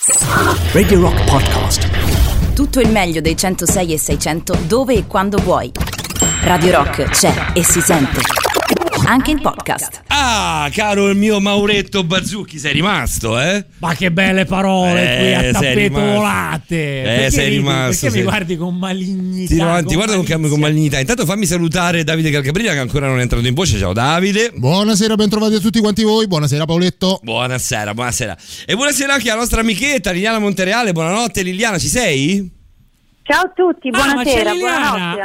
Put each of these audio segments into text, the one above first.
Radio Rock Podcast. Tutto il meglio dei 106 e 600 dove e quando vuoi. Radio Rock c'è e si sente anche in podcast. Ah, caro il mio Mauretto Bazzucchi, sei rimasto, eh? Ma che belle parole qui a tappeto volate. Sei rimasto. Perché mi guardi con malignità? Ti guardo con malignità. Intanto fammi salutare Davide Calcabrina, che ancora non è entrato in voce. Ciao Davide. Buonasera, bentrovati a tutti quanti voi. Buonasera Paoletto. Buonasera. E buonasera anche alla nostra amichetta Liliana Montereale. Buonanotte Liliana, ci sei? Ciao a tutti, buonasera, c'è Liliana.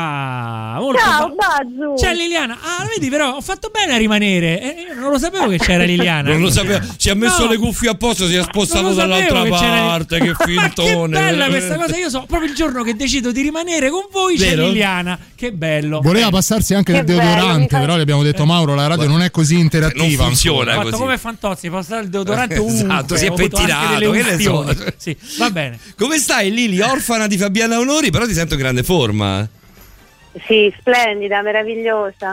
Ciao Bazzu. C'è Liliana. Vedi, però ho fatto bene a rimanere. Io non lo sapevo che c'era Liliana. Non lo sapevo. Ci ha messo le cuffie a posto, si è spostato dall'altra parte. Che fintone. Che bella questa cosa. Io so proprio il giorno che decido di rimanere con voi c'è Liliana. Che bello. Voleva passarsi anche del deodorante, però gli abbiamo detto Mauro, la radio non è così interattiva. Non funziona ho così. Fatto come Fantozzi, passare il deodorante Esatto, si è pettinato. Che ne so. Sì, va bene. Come stai Lili, orfana di Fabiana Onori, però ti sento in grande forma. Sì, splendida, meravigliosa.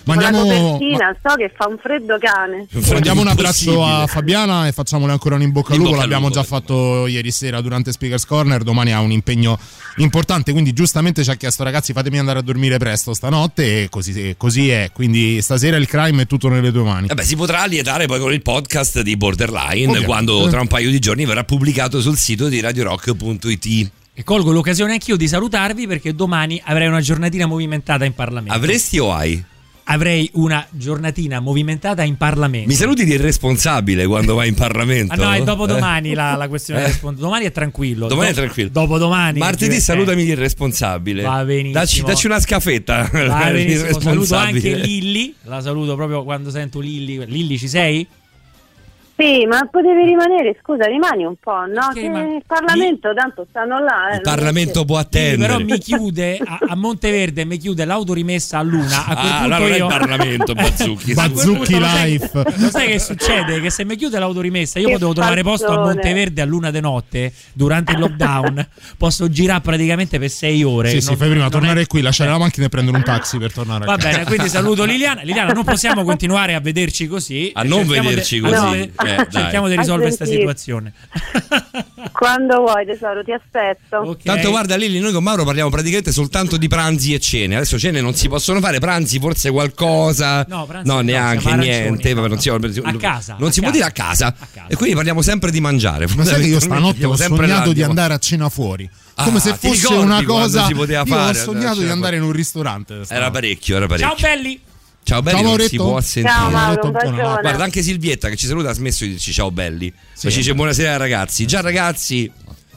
So che fa un freddo cane. Mandiamo un abbraccio a Fabiana e facciamole ancora un in bocca al lupo. L'abbiamo già fatto ieri sera durante Speakers Corner. Domani ha un impegno importante, quindi giustamente ci ha chiesto: ragazzi, fatemi andare a dormire presto stanotte, e così è. Quindi stasera il crime è tutto nelle tue mani. Si potrà lietare poi con il podcast di Borderline, quando tra un paio di giorni verrà pubblicato sul sito di radiorock.it. E colgo l'occasione anch'io di salutarvi, perché domani avrei una giornatina movimentata in Parlamento. Avresti o hai? Avrei una giornatina movimentata in Parlamento. Mi saluti di irresponsabile quando vai in Parlamento? No, è dopodomani la questione. Domani è tranquillo. Dopodomani. Martedì salutami di irresponsabile. Va benissimo. Dacci una scafetta. Va benissimo. Saluto anche Lilli. La saluto proprio quando sento Lilli. Lilli, ci sei? Sì, ma potevi rimanere, scusa, rimani un po', no? Che il Parlamento tanto stanno là. Il Parlamento può attendere. Però mi chiude a Monteverde, mi chiude l'autorimessa a Luna. A quel punto non io... è il Parlamento, Bazzucchi. Bazzucchi Life. Lo sai che succede? Che se mi chiude l'autorimessa, io potevo trovare posto a Monteverde a luna de notte durante il lockdown. Posso girare praticamente per 6 ore. Sì, fai prima tornare qui, lasciare la macchina e prendere un taxi per tornare. Va bene, quindi saluto Liliana. Liliana, non possiamo continuare a vederci così. Vederci così. Cerchiamo di risolvere questa situazione. Quando vuoi tesoro, ti aspetto. Okay. Tanto guarda Lili, noi con Mauro parliamo praticamente soltanto di pranzi e cene. Adesso cene non si possono fare, pranzi forse qualcosa. No, neanche niente. No. A casa. Non si può dire a casa. E quindi parliamo sempre di mangiare. Ma sai che io stanotte ho sognato di andare a cena fuori. Come se fosse una cosa si poteva fare. Ho sognato di andare in un ristorante. Era parecchio. Ciao belli. Ciao belli, non si può sentire. Ciao Mauro, guarda, anche Silvietta che ci saluta ha smesso di dirci ciao belli. Ci dice buonasera ragazzi. Già ragazzi,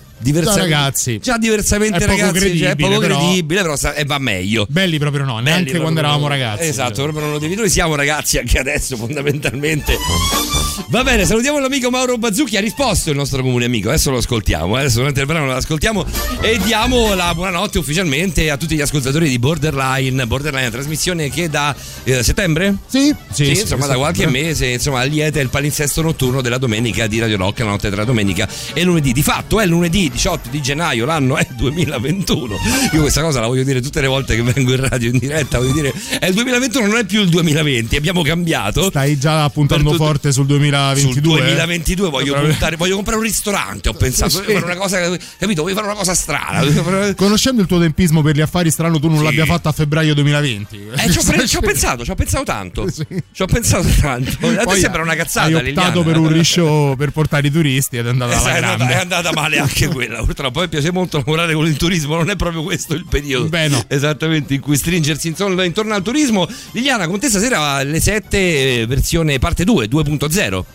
già diversamente è ragazzi, è poco credibile, però va meglio. Belli proprio no, neanche quando eravamo ragazzi. Esatto, proprio non lo devi. Noi siamo ragazzi anche adesso fondamentalmente. Va bene, salutiamo l'amico Mauro Bazzucchi. Ha risposto il nostro comune amico. Adesso lo ascoltiamo. Adesso durante il brano lo ascoltiamo e diamo la buonanotte ufficialmente a tutti gli ascoltatori di Borderline. Borderline, trasmissione che da settembre? Sì, insomma, da qualche mese, insomma, lieta il palinsesto notturno della domenica di Radio Rock, la notte tra domenica e lunedì. Di fatto è lunedì 18 di gennaio, l'anno è 2021. Io questa cosa la voglio dire tutte le volte che vengo in radio in diretta, voglio dire, è il 2021, non è più il 2020, abbiamo cambiato. Stai già puntando forte sul 2022. Sul 2022 voglio comprare un ristorante, ho pensato, voglio fare una cosa, capito? Voglio fare una cosa strana. Conoscendo il tuo tempismo per gli affari, strano tu non l'abbia fatta a febbraio 2020. Ci ho pensato tanto. Ci ho pensato tanto. A te sembra una cazzata, hai optato per un rishow per portare i turisti ed è andata alla grande. È andata male anche quella. Purtroppo mi piace molto lavorare con il turismo, non è proprio questo il periodo esattamente in cui stringersi intorno al turismo. Liliana, con te stasera alle 7 versione parte 2.0.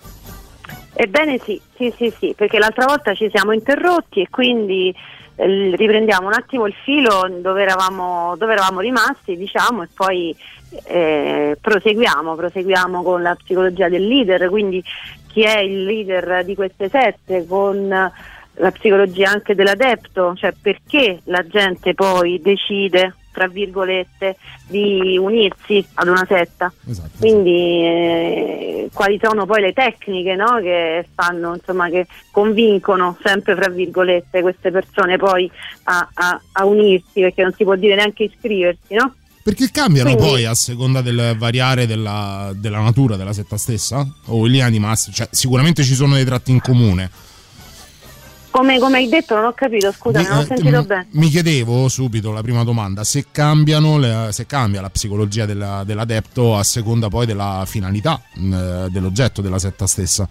Ebbene sì, perché l'altra volta ci siamo interrotti e quindi riprendiamo un attimo il filo dove eravamo rimasti, diciamo, e poi proseguiamo con la psicologia del leader, quindi chi è il leader di queste sette, con la psicologia anche dell'adepto, cioè perché la gente poi decide, tra virgolette, di unirsi ad una setta. Esatto. Quindi quali sono poi le tecniche, no, che fanno, insomma, che convincono sempre, fra virgolette, queste persone poi a unirsi, perché non si può dire neanche iscriversi, no? Perché cambiano poi a seconda del variare della natura della setta stessa? O in linea di massima? Cioè, sicuramente ci sono dei tratti in comune. Come hai detto, non ho capito, scusa, non ho sentito bene. Mi chiedevo subito, la prima domanda, se cambia la psicologia dell'adepto a seconda poi della finalità dell'oggetto della setta stessa.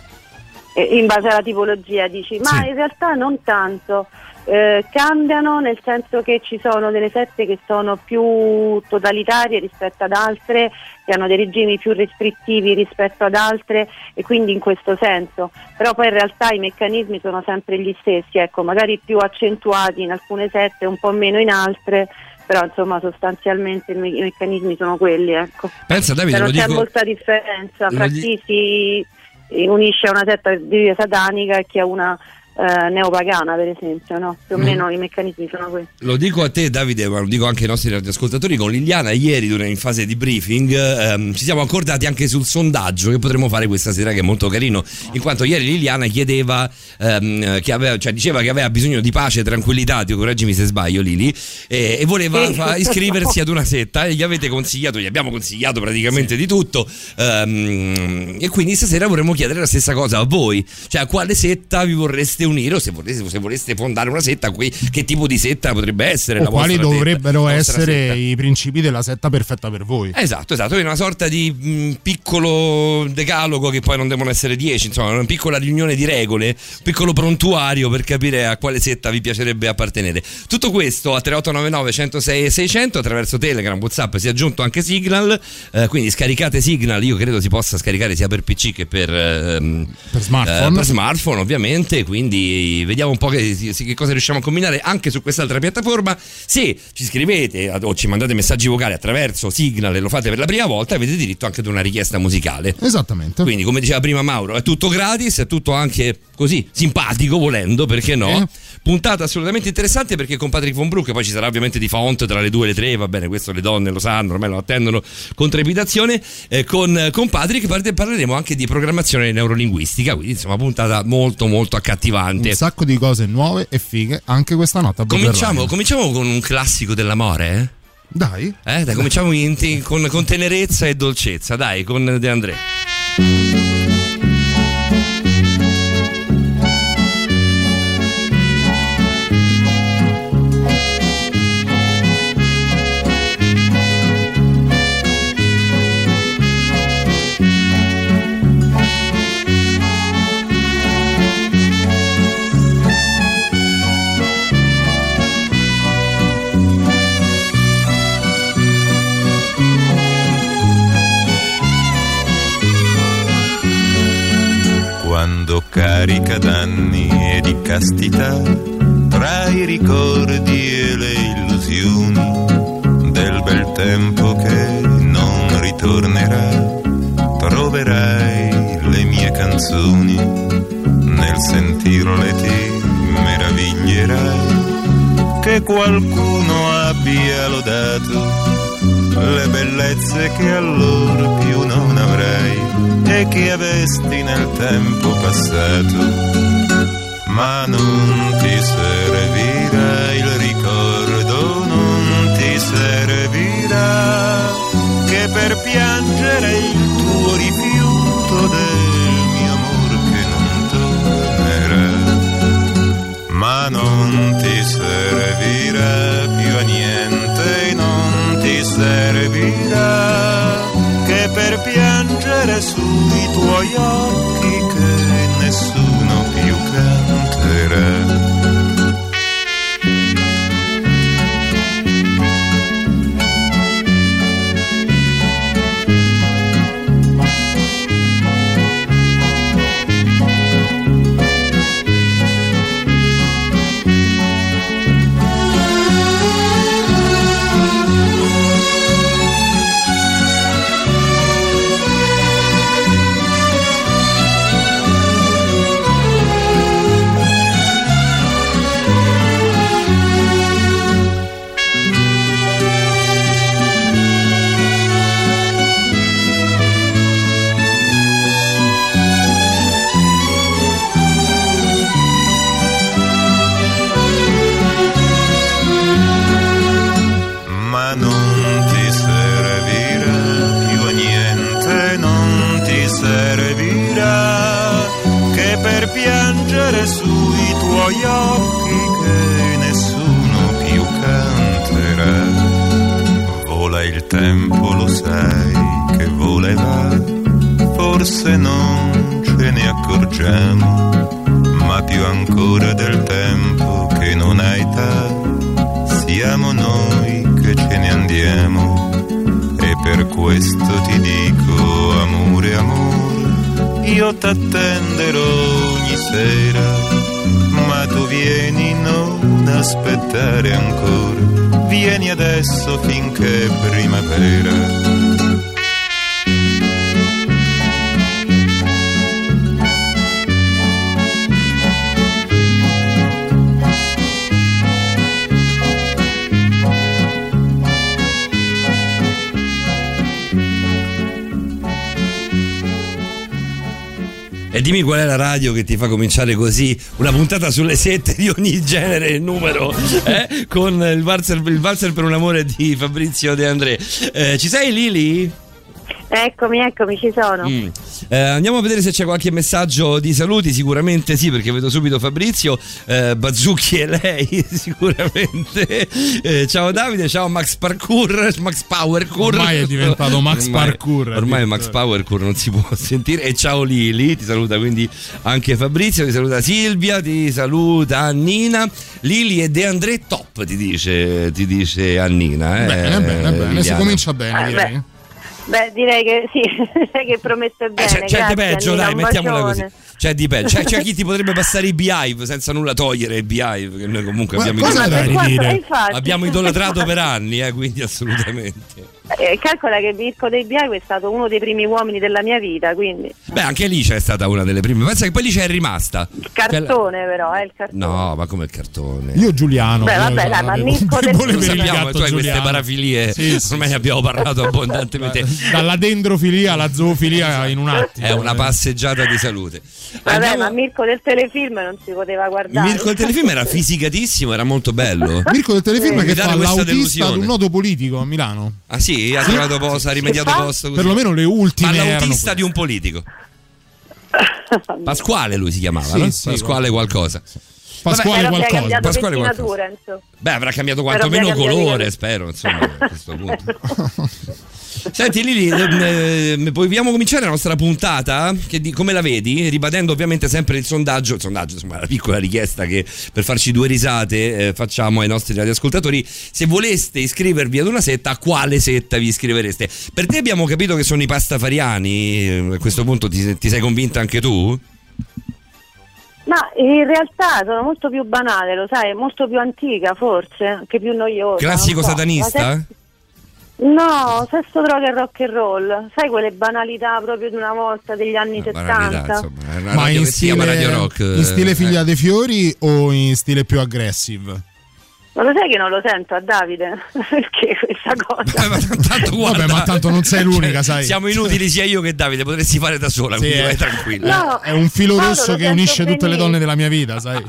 In base alla tipologia dici, ma sì. In realtà non tanto. Cambiano nel senso che ci sono delle sette che sono più totalitarie rispetto ad altre, che hanno dei regimi più restrittivi rispetto ad altre, e quindi in questo senso, però poi in realtà i meccanismi sono sempre gli stessi, ecco, magari più accentuati in alcune sette, un po' meno in altre, però insomma sostanzialmente i meccanismi sono quelli, ecco. Pensa, Davide, non c'è molta differenza fra chi si unisce a una setta di satanica e chi a una neopagana, per esempio, no? Più o meno i meccanismi sono questi. Lo dico a te, Davide, ma lo dico anche ai nostri radioascoltatori. Con Liliana ieri, in fase di briefing, ci siamo accordati anche sul sondaggio che potremmo fare questa sera, che è molto carino, in quanto ieri Liliana chiedeva diceva che aveva bisogno di pace e tranquillità, ti correggimi se sbaglio, Lili, e voleva iscriversi ad una setta, e gli abbiamo consigliato praticamente di tutto, e quindi stasera vorremmo chiedere la stessa cosa a voi, cioè a quale setta vi vorreste unire, o se voleste fondare una setta, che tipo di setta potrebbe essere, o quali dovrebbero essere i principi della setta perfetta per voi. Esatto, è una sorta di piccolo decalogo, che poi non devono essere 10, insomma una piccola riunione di regole, un piccolo prontuario per capire a quale setta vi piacerebbe appartenere. Tutto questo a 3899 106 e 600 attraverso Telegram, WhatsApp, si è aggiunto anche Signal, quindi scaricate Signal, io credo si possa scaricare sia per PC che per smartphone ovviamente, quindi vediamo un po' che cosa riusciamo a combinare anche su quest'altra piattaforma. Se ci scrivete o ci mandate messaggi vocali attraverso Signal e lo fate per la prima volta, avete diritto anche ad una richiesta musicale. Esattamente. Quindi, come diceva prima Mauro, è tutto gratis, è tutto anche così simpatico, volendo, perché no? Puntata assolutamente interessante, perché con Patrick Von Broek poi ci sarà ovviamente di font tra le 2 e le 3, va bene, questo le donne lo sanno, ormai lo attendono con trepidazione. Con Patrick parleremo anche di programmazione neurolinguistica, quindi insomma puntata molto molto accattivante. Un sacco di cose nuove e fighe anche questa notte a Cominciamo con un classico dell'amore, Dai, cominciamo con tenerezza e dolcezza, dai, con De André. Quando carica d'anni e di castità, tra i ricordi e le illusioni del bel tempo che non ritornerà, troverai le mie canzoni, nel sentirle ti meraviglierai che qualcuno abbia lodato le bellezze che allora più non avrai e che avesti nel tempo passato, ma non ti servirà il ricordo, non ti servirà che per piangere il tuo rifiuto del mio amor che non tornerà, ma non ti servirà più a niente, non ti servirà che per piangere sui tuoi occhi che nessuno più canterà. Sui tuoi tuoi occhi che nessuno più canterà. Vola il tempo, lo sai che vola e va, forse non ce ne accorgiamo, ma più ancora del tempo che non ha età, siamo noi che ce ne andiamo. E per questo ti dico, amore, amore, io t'attenderò ogni sera, ma tu vieni, non aspettare ancora, vieni adesso finché è primavera. E dimmi qual è la radio che ti fa cominciare così una puntata sulle sette di ogni genere e numero, con il valzer per un amore di Fabrizio De André. Ci sei, Lili? Eccomi, ci sono. Andiamo a vedere se c'è qualche messaggio di saluti. Sicuramente sì, perché vedo subito Fabrizio, Bazzucchi e lei sicuramente. Ciao Davide, ciao Max Powercur. Ormai è diventato Max Parkour. Ormai Max Powercur non si può sentire. E ciao Lili, ti saluta quindi anche Fabrizio, ti saluta Silvia, ti saluta Annina. Lili e De André top, ti dice Annina. Bene, si comincia bene, direi. Beh, direi che sì, che promette bene. C'è di peggio, Annina, dai, mettiamola così. C'è di peggio. C'è chi ti potrebbe passare i Beehive senza nulla togliere i Beehive, che noi comunque abbiamo idolatrato per anni, quindi assolutamente. Calcola che Mirko dei Beehive è stato uno dei primi uomini della mia vita, quindi. Beh, anche lì c'è stata una delle prime. Pensa che poi lì c'è rimasta. Il cartone, però, il cartone. No, ma come il cartone? Io Giuliano. Beh, vabbè, dai, ma Mirko del Lo sappiamo, tu hai queste parafilie. Sì, ormai ne abbiamo parlato abbondantemente. Dalla dendrofilia alla zoofilia in un attimo. È una passeggiata di salute. Vabbè, ma Mirko del telefilm non si poteva guardare. Mirko del telefilm era fisicatissimo, era molto bello. Mirko del telefilm che fa l'autista delusione. ad un noto politico a Milano. Ah sì? Ha trovato posto, ha rimediato posto così. Perlomeno le ultime. Ma l'autista di un politico. Pasquale lui si chiamava, sì, no? sì, Pasquale qualcosa. Pasquale qualcosa. Pasquale qualcosa. Beh, avrà cambiato quantomeno colore, spero, insomma, a questo punto. Senti Lili, vogliamo cominciare la nostra puntata? Come la vedi? Ribadendo ovviamente sempre il sondaggio, insomma la piccola richiesta che per farci due risate facciamo ai nostri radioascoltatori. Se voleste iscrivervi ad una setta, a quale setta vi iscrivereste? Per te abbiamo capito che sono i pastafariani, a questo punto ti sei convinta anche tu? Ma in realtà sono molto più banale, lo sai, molto più antica forse, anche più noiosa. Classico satanista? No, sesso, droga e rock and roll. Sai quelle banalità proprio di una volta degli anni 70? Ma in stile, rock, in stile Figlia dei Fiori o in stile più aggressive? Ma lo sai che non lo sento a Davide? Perché questa cosa? Vabbè, ma tanto non sei l'unica, sai. Siamo inutili sia io che Davide, potresti fare da sola, quindi vai tranquillo. No, è un filo rosso che unisce tutte le donne della mia vita, sai.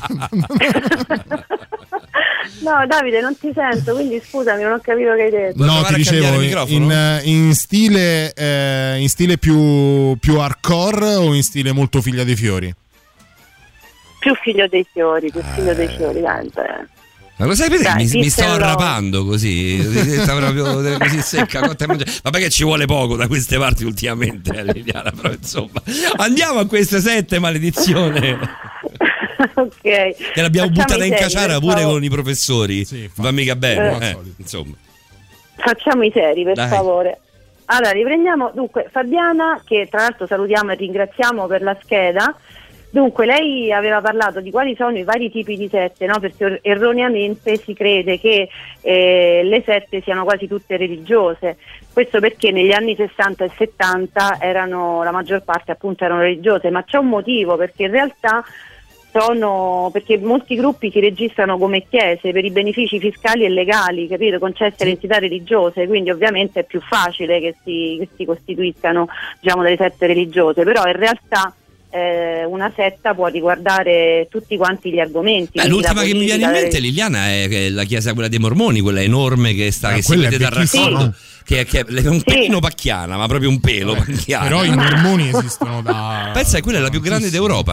No, Davide, non ti sento, quindi scusami, non ho capito che hai detto. No, ti dicevo, in stile più hardcore o in stile molto Figlia dei Fiori? Più Figlio dei Fiori, dai. Ma lo sai perché mi sto arrapando così proprio così secca, ma perché ci vuole poco da queste parti ultimamente, Liliana, però insomma andiamo a queste sette, maledizione. Ok, che l'abbiamo buttata in caciara pure con i professori, sì, va mica bene, insomma. Facciamo i seri, per favore. Allora riprendiamo. Dunque, Fabiana, che tra l'altro salutiamo e ringraziamo per la scheda. Dunque, lei aveva parlato di quali sono i vari tipi di sette, no? Perché erroneamente si crede che le sette siano quasi tutte religiose. Questo perché negli anni 60 e 70 la maggior parte appunto erano religiose, ma c'è un motivo, perché in realtà perché molti gruppi si registrano come chiese per i benefici fiscali e legali, capito? Concesse alle entità religiose, quindi ovviamente è più facile che si costituiscano, diciamo, delle sette religiose, però in realtà una setta può riguardare tutti quanti gli argomenti. L'ultima che mi viene in mente, Liliana, è la chiesa, quella dei Mormoni, quella enorme che si vede dal racconto, che è un pelino pacchiana, ma proprio un pelo pacchiana. Però i mormoni esistono da... Pensa che quella è la più grande d'Europa.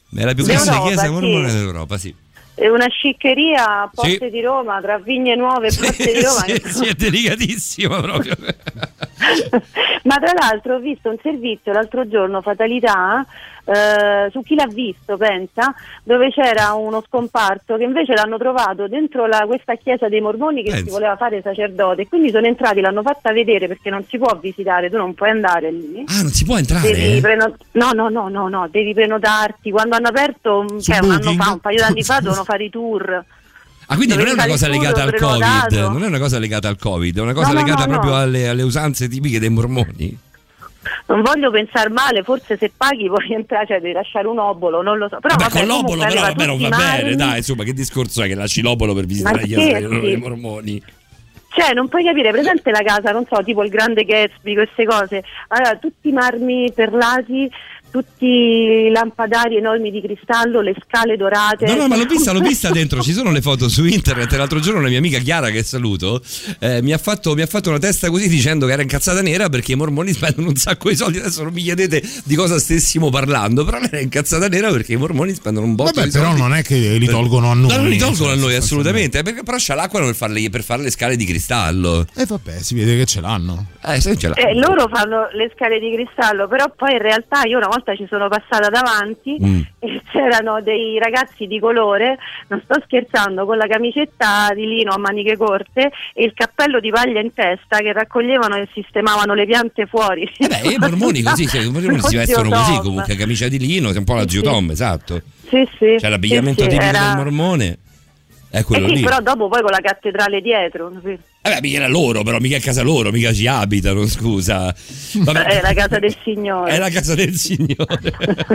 È la più grande chiesa mormone d'Europa, sì. È una sciccheria a Porte Sì. di Roma, tra Vigne Nuove e Porte di Roma. Sì, è delicatissima proprio. Ma tra l'altro ho visto un servizio l'altro giorno, fatalità, su Chi l'ha visto, pensa, dove c'era uno scomparso che invece l'hanno trovato dentro questa chiesa dei Mormoni che si voleva fare sacerdote, e quindi sono entrati, l'hanno fatta vedere, perché non si può visitare, tu non puoi andare lì. Ah, non si può entrare? No, devi prenotarti. Quando hanno aperto un anno fa, un paio d'anni fa, dovevano fare i tour. Ah, quindi non è una Dovevi cosa fare il legata al tour Covid, prenotato. non è una cosa legata al Covid, è una cosa No, legata no. proprio alle usanze tipiche dei mormoni. Non voglio pensare male, forse se paghi puoi entrare, cioè devi lasciare un obolo, non lo so. Però Vabbè, vabbè, con l'obolo comunque però aveva non va tutti i bene, marmi. dai, insomma, che discorso è che lasci l'obolo per visitare Ma la chiesa scherzi? dei mormoni? Cioè, non puoi capire, presente la casa, non so, tipo il Grande Gatsby, queste cose. Allora, tutti i marmi perlati, tutti i lampadari enormi di cristallo, le scale dorate. No, ma l'ho vista dentro, ci sono le foto su internet. L'altro giorno una mia amica Chiara, che saluto, mi ha fatto una testa così dicendo che era incazzata nera perché i mormoni spendono un sacco di soldi. Adesso non mi chiedete di cosa stessimo parlando, però lei era incazzata nera perché i mormoni spendono un botto di soldi. Però non è che li tolgono a noi. No, non li tolgono a noi assolutamente, perché però c'ha l'acqua per fare le scale di cristallo. E vabbè, si vede che ce l'hanno. Se ce l'ha. Loro fanno le scale di cristallo, però poi in realtà io una volta ci sono passata davanti e c'erano dei ragazzi di colore, non sto scherzando, con la camicetta di lino a maniche corte e il cappello di paglia in testa, che raccoglievano e sistemavano le piante fuori. I mormoni così, i mormoni si vestono così comunque, camicia di lino, è un po' la Zio Tom, esatto. Sì. C'è l'abbigliamento tipico del mormone. È quello lì. Però dopo poi con la cattedrale dietro. Sì. Mica era loro, però mica è casa loro, mica ci abitano, scusa. Vabbè. È la casa del Signore. È la casa del Signore.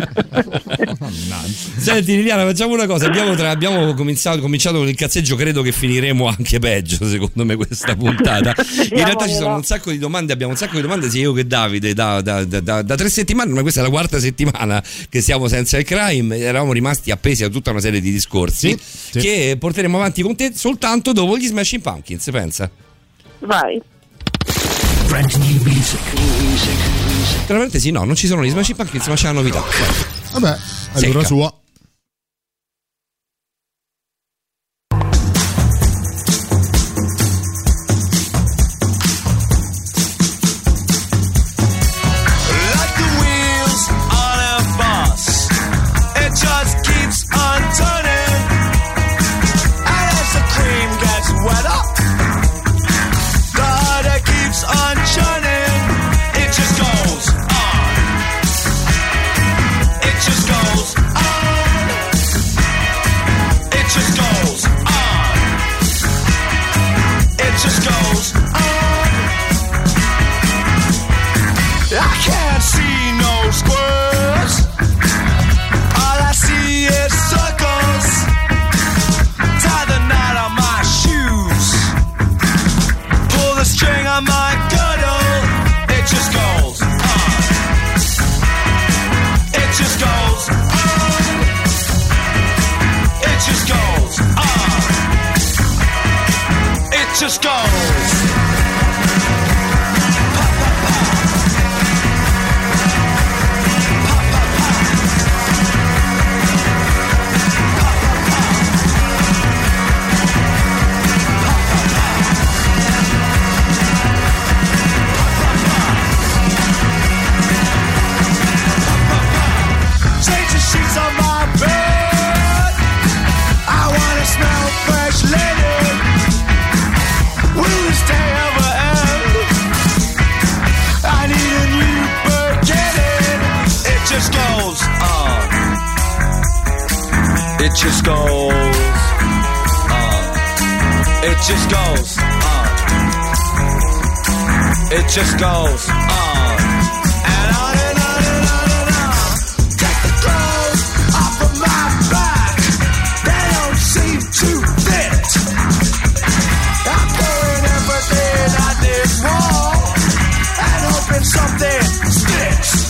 Senti Liliana, facciamo una cosa, abbiamo cominciato con il cazzeggio, credo che finiremo anche peggio secondo me questa puntata. In realtà ci sono un sacco di domande, abbiamo un sacco di domande sia io che Davide da 3 settimane, ma questa è la 4ª settimana che siamo senza il crime, eravamo rimasti appesi a tutta una serie di discorsi che porteremo avanti con te soltanto dopo gli Smashing Pumpkins, pensa. Vai. Brand new music. Tra parentesi, no, non ci sono gli Smashing Pumpkins, ma c'è la novità. Vabbè, allora sua. Just goes. Change the sheets on my bed. I wanna smell fresh linen. Will this day ever end? I need a new beginning. It just goes on. It just goes on. It just goes on. It just goes on. And on and on and on and on. Take the clothes off of my back. They don't seem to fit. I'm doing everything I did wrong and hoping something sticks.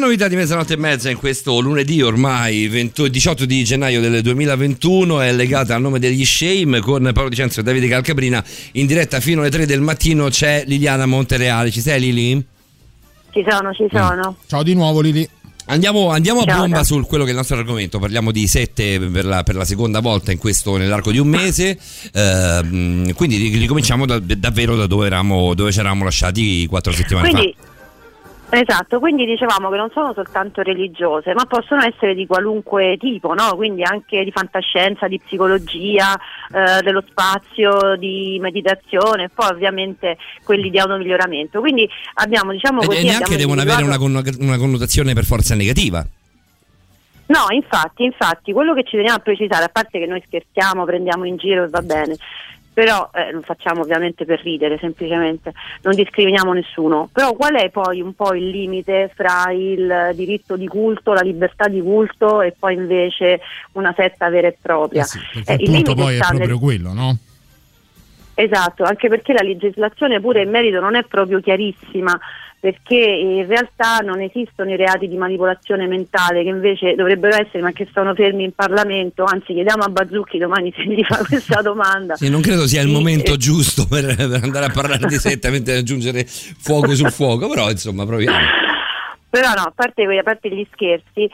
novità di mezzanotte e mezza in questo lunedì ormai 18 di gennaio del 2021 è legata al nome degli Shame con Paolo Di Cenzo e Davide Calcabrina. In diretta fino alle 3 del mattino c'è Liliana Montereale. Ci sei, Lili? Ci sono. Ciao di nuovo, Lili. Andiamo a bomba su quello che è il nostro argomento. Parliamo di sette per la seconda volta nell'arco di un mese. Quindi ricominciamo davvero da dove ci eravamo lasciati 4 settimane fa. Esatto, quindi dicevamo che non sono soltanto religiose, ma possono essere di qualunque tipo, no? Quindi anche di fantascienza, di psicologia, dello spazio, di meditazione, poi ovviamente quelli di automiglioramento. Quindi abbiamo, diciamo così, e neanche devono avere una connotazione per forza negativa. No, infatti, quello che ci teniamo a precisare, a parte che noi scherziamo, prendiamo in giro e va bene, però lo facciamo ovviamente per ridere, semplicemente non discriminiamo nessuno. Però qual è poi un po' il limite fra il diritto di culto, la libertà di culto e poi invece una setta vera e propria? Sì, perché il punto poi è proprio quello, no? Esatto, anche perché la legislazione pure in merito non è proprio chiarissima, perché in realtà non esistono i reati di manipolazione mentale che invece dovrebbero essere, ma che sono fermi in Parlamento. Anzi, chiediamo a Bazzucchi domani se gli fa questa domanda. Sì, non credo sia il momento giusto per andare a parlare di setta mentre aggiungere fuoco sul fuoco, però insomma proviamo. Però no, a parte gli scherzi,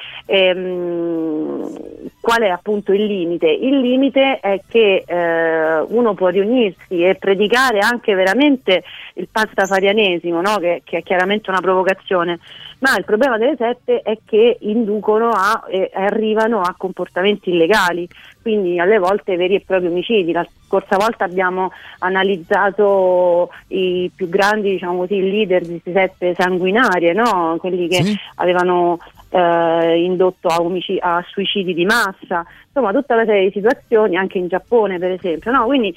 qual è appunto il limite? Il limite è che uno può riunirsi e predicare anche veramente il pastafarianesimo, no? che è chiaramente una provocazione, ma il problema delle sette è che inducono arrivano a comportamenti illegali, quindi alle volte veri e propri omicidi. La scorsa volta abbiamo analizzato i più grandi, diciamo così, leader di queste sette sanguinarie, no? Quelli che avevano indotto a suicidi di massa, insomma tutta una serie di situazioni anche in Giappone per esempio, no? Quindi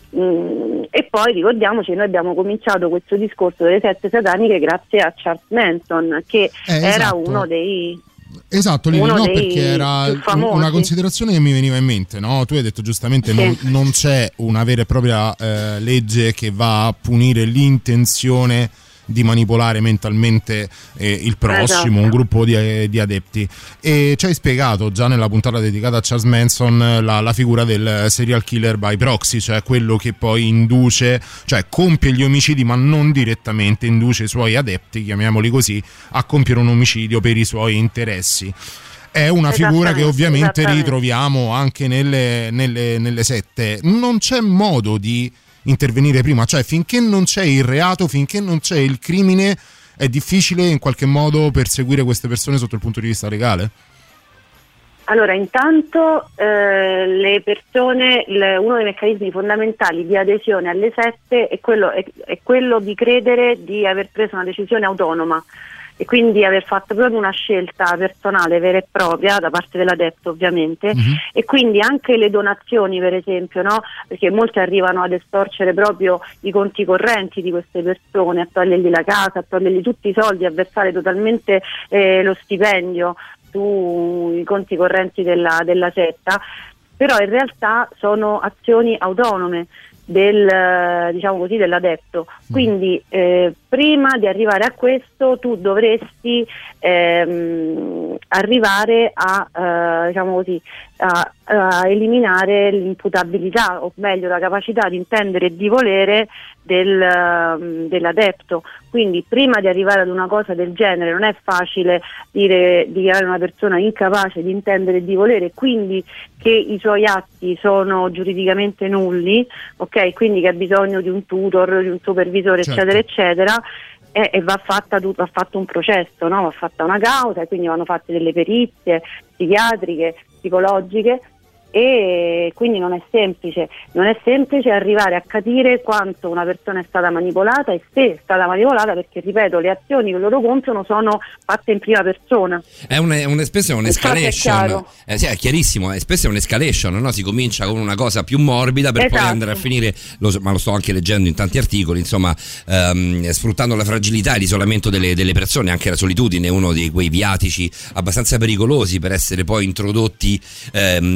e poi ricordiamoci, noi abbiamo cominciato questo discorso delle sette sataniche grazie a Charles Manson, che era uno dei Lili, no, perché era una considerazione che mi veniva in mente, no? Tu hai detto giustamente non c'è una vera e propria legge che va a punire l'intenzione di manipolare mentalmente il prossimo, esatto, un gruppo di adepti, e ci hai spiegato già nella puntata dedicata a Charles Manson la figura del serial killer by proxy, cioè quello che poi induce, cioè compie gli omicidi ma non direttamente, induce i suoi adepti, chiamiamoli così, a compiere un omicidio per i suoi interessi. È una figura che ovviamente ritroviamo anche nelle sette. Non c'è modo di intervenire prima, cioè finché non c'è il reato, finché non c'è il crimine, è difficile in qualche modo perseguire queste persone sotto il punto di vista legale? Allora, intanto le persone, uno dei meccanismi fondamentali di adesione alle sette è quello di credere di aver preso una decisione autonoma e quindi aver fatto proprio una scelta personale vera e propria da parte dell'adepto, ovviamente, e quindi anche le donazioni, per esempio, no? Perché molti arrivano ad estorcere proprio i conti correnti di queste persone, a togliergli la casa, a togliergli tutti i soldi, a versare totalmente lo stipendio sui conti correnti della setta, però in realtà sono azioni autonome diciamo così, dell'adepto. Quindi prima di arrivare a questo tu dovresti arrivare a diciamo così, a eliminare l'imputabilità, o meglio la capacità di intendere e di volere dell'adepto. Quindi prima di arrivare ad una cosa del genere non è facile dichiarare una persona incapace di intendere e di volere, quindi che i suoi atti sono giuridicamente nulli, ok? Quindi che ha bisogno di un tutor, di un supervisore, certo, eccetera eccetera, e va fatto un processo, no? Va fatta una causa e quindi vanno fatte delle perizie psichiatriche, psicologiche, e quindi non è semplice arrivare a capire quanto una persona è stata manipolata e se è stata manipolata, perché ripeto, le azioni che loro compiono sono fatte in prima persona. Spesso è un'escalation, sì, è chiarissimo, spesso è un'escalation, no? Si comincia con una cosa più morbida per poi andare a finire, ma lo sto anche leggendo in tanti articoli, insomma, sfruttando la fragilità e l'isolamento delle persone, anche la solitudine, uno di quei viatici abbastanza pericolosi per essere poi introdotti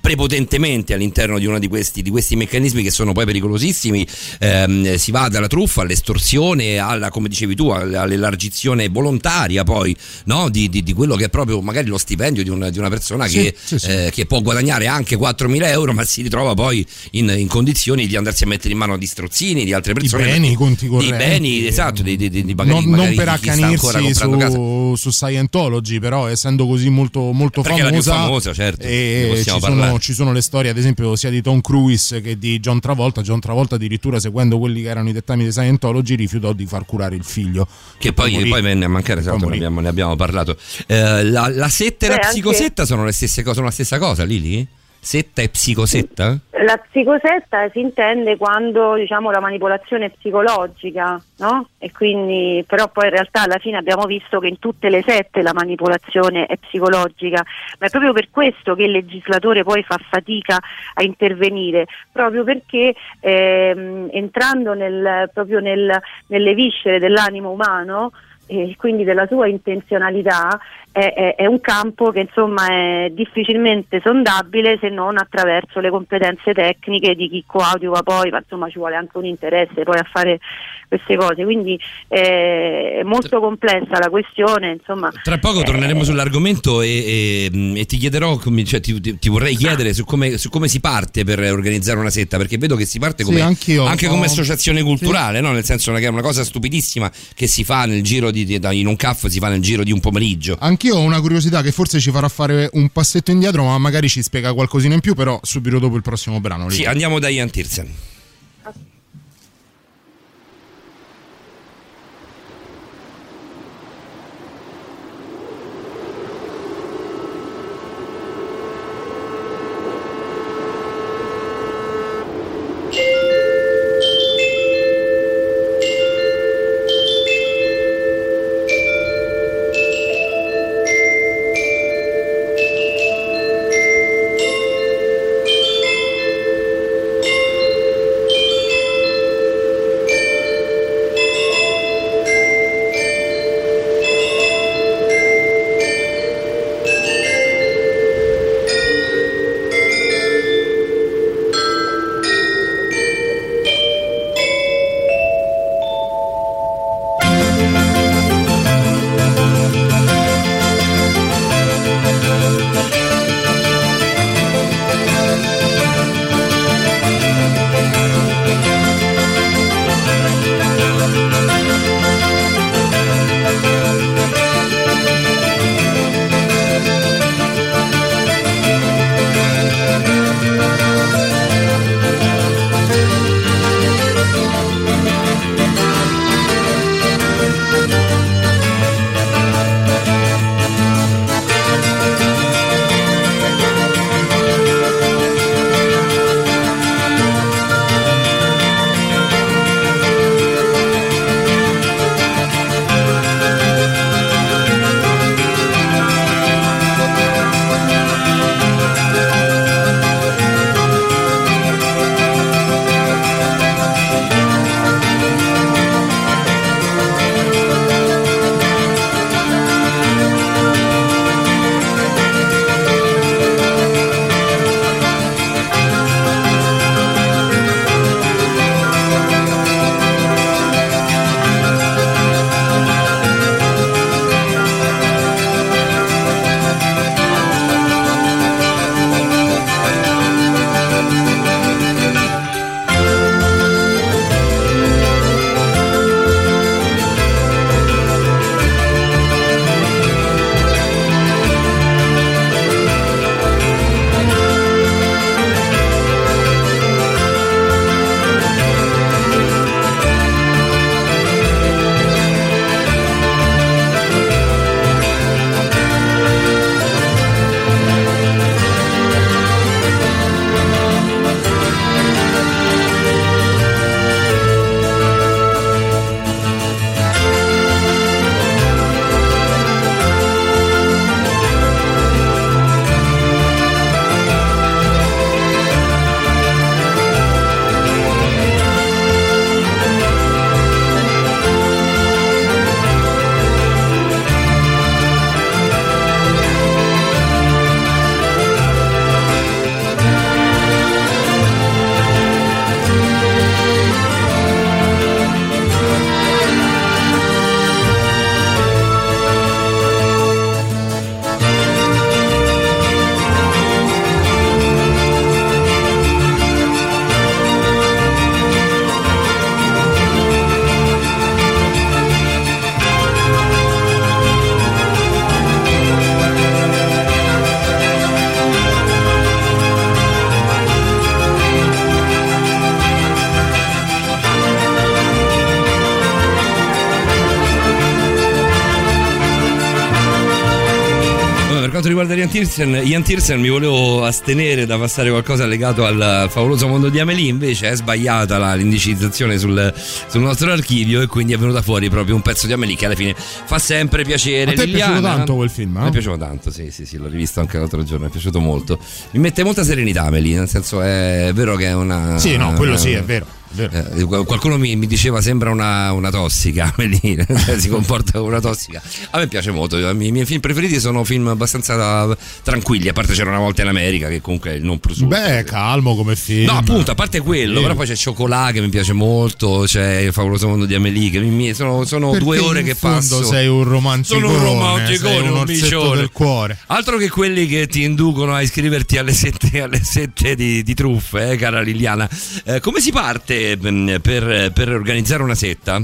prepotentemente all'interno di uno di questi meccanismi che sono poi pericolosissimi. Si va dalla truffa all'estorsione, alla, come dicevi tu, all'elargizione volontaria poi, no? di quello che è proprio magari lo stipendio di una persona che può guadagnare anche 4.000 euro, ma si ritrova poi in condizioni di andarsi a mettere in mano di strozzini di altre persone, i beni, i conti correnti, i beni, esatto, non per accanirsi su Scientology, però essendo così molto perché famosa, certo, e ci sono le storie ad esempio sia di Tom Cruise che di John Travolta addirittura seguendo quelli che erano i dettami di Scientology rifiutò di far curare il figlio che poi venne a mancare, esatto, ne abbiamo parlato. La setta e la psicosetta sono le stesse cose, sono la stessa cosa, Lili? Setta e psicosetta? La psicosetta si intende quando, diciamo, la manipolazione psicologica, no? E quindi, però poi in realtà alla fine abbiamo visto che in tutte le sette la manipolazione è psicologica, ma è proprio per questo che il legislatore poi fa fatica a intervenire, proprio perché entrando proprio nelle viscere dell'animo umano, e quindi della sua intenzionalità, è un campo che insomma è difficilmente sondabile se non attraverso le competenze tecniche di chi coadiuva poi, ma insomma ci vuole anche un interesse poi a fare queste cose, quindi è molto complessa la questione, insomma. Tra poco torneremo sull'argomento e ti chiederò, cioè, ti vorrei chiedere su come si parte per organizzare una setta, perché vedo che si parte anche come associazione culturale, no? Nel senso che è una cosa stupidissima che si fa nel giro in un caff, si fa nel giro di un pomeriggio. Anch'io ho una curiosità che forse ci farà fare un passetto indietro, ma magari ci spiega qualcosina in più, però subito dopo il prossimo brano. Sì, andiamo da Ian Tiersen. riguarda Ian Tiersen mi volevo astenere da passare qualcosa legato al favoloso mondo di Amélie, invece è sbagliata l'indicizzazione sul nostro archivio e quindi è venuta fuori proprio un pezzo di Amélie che alla fine fa sempre piacere. A te Liliana, è piaciuto tanto quel film? Mi è piaciuto tanto, sì, l'ho rivisto anche l'altro giorno, mi è piaciuto molto. Mi mette molta serenità Amélie, nel senso è vero che è una... Sì, no, quello sì, è vero. Qualcuno mi diceva sembra una tossica, si comporta come una tossica. A me piace molto, i miei film preferiti sono film abbastanza tranquilli, a parte C'era una volta in America che comunque è il non plus ultra. Beh, calmo come film. No, appunto, a parte quello, però poi c'è Cioccolà che mi piace molto, c'è Il favoloso mondo di Amélie che sono 2 ore che passo. Sei un romanticone, sono un romanticone, sei un orsetto del cuore. Altro che quelli che ti inducono a iscriverti alle sette di truffe, cara Liliana. Come si parte per organizzare una setta?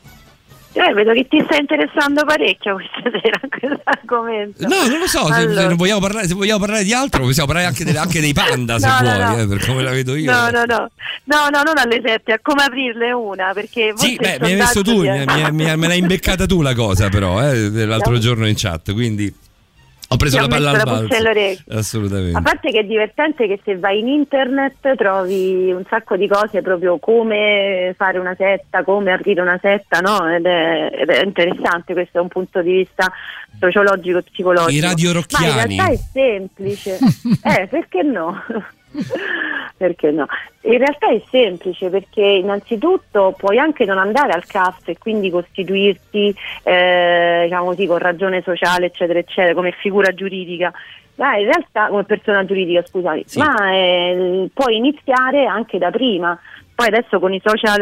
Vedo che ti sta interessando parecchio questa sera questo argomento. No, non lo so, allora. se vogliamo parlare di altro, possiamo parlare anche dei panda se vuoi, per come la vedo io. No, non alle 7, a come aprirle una, perché sì, mi hai messo tu, me l'hai imbeccata tu la cosa però, l'altro giorno in chat, quindi ho preso la palla al balzo. Assolutamente. A parte che è divertente che se vai in internet trovi un sacco di cose proprio come fare una setta, come aprire una setta, no? Ed è interessante, questo è un punto di vista sociologico e psicologico. I radiorocchiani. Ma in realtà è semplice. Perché no? Perché no? In realtà è semplice perché innanzitutto puoi anche non andare al CAF e quindi costituirti diciamo così, con ragione sociale eccetera eccetera come figura giuridica, ma in realtà come persona giuridica, scusami, sì. Ma puoi iniziare anche da prima. Poi adesso con i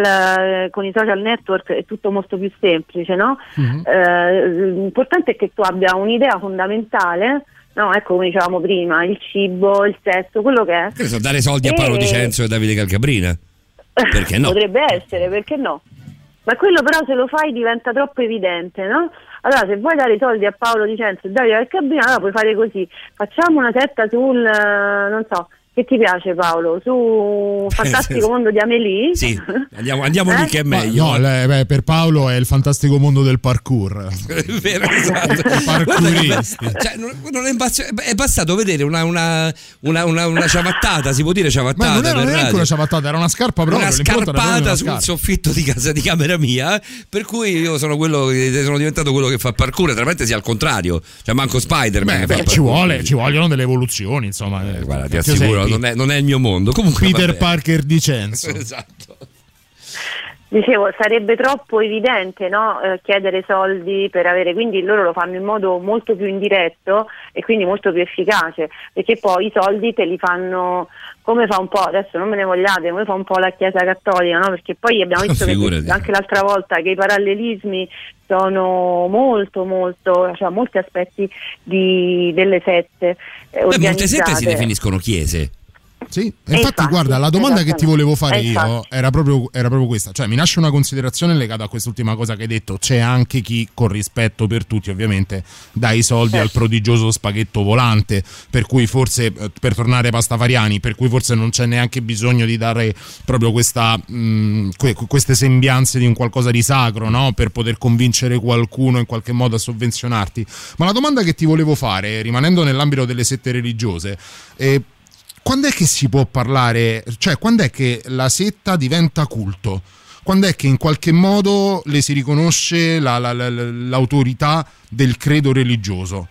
social network è tutto molto più semplice, no? L'importante è che tu abbia un'idea fondamentale. No, ecco come dicevamo prima, il cibo, il sesso, quello che è. Che so, dare soldi a Paolo Di Cenzo e Davide Calcabrina? Perché no? Potrebbe essere, perché no? Ma quello però se lo fai diventa troppo evidente, no? Allora se vuoi dare i soldi a Paolo Di Cenzo e Davide Calcabrina, allora puoi fare così. Facciamo una setta sul, non so, che ti piace Paolo? Su Fantastico Mondo di Amélie? Sì, andiamo lì che è meglio. No, per Paolo è il fantastico mondo del parkour. Vero, esatto. Parkouristi. Cioè, non è bastato vedere una ciabattata, si può dire ciabattata? Ma non era neanche una ciabattata, era una scarpa proprio. Una scarpata sul soffitto di casa di camera mia, per cui io sono diventato quello che fa parkour, tra l'altro sia al contrario, cioè manco Spider-Man. Ci vogliono delle evoluzioni, insomma. Guarda, ti assicuro. Non è il mio mondo. Comunque, Peter Parker Di Cenzo. Esatto. Dicevo, sarebbe troppo evidente, no? Chiedere soldi per avere, quindi loro lo fanno in modo molto più indiretto e quindi molto più efficace, perché poi i soldi te li fanno come fa un po', adesso non me ne vogliate, come fa un po' la Chiesa Cattolica, no? Perché poi abbiamo visto che anche l'altra volta che i parallelismi sono molto, cioè molti aspetti delle sette organizzate. Molte sette si definiscono chiese. Sì, infatti guarda, la domanda che ti volevo fare io era proprio questa, cioè mi nasce una considerazione legata a quest'ultima cosa che hai detto. C'è anche chi, con rispetto per tutti ovviamente, dà i soldi al prodigioso spaghetto volante, per cui forse, per tornare ai pastafariani, per cui forse non c'è neanche bisogno di dare proprio queste sembianze di un qualcosa di sacro, no? Per poter convincere qualcuno in qualche modo a sovvenzionarti. Ma la domanda che ti volevo fare, rimanendo nell'ambito delle sette religiose, quando è che si può parlare, cioè quando è che la setta diventa culto? Quando è che in qualche modo le si riconosce l'autorità del credo religioso?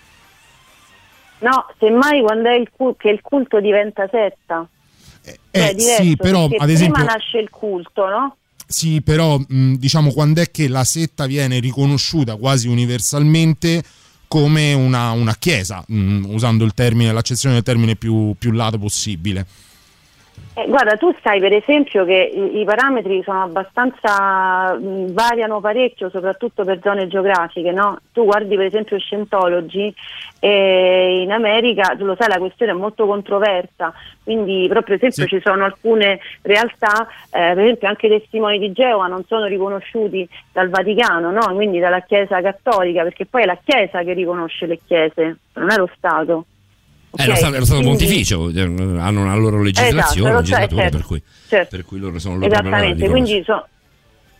No, semmai quando è che il culto diventa setta. È diverso, sì, però ad esempio prima nasce il culto, no? Sì, però diciamo quando è che la setta viene riconosciuta quasi universalmente come una chiesa, usando l'accezione del termine più lato possibile. Guarda, tu sai per esempio che i parametri sono abbastanza variano parecchio, soprattutto per zone geografiche, no? Tu guardi per esempio Scientology e in America, tu lo sai, la questione è molto controversa, quindi proprio per esempio ci sono alcune realtà, per esempio anche i testimoni di Geova non sono riconosciuti dal Vaticano, no? Quindi dalla Chiesa Cattolica, perché poi è la Chiesa che riconosce le chiese, non è lo Stato. Lo Stato Pontificio, hanno una loro legislazione, legislatura, per cui loro sono loro. Esattamente, quindi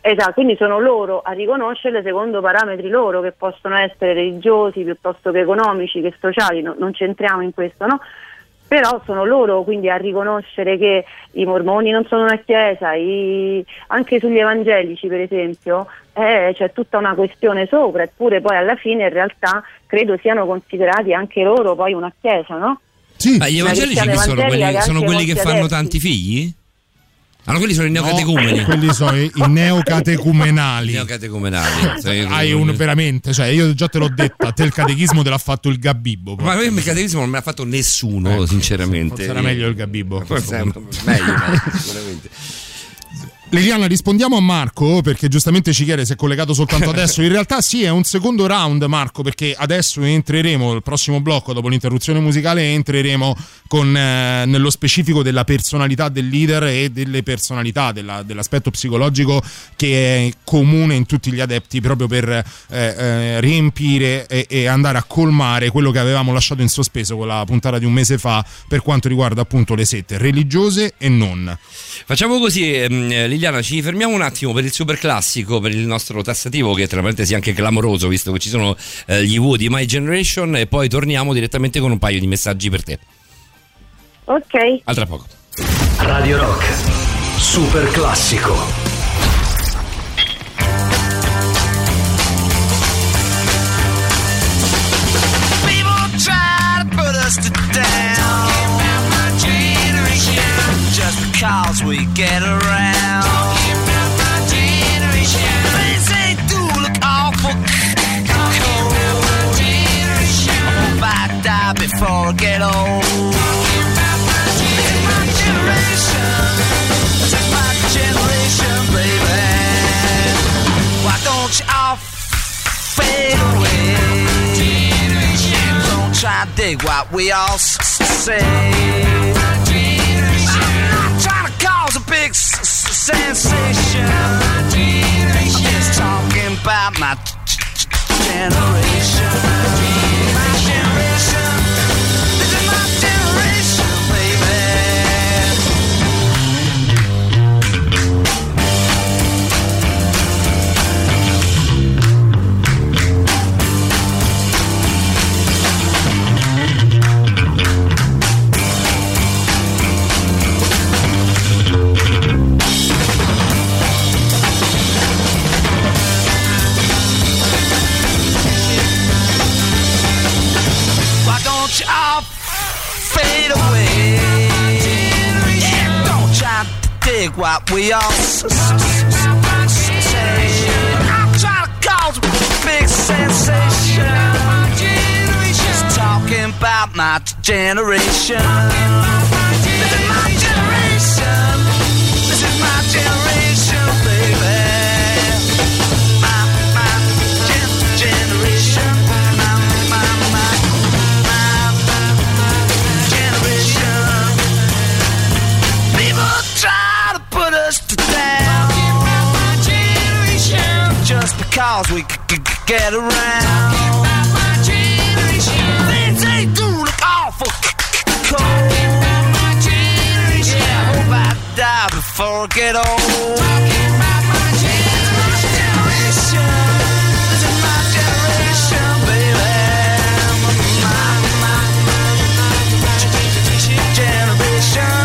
Esatto, quindi sono loro a riconoscerle secondo parametri loro, che possono essere religiosi piuttosto che economici, che sociali, non c'entriamo in questo, no? Però sono loro quindi a riconoscere che i mormoni non sono una chiesa, anche sugli evangelici per esempio c'è tutta una questione sopra, eppure poi alla fine in realtà credo siano considerati anche loro poi una chiesa, no? Sì. Ma gli evangelici che sono quelli che fanno tanti figli? Ah, no, quelli sono i neocatecumeni. Quelli sono i neocatecumenali. Hai veramente, cioè io già te l'ho detto, a te il catechismo te l'ha fatto il Gabibbo. Ma il catechismo non me l'ha fatto nessuno, sinceramente. Forse era meglio il Gabibbo. Forse meglio, sicuramente. Liliana, rispondiamo a Marco perché giustamente ci chiede se è collegato soltanto adesso. In realtà sì, è un secondo round, Marco, perché adesso entreremo, il prossimo blocco dopo l'interruzione musicale, entreremo nello specifico della personalità del leader e delle personalità, dell'aspetto psicologico che è comune in tutti gli adepti, proprio per riempire e andare a colmare quello che avevamo lasciato in sospeso con la puntata di un mese fa per quanto riguarda appunto le sette religiose e non. Facciamo così, Liliana, ci fermiamo un attimo per il super classico, per il nostro tassativo, che tra parentesi è anche clamoroso visto che ci sono gli Who di My Generation, e poi torniamo direttamente con un paio di messaggi per te. Ok. A tra poco. Radio Rock, super classico. People try to put us to down. Just because we get around. Things ain't do look awful cold. I hope I die before I get old. This is my generation. This is my generation, baby. Why don't you all fade away? Don't try to dig what we all say. Cause a big sensation. I'm just talking about my generation. My generation. This is my generation, baby. I'll fade away. Yeah, don't try to dig what we all say. I'm trying to cause a big sensation. Just talking about my generation. This is my generation. This is my generation, baby. Try to put us to down. Just because we get around. Things ain't do look awful cold. Yeah, I hope I die before I get old. This is my generation, baby. Generation.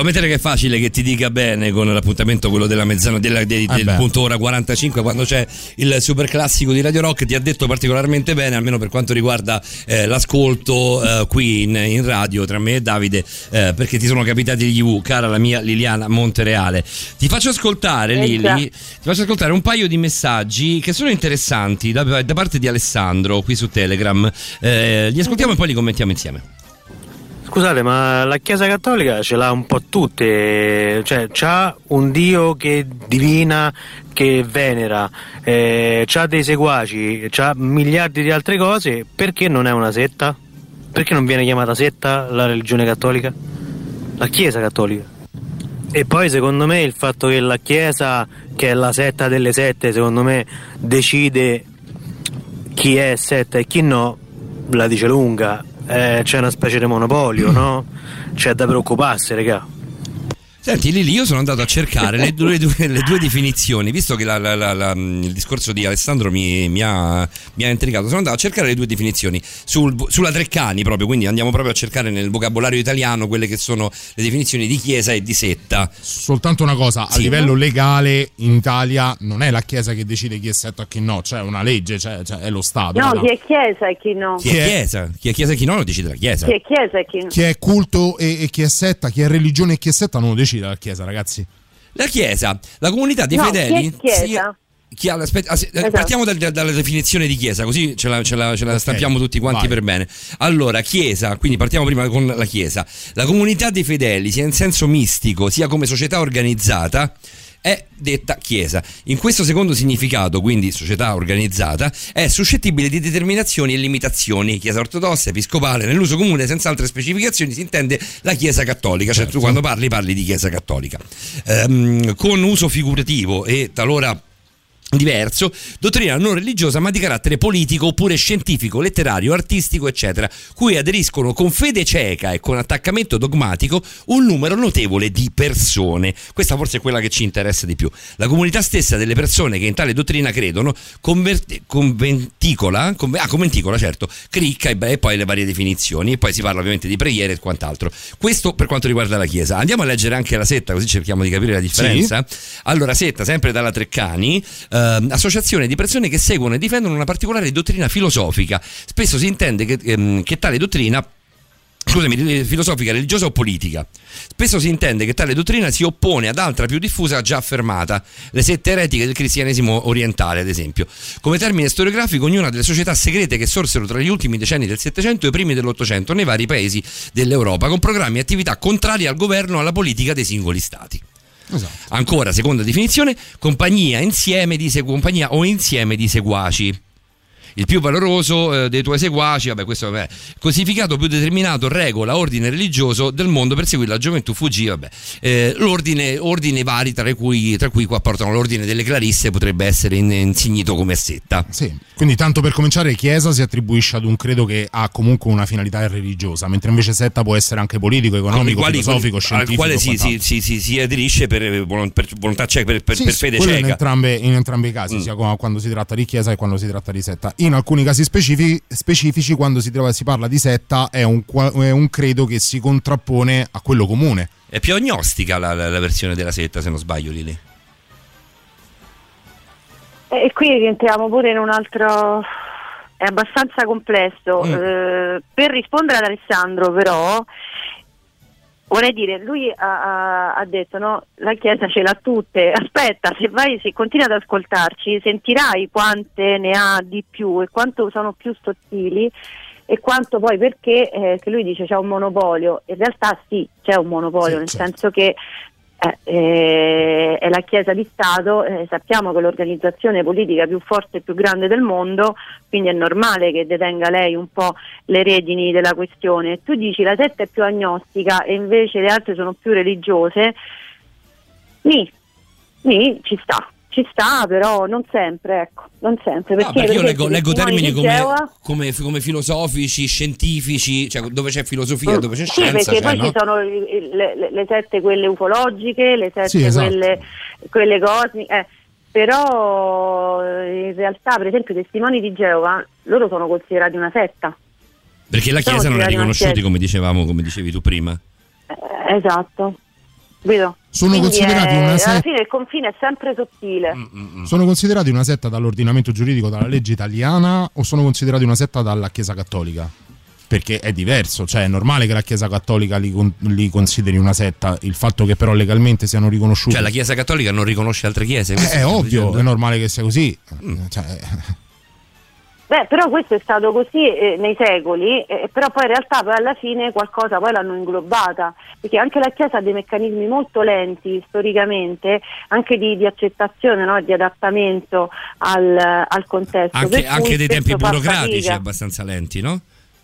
mettere che è facile che ti dica bene con l'appuntamento quello della mezzanotte del punto ora 45, quando c'è il super classico di Radio Rock. Ti ha detto particolarmente bene, almeno per quanto riguarda l'ascolto qui in radio tra me e Davide, perché ti sono capitati gli U, cara la mia Liliana Montereale. Ti faccio ascoltare, Lili, un paio di messaggi che sono interessanti da parte di Alessandro qui su Telegram. Li ascoltiamo e poi li commentiamo insieme. Scusate, ma la Chiesa Cattolica ce l'ha un po' tutte, cioè c'ha un Dio che divina, che venera, c'ha dei seguaci, c'ha miliardi di altre cose. Perché non è una setta? Perché non viene chiamata setta la religione cattolica? La Chiesa Cattolica. E poi secondo me il fatto che la Chiesa, che è la setta delle sette, secondo me decide chi è setta e chi no, la dice lunga. C'è una specie di monopolio, no? C'è da preoccuparsi, raga. Senti Lili, io sono andato a cercare le due definizioni, visto che il discorso di Alessandro mi ha intrigato. Sono andato a cercare le due definizioni sulla Treccani proprio, quindi andiamo proprio a cercare nel vocabolario italiano quelle che sono le definizioni di chiesa e di setta. Soltanto una cosa, a livello legale in Italia non è la Chiesa che decide chi è setta e chi no, c'è una legge, cioè è lo Stato. No, chi è Chiesa e chi no. Chi è Chiesa e chi no lo decide la Chiesa. Chi è Chiesa e chi no. Chi è culto e chi è setta, chi è religione e chi è setta non lo decide la Chiesa, ragazzi. La Chiesa, la comunità dei fedeli. Partiamo dalla definizione di Chiesa, così ce la stampiamo tutti quanti per bene. Allora, Chiesa, quindi partiamo prima con la Chiesa. La comunità dei fedeli, sia in senso mistico sia come società organizzata, è detta Chiesa. In questo secondo significato, quindi società organizzata, è suscettibile di determinazioni e limitazioni. Chiesa ortodossa, episcopale, nell'uso comune senza altre specificazioni si intende la Chiesa cattolica, cioè tu quando parli di Chiesa cattolica. Con uso figurativo e talora diverso, dottrina non religiosa ma di carattere politico oppure scientifico, letterario, artistico, eccetera, cui aderiscono con fede cieca e con attaccamento dogmatico un numero notevole di persone. Questa forse è quella che ci interessa di più. La comunità stessa delle persone che in tale dottrina credono conventicola, certo, cricca e poi le varie definizioni, e poi si parla ovviamente di preghiere e quant'altro. Questo per quanto riguarda la Chiesa. Andiamo a leggere anche la setta, così cerchiamo di capire la differenza. Allora, setta, sempre dalla Treccani, associazione di persone che seguono e difendono una particolare dottrina filosofica. Spesso si intende che tale dottrina, filosofica, religiosa o politica. Spesso si intende che tale dottrina si oppone ad altra più diffusa già affermata, le sette eretiche del cristianesimo orientale, ad esempio. Come termine storiografico, ognuna delle società segrete che sorsero tra gli ultimi decenni del Settecento e i primi dell'Ottocento nei vari paesi dell'Europa, con programmi e attività contrarie al governo e alla politica dei singoli stati. Esatto. Ancora, seconda definizione, compagnia o insieme di seguaci. Il più valoroso dei tuoi seguaci, questo cosificato più determinato, regola, ordine religioso del mondo per seguire la gioventù fuggì, ordine vari tra cui qua portano l'ordine delle Clarisse, potrebbe essere insignito come setta. Sì. Quindi tanto per cominciare, Chiesa si attribuisce ad un credo che ha comunque una finalità religiosa, mentre invece setta può essere anche politico, economico, filosofico, scientifico. Al quale si aderisce per volontà cieca, per fede cieca. In entrambi i casi, sia quando si tratta di Chiesa che quando si tratta di setta. In alcuni casi specifici, quando si parla di setta, è un credo che si contrappone a quello comune. È più agnostica la versione della setta, se non sbaglio, Lili. E qui rientriamo pure in un altro... è abbastanza complesso. Per rispondere ad Alessandro, però, vorrei dire, lui ha detto, no, la Chiesa ce l'ha tutte. Aspetta, se continui ad ascoltarci sentirai quante ne ha di più e quanto sono più sottili e quanto poi, perché che lui dice c'è un monopolio. In realtà sì, c'è un monopolio, nel senso che è la Chiesa di Stato, sappiamo che è l'organizzazione politica più forte e più grande del mondo, quindi è normale che detenga lei un po' le redini della questione. Tu dici la setta è più agnostica e invece le altre sono più religiose. Ci sta, però non sempre, perché io leggo termini come filosofici, scientifici, cioè dove c'è filosofia, dove c'è scienza. Perché poi ci sono le sette quelle ufologiche, le sette quelle cosmiche, però in realtà, per esempio, i testimoni di Geova, loro sono considerati una setta. Perché la Chiesa non è riconosciuta, come dicevi tu prima. Esatto. capito? Sono Quindi considerati una alla setta. fine il confine è sempre sottile. Sono considerati una setta dall'ordinamento giuridico, dalla legge italiana, o sono considerati una setta dalla Chiesa Cattolica? Perché è diverso, cioè è normale che la Chiesa Cattolica li consideri una setta, il fatto che però legalmente siano riconosciuti. Cioè la Chiesa Cattolica non riconosce altre chiese? È ovvio, è normale che sia così. Cioè, Beh, però questo è stato così nei secoli, però poi in realtà poi alla fine qualcosa poi l'hanno inglobata, perché anche la Chiesa ha dei meccanismi molto lenti storicamente, anche di accettazione, no? Di adattamento al contesto. Anche dei tempi burocratici fatica. abbastanza lenti, no?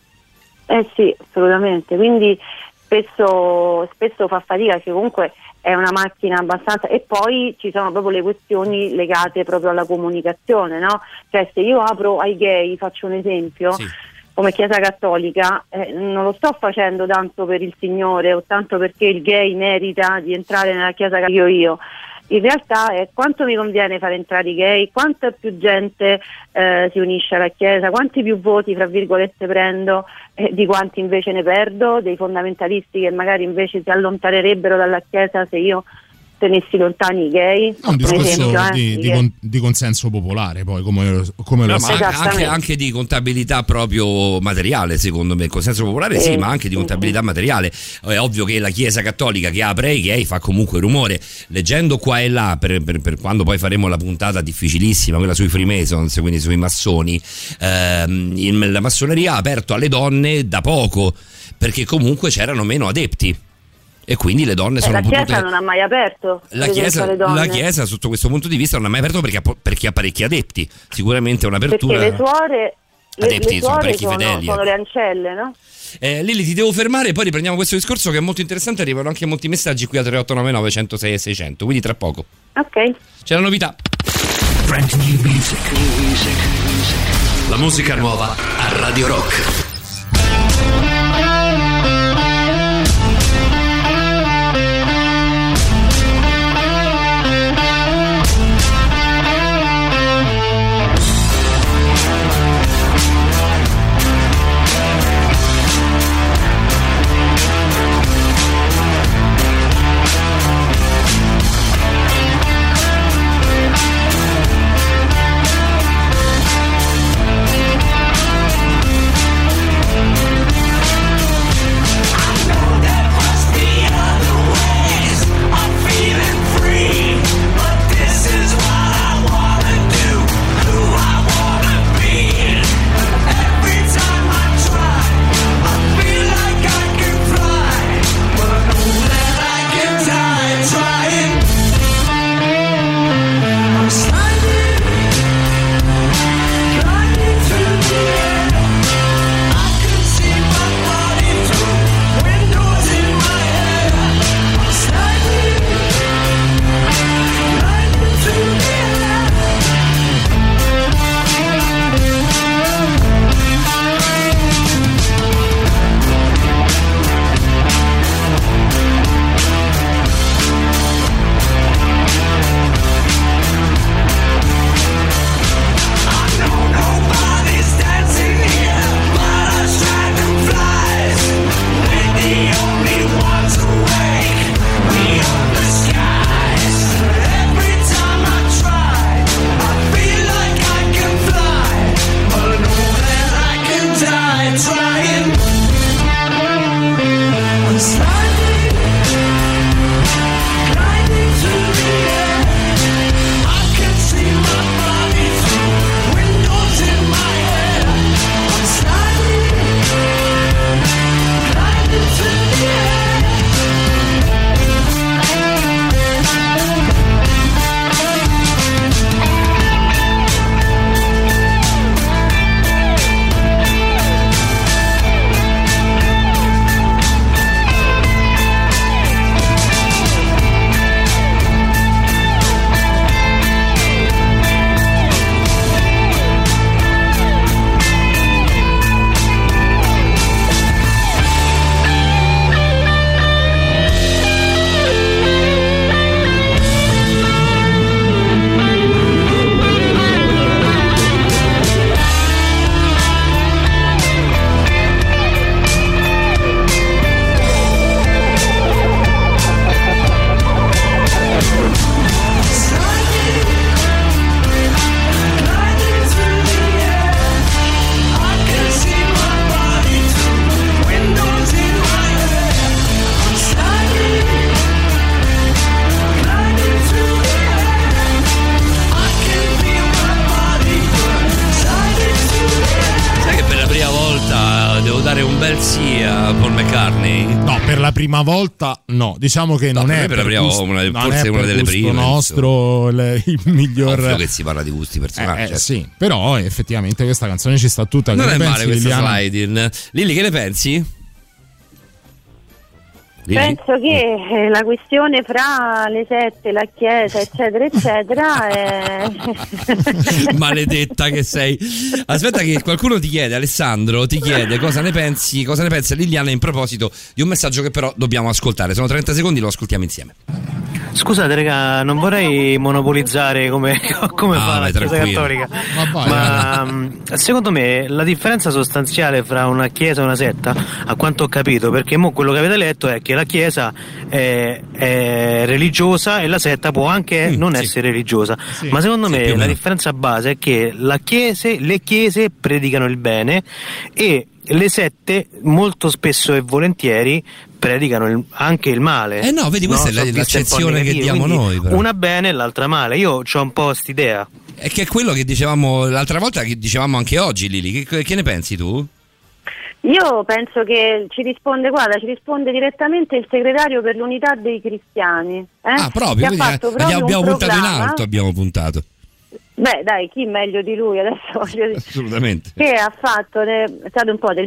Sì, assolutamente, quindi spesso fa fatica, che comunque è una macchina abbastanza, e poi ci sono proprio le questioni legate proprio alla comunicazione, no? Cioè se io apro ai gay, faccio un esempio, Sì. come Chiesa Cattolica, non lo sto facendo tanto per il Signore o tanto perché il gay merita di entrare nella Chiesa che io. In realtà è quanto mi conviene far entrare i gay, quanta più gente si unisce alla Chiesa, quanti più voti fra virgolette prendo di quanti invece ne perdo, dei fondamentalisti che magari invece si allontanerebbero dalla Chiesa se io tenessi lontani i gay. è un discorso esempio, di consenso popolare, poi come lo No, sa. ma anche di contabilità proprio materiale, secondo me. Il consenso popolare sì, ma anche di contabilità materiale. È ovvio che la Chiesa Cattolica che apre ai gay fa comunque rumore. Leggendo qua e là, per quando poi faremo la puntata difficilissima, quella sui Freemasons, quindi sui massoni, la massoneria ha aperto alle donne da poco, perché comunque c'erano meno adepti. E quindi le donne sono potute. La Chiesa non ha mai aperto. La Chiesa sotto questo punto di vista non ha mai aperto perché ha parecchi adepti. Sicuramente è un'apertura. Perché le suore, adepti, sono parecchi sono fedeli. le ancelle, no? Lili, ti devo fermare, poi riprendiamo questo discorso che è molto interessante. Arrivano anche molti messaggi qui a 3899 106 e 600, quindi tra poco. Ok. C'è la novità. La musica nuova a Radio Rock. dare un bel sì a Paul McCartney? No, per la prima volta no, diciamo che non è per la prima gusto, forse una delle prime nostro il miglior. Ovvio che si parla di gusti personali, certo. Sì, però effettivamente questa canzone ci sta tutta. Non che è ne male pensi, questa Liliana? slide-in. Lili, che ne pensi? Lili? Penso che la questione fra le sette, la chiesa, eccetera, eccetera, è... Maledetta che sei. Aspetta che qualcuno ti chiede, Alessandro ti chiede cosa ne pensa Liliana in proposito di un messaggio che però dobbiamo ascoltare. Sono 30 secondi, lo ascoltiamo insieme. Scusate raga, non vorrei monopolizzare come fa la Chiesa Cattolica, ma secondo me la differenza sostanziale fra una chiesa e una setta, a quanto ho capito, perché mo quello che avete letto è che la chiesa è religiosa e la setta può anche non essere religiosa, ma secondo me la differenza base è che le chiese predicano il bene e le sette molto spesso e volentieri predicano anche il male. No, vedi, questa è l'accezione che diamo noi. Però. Una bene e l'altra male. Io c'ho un po' st'idea. È che è quello che dicevamo l'altra volta, che dicevamo anche oggi, Lili. Che ne pensi tu? Io penso che ci risponde direttamente il segretario per l'unità dei cristiani. Proprio, che ha fatto abbiamo puntato in alto, abbiamo puntato. Beh, dai, chi meglio di lui adesso, voglio dire. Assolutamente. Che ha fatto, è stato un po' del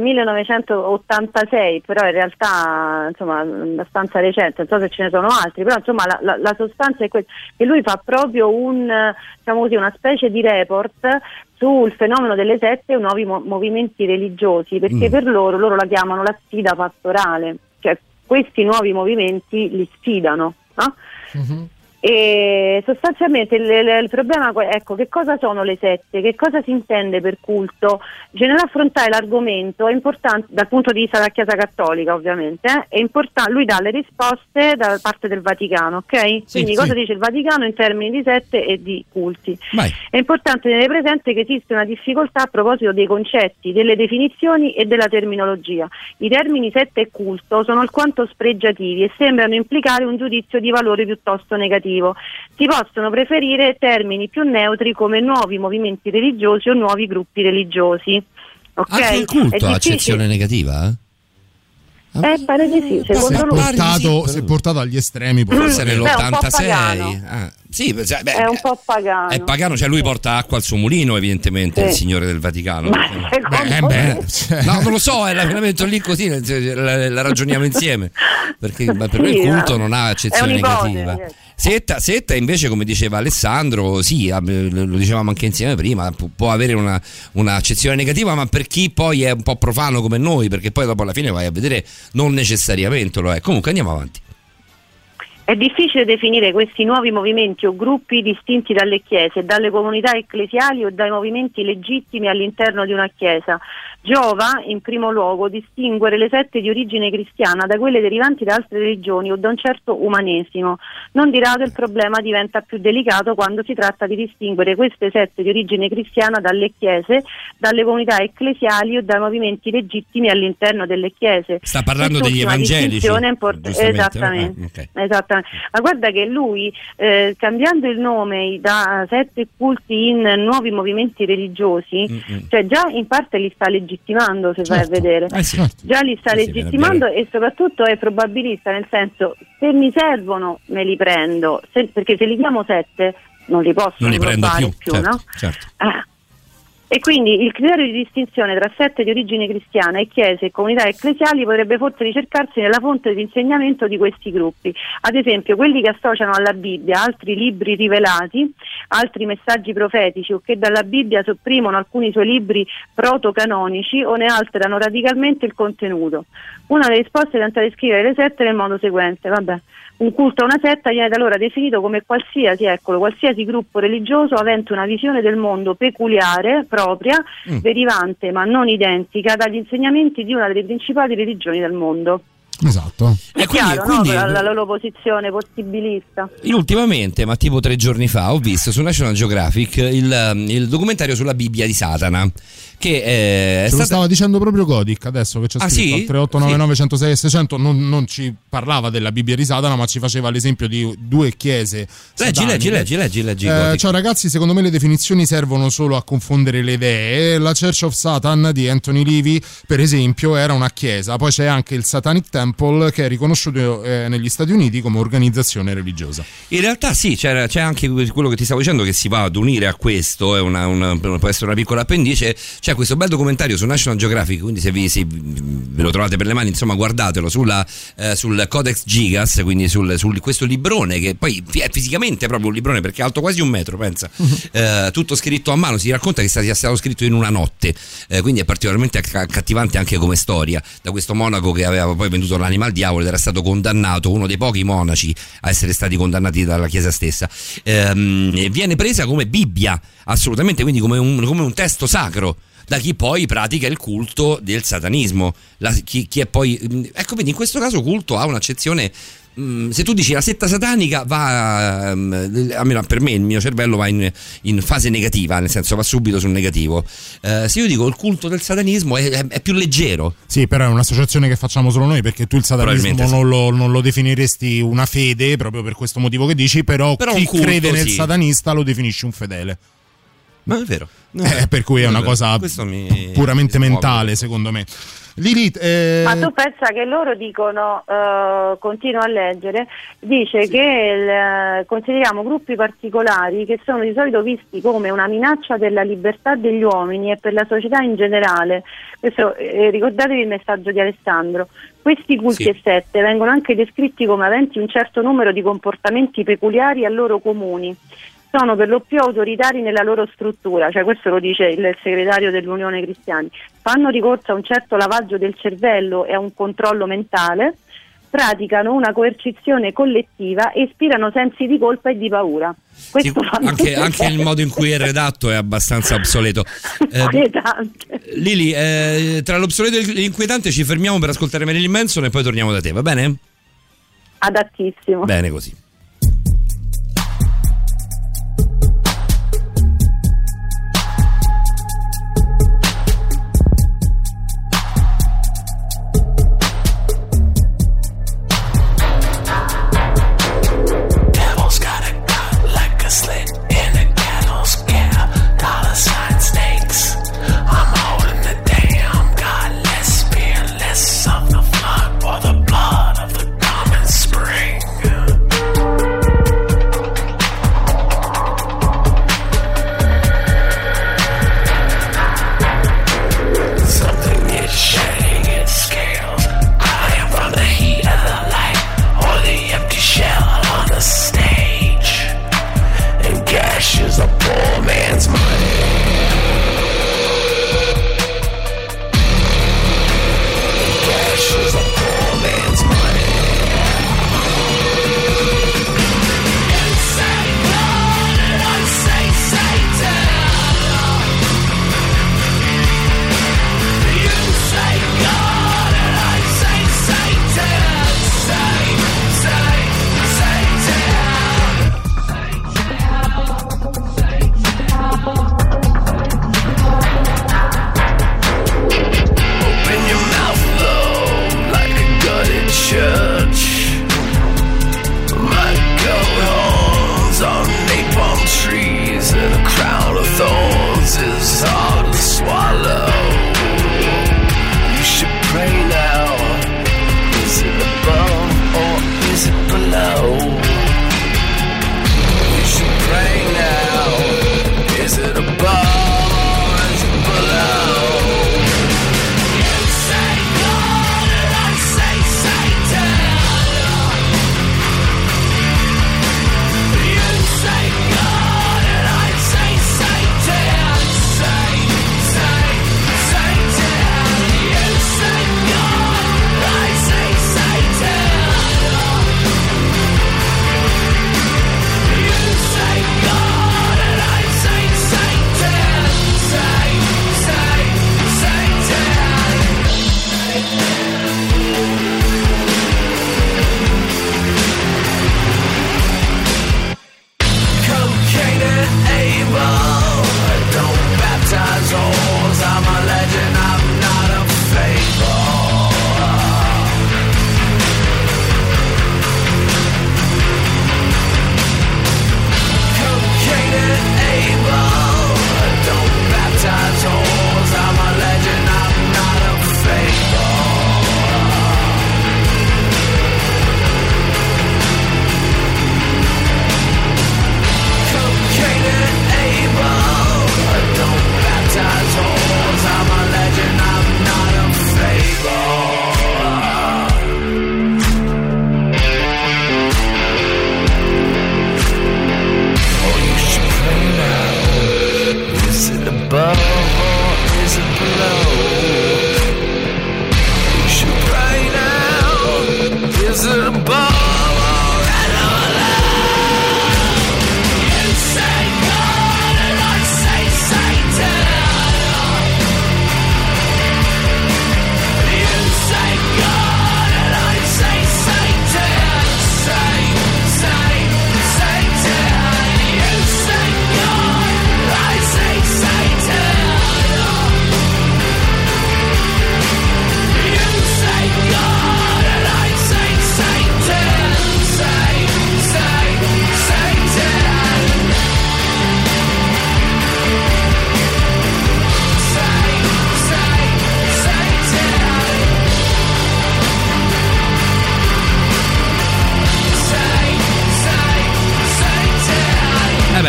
1986, però in realtà insomma abbastanza recente, non so se ce ne sono altri, però insomma la sostanza è questa, che lui fa proprio una specie di report sul fenomeno delle sette e nuovi movimenti religiosi, perché per loro la chiamano la sfida pastorale, cioè questi nuovi movimenti li sfidano, no? Mm-hmm. E sostanzialmente il problema è, che cosa sono le sette, che cosa si intende per culto? Nell'affrontare l'argomento è importante dal punto di vista della Chiesa Cattolica, ovviamente, è importante, lui dà le risposte da parte del Vaticano, ok? Quindi cosa dice il Vaticano in termini di sette e di culti? Vai. È importante tenere presente che esiste una difficoltà a proposito dei concetti, delle definizioni e della terminologia. I termini sette e culto sono alquanto spregiativi e sembrano implicare un giudizio di valore piuttosto negativo. Si possono preferire termini più neutri come nuovi movimenti religiosi o nuovi gruppi religiosi. Okay? Anche il culto ha accezione negativa? Pare di sì, secondo lui. Se portato agli estremi, forse nell'86. È un po' pagano. È pagano, cioè lui porta acqua al suo mulino, evidentemente, il signore del Vaticano. No, non lo so, la metto lì così, la ragioniamo insieme. Perché per me il culto non ha accezione negativa. Setta invece, come diceva Alessandro, sì, lo dicevamo anche insieme prima, può avere una accezione negativa, ma per chi poi è un po' profano come noi, perché poi dopo alla fine vai a vedere, non necessariamente lo è. Comunque andiamo avanti. È difficile definire questi nuovi movimenti o gruppi distinti dalle chiese, dalle comunità ecclesiali o dai movimenti legittimi all'interno di una chiesa. Giova, in primo luogo, distinguere le sette di origine cristiana da quelle derivanti da altre religioni o da un certo umanesimo. Non di rado il problema diventa più delicato quando si tratta di distinguere queste sette di origine cristiana dalle chiese, dalle comunità ecclesiali o dai movimenti legittimi all'interno delle chiese. Sta parlando degli evangelici. Esattamente. Ma guarda che lui, cambiando il nome da sette culti in nuovi movimenti religiosi, cioè già in parte li sta legittimando, se vai a vedere. Già li sta legittimando e soprattutto è probabilista, nel senso, se mi servono me li prendo, perché se li chiamo sette non li posso fare più, certo, no? Certo. E quindi il criterio di distinzione tra sette di origine cristiana e chiese e comunità ecclesiali potrebbe forse ricercarsi nella fonte di insegnamento di questi gruppi, ad esempio quelli che associano alla Bibbia altri libri rivelati, altri messaggi profetici o che dalla Bibbia sopprimono alcuni suoi libri protocanonici o ne alterano radicalmente il contenuto. Una delle risposte tenta di descrivere le sette nel modo seguente: un culto a una setta viene da allora definito come qualsiasi gruppo religioso avente una visione del mondo peculiare, propria, derivante ma non identica dagli insegnamenti di una delle principali religioni del mondo. Esatto. È chiaro, quindi, no? La loro posizione possibilista. Ultimamente, ma tipo 3 giorni fa, ho visto su National Geographic il documentario sulla Bibbia di Satana, che lo stava dicendo proprio Godic adesso che c'è scritto al 3899 106 e 600, non ci parlava della Bibbia di Satana, ma ci faceva l'esempio di due chiese. Leggi. Ciao ragazzi, secondo me le definizioni servono solo a confondere le idee. La Church of Satan di Anthony Levy, per esempio, era una chiesa. Poi c'è anche il Satanic Temple, che è riconosciuto negli Stati Uniti come organizzazione religiosa. In realtà sì, c'è anche quello che ti stavo dicendo, che si va ad unire a questo, è può essere una piccola appendice. C'è questo bel documentario su National Geographic, quindi se ve lo trovate per le mani, insomma, guardatelo, sul Codex Gigas, quindi su questo librone, che poi è fisicamente proprio un librone perché è alto quasi 1 metro, pensa. Tutto scritto a mano, si racconta che sia stato scritto in una notte, quindi è particolarmente accattivante anche come storia, da questo monaco che aveva poi venduto l'anima al diavolo ed era stato condannato, uno dei pochi monaci a essere stati condannati dalla Chiesa stessa. Viene presa come Bibbia, assolutamente, quindi come un testo sacro da chi poi pratica il culto del satanismo. Chi è poi, ecco, quindi in questo caso culto ha un'accezione. Se tu dici la setta satanica va, almeno per me il mio cervello va in fase negativa, nel senso va subito sul negativo. Se io dico il culto del satanismo è più leggero. Sì, però è un'associazione che facciamo solo noi, perché tu il satanismo non lo definiresti una fede proprio per questo motivo che dici, però chi culto, crede nel satanista lo definisci un fedele. Ma è vero. Per cui è una cosa puramente mentale, secondo me. Lilith, ma tu pensa che loro dicono, continuo a leggere, dice che consideriamo gruppi particolari che sono di solito visti come una minaccia per la libertà degli uomini e per la società in generale. Questo, ricordatevi il messaggio di Alessandro. Questi culti e sette vengono anche descritti come aventi un certo numero di comportamenti peculiari a loro comuni. Sono per lo più autoritari nella loro struttura, cioè questo lo dice il segretario dell'Unione Cristiani. Fanno ricorso a un certo lavaggio del cervello e a un controllo mentale, praticano una coercizione collettiva e ispirano sensi di colpa e di paura. Questo anche il modo in cui è redatto è abbastanza obsoleto. Lili, tra l'obsoleto e l'inquietante ci fermiamo per ascoltare Marilyn Manson e poi torniamo da te, va bene? Adattissimo. Bene così. Of the blood of the common spring.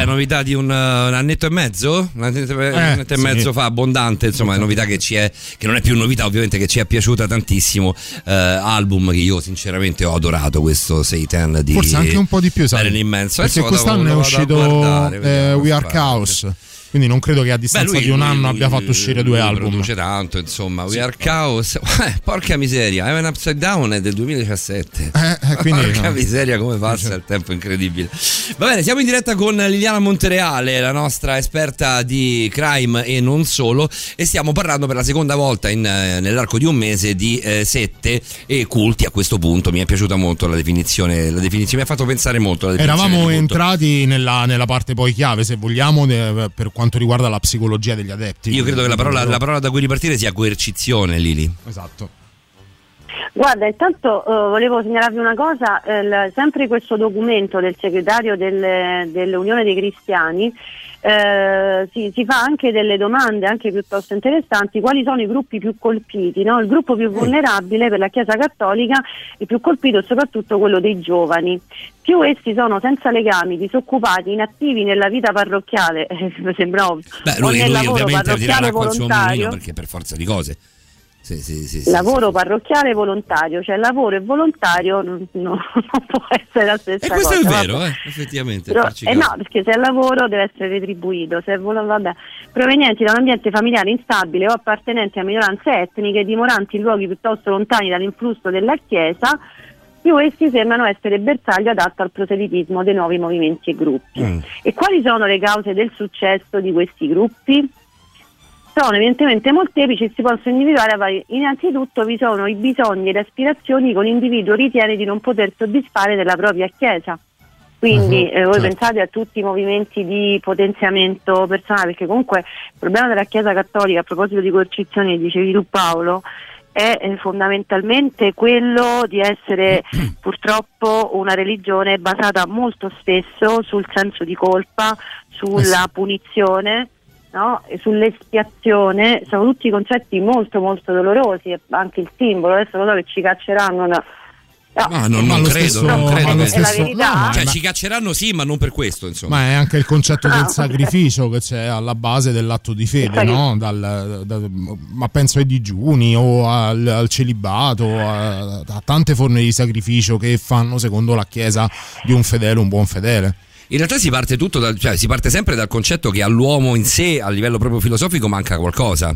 novità di un annetto e mezzo? Un annetto e mezzo fa, abbondante, insomma, è novità che non è più novità, ovviamente, che ci è piaciuta tantissimo. Album che io sinceramente ho adorato, questo Satan di forse anche un po' di più, sai, immenso. perché quest'anno è uscito We Are Chaos. Quindi non credo che a distanza di un anno abbia fatto uscire 2 album. Produce tanto, insomma. We Are Chaos. Porca miseria, Heaven Upside Down è del 2017. Quindi, porca miseria, come passa il tempo, incredibile. Va bene, siamo in diretta con Liliana Montereale, la nostra esperta di crime e non solo, e stiamo parlando per la seconda volta nell'arco di un mese di sette e culti. A questo punto mi è piaciuta molto la definizione mi ha fatto pensare molto la definizione. Eravamo entrati nella parte poi chiave, se vogliamo, per quanto riguarda la psicologia degli adepti. Io credo che la parola da cui ripartire sia coercizione, Lili. Esatto. Guarda, intanto volevo segnalarvi una cosa, sempre questo documento del segretario dell'Unione dei Cristiani si fa anche delle domande anche piuttosto interessanti: quali sono i gruppi più colpiti, no? Il gruppo più vulnerabile per la Chiesa Cattolica, il più colpito è soprattutto quello dei giovani. Più essi sono senza legami, disoccupati, inattivi nella vita parrocchiale, mi sembra ovvio, o nel lavoro parrocchiale volontario, perché per forza di cose. Lavoro parrocchiale volontario, cioè lavoro e volontario non può essere la stessa cosa. E questo è vero, effettivamente. Però, no, perché se è lavoro deve essere retribuito, se è provenienti da un ambiente familiare instabile o appartenenti a minoranze etniche, dimoranti in luoghi piuttosto lontani dall'influsso della Chiesa, più essi sembrano essere bersaglio adatto al proselitismo dei nuovi movimenti e gruppi. E quali sono le cause del successo di questi gruppi? Sono evidentemente molteplici e si possono individuare. Innanzitutto vi sono i bisogni e le aspirazioni che un individuo ritiene di non poter soddisfare nella propria Chiesa. Quindi voi pensate a tutti i movimenti di potenziamento personale, perché comunque il problema della Chiesa Cattolica, a proposito di coercizione che dicevi tu, Paolo, è fondamentalmente quello di essere purtroppo una religione basata molto spesso sul senso di colpa, sulla punizione, no? E sull'espiazione. Sono tutti concetti molto molto dolorosi, anche il simbolo, adesso lo so che ci cacceranno non credo è la verità. Cioè ci cacceranno sì, ma non per questo, insomma. Ma è anche il concetto del sacrificio che c'è alla base dell'atto di fede, no? Ma penso ai digiuni o al celibato, a tante forme di sacrificio che fanno secondo la Chiesa di un fedele, un buon fedele. In realtà si parte sempre dal concetto che all'uomo in sé, a livello proprio filosofico, manca qualcosa.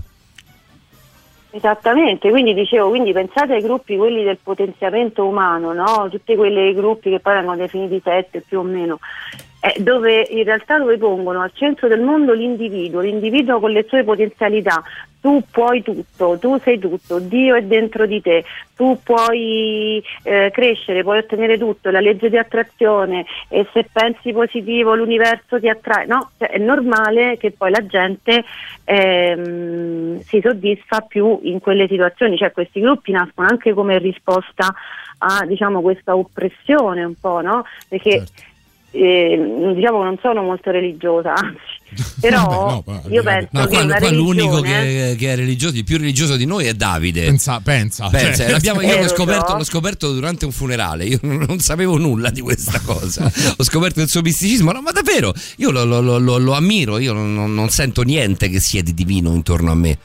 Esattamente, quindi pensate ai gruppi, quelli del potenziamento umano, no? Tutti quei gruppi che poi vengono definiti sette più o meno, dove in realtà pongono al centro del mondo l'individuo con le sue potenzialità. Tu puoi tutto, tu sei tutto, Dio è dentro di te, tu puoi crescere, puoi ottenere tutto, la legge di attrazione, e se pensi positivo l'universo ti attrae, no? Cioè, è normale che poi la gente si soddisfa più in quelle situazioni, cioè questi gruppi nascono anche come risposta a, diciamo, questa oppressione un po', no? Perché non sono molto religiosa, anzi, però io penso che una religione, l'unico che è religioso, il più religioso di noi è Davide. Pensa. Io l'ho scoperto durante un funerale. Io non sapevo nulla di questa cosa. Ho scoperto il suo misticismo, ma davvero io lo ammiro. Io non sento niente che sia di divino intorno a me,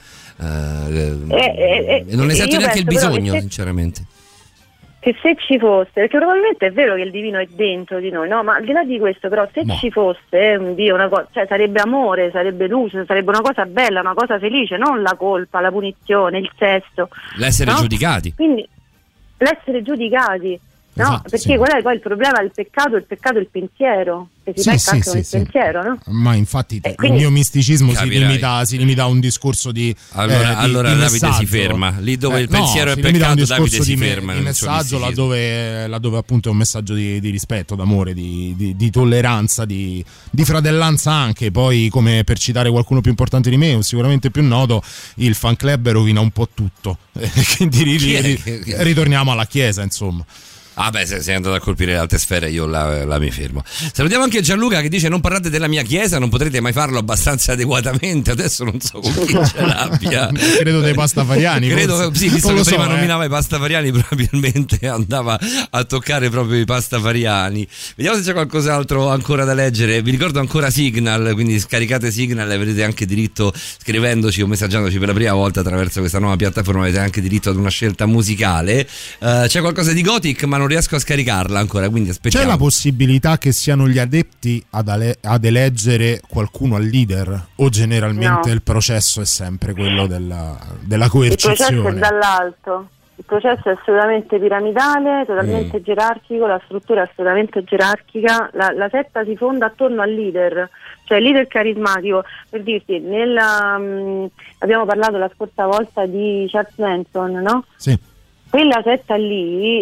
e non ne sento neanche il bisogno, sinceramente. Che se ci fosse, perché probabilmente è vero che il divino è dentro di noi, no? Ma al di là di questo, però, se ci fosse un Dio, una cosa, cioè sarebbe amore, sarebbe luce, sarebbe una cosa bella, una cosa felice, non la colpa, la punizione, il sesso, l'essere giudicati. Quindi l'essere giudicati, no? Esatto, perché qual è poi il problema del peccato? Il peccato è il pensiero, che si pecca anche con il pensiero, no? Ma infatti il mio misticismo si limita a un discorso di allora di Davide si ferma lì dove il pensiero è peccato. Davide si ferma il messaggio laddove appunto è un messaggio di rispetto, d'amore, di tolleranza, di fratellanza anche. Poi, come per citare qualcuno più importante di me o sicuramente più noto, il fan club rovina un po' tutto. Quindi ritorniamo alla Chiesa, insomma. Ah beh, se sei andato a colpire le alte sfere io la mi fermo. Salutiamo anche Gianluca che dice: non parlate della mia chiesa, non potrete mai farlo abbastanza adeguatamente. Adesso non so con chi ce l'abbia. Credo dei pastafariani. Credo, sì, visto che prima nominava i pastafariani, probabilmente andava a toccare proprio i pastafariani. Vediamo se c'è qualcos'altro ancora da leggere. Vi ricordo ancora Signal, quindi scaricate Signal e avrete anche diritto, scrivendoci o messaggiandoci per la prima volta attraverso questa nuova piattaforma, avete anche diritto ad una scelta musicale. C'è qualcosa di Gothic ma non riesco a scaricarla ancora, quindi aspettiamo. C'è la possibilità che siano gli adepti ad eleggere qualcuno al leader, o generalmente il processo è sempre quello della coercizione? Il processo è dall'alto, il processo è assolutamente piramidale, totalmente gerarchico, la struttura è assolutamente gerarchica, la setta si fonda attorno al leader, cioè il leader carismatico. Per dirti, abbiamo parlato la scorsa volta di Charles Manson, no? Sì. Quella setta lì,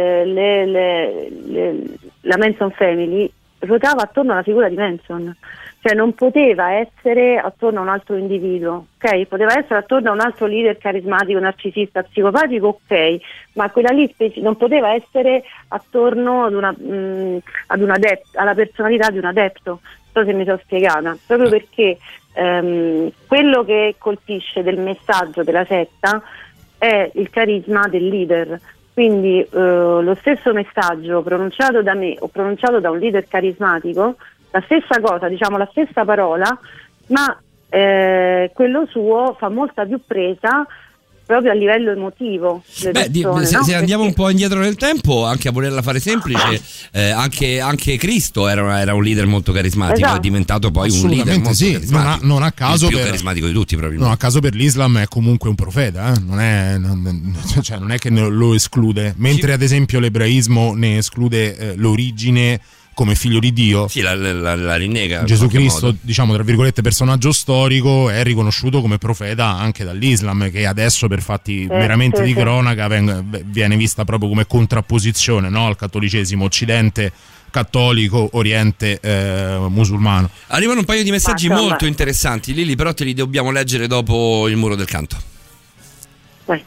la Manson Family, ruotava attorno alla figura di Manson, cioè non poteva essere attorno a un altro individuo, ok? Poteva essere attorno a un altro leader carismatico, narcisista, psicopatico, ok, ma quella lì non poteva essere attorno ad alla personalità di un adepto. Non so se mi sono spiegata, proprio perché quello che colpisce del messaggio della setta è il carisma del leader, quindi lo stesso messaggio pronunciato da me o pronunciato da un leader carismatico, la stessa cosa, diciamo la stessa parola, ma quello suo fa molta più presa proprio a livello emotivo. Se andiamo un po' indietro nel tempo, anche a volerla fare semplice, anche Cristo era un leader molto carismatico, è diventato poi un leader molto carismatico. Non a caso il più carismatico di tutti, probabilmente. Non a caso per l'Islam è comunque un profeta, non è che lo esclude, mentre ad esempio l'ebraismo ne esclude l'origine come figlio di Dio. Sì, la rinnega. Gesù Cristo, diciamo tra virgolette personaggio storico, è riconosciuto come profeta anche dall'Islam, che adesso per fatti meramente di cronaca viene vista proprio come contrapposizione, no, al cattolicesimo, occidente cattolico, oriente musulmano. Arrivano un paio di messaggi molto interessanti, Lili, però te li dobbiamo leggere dopo il muro del canto. Vai.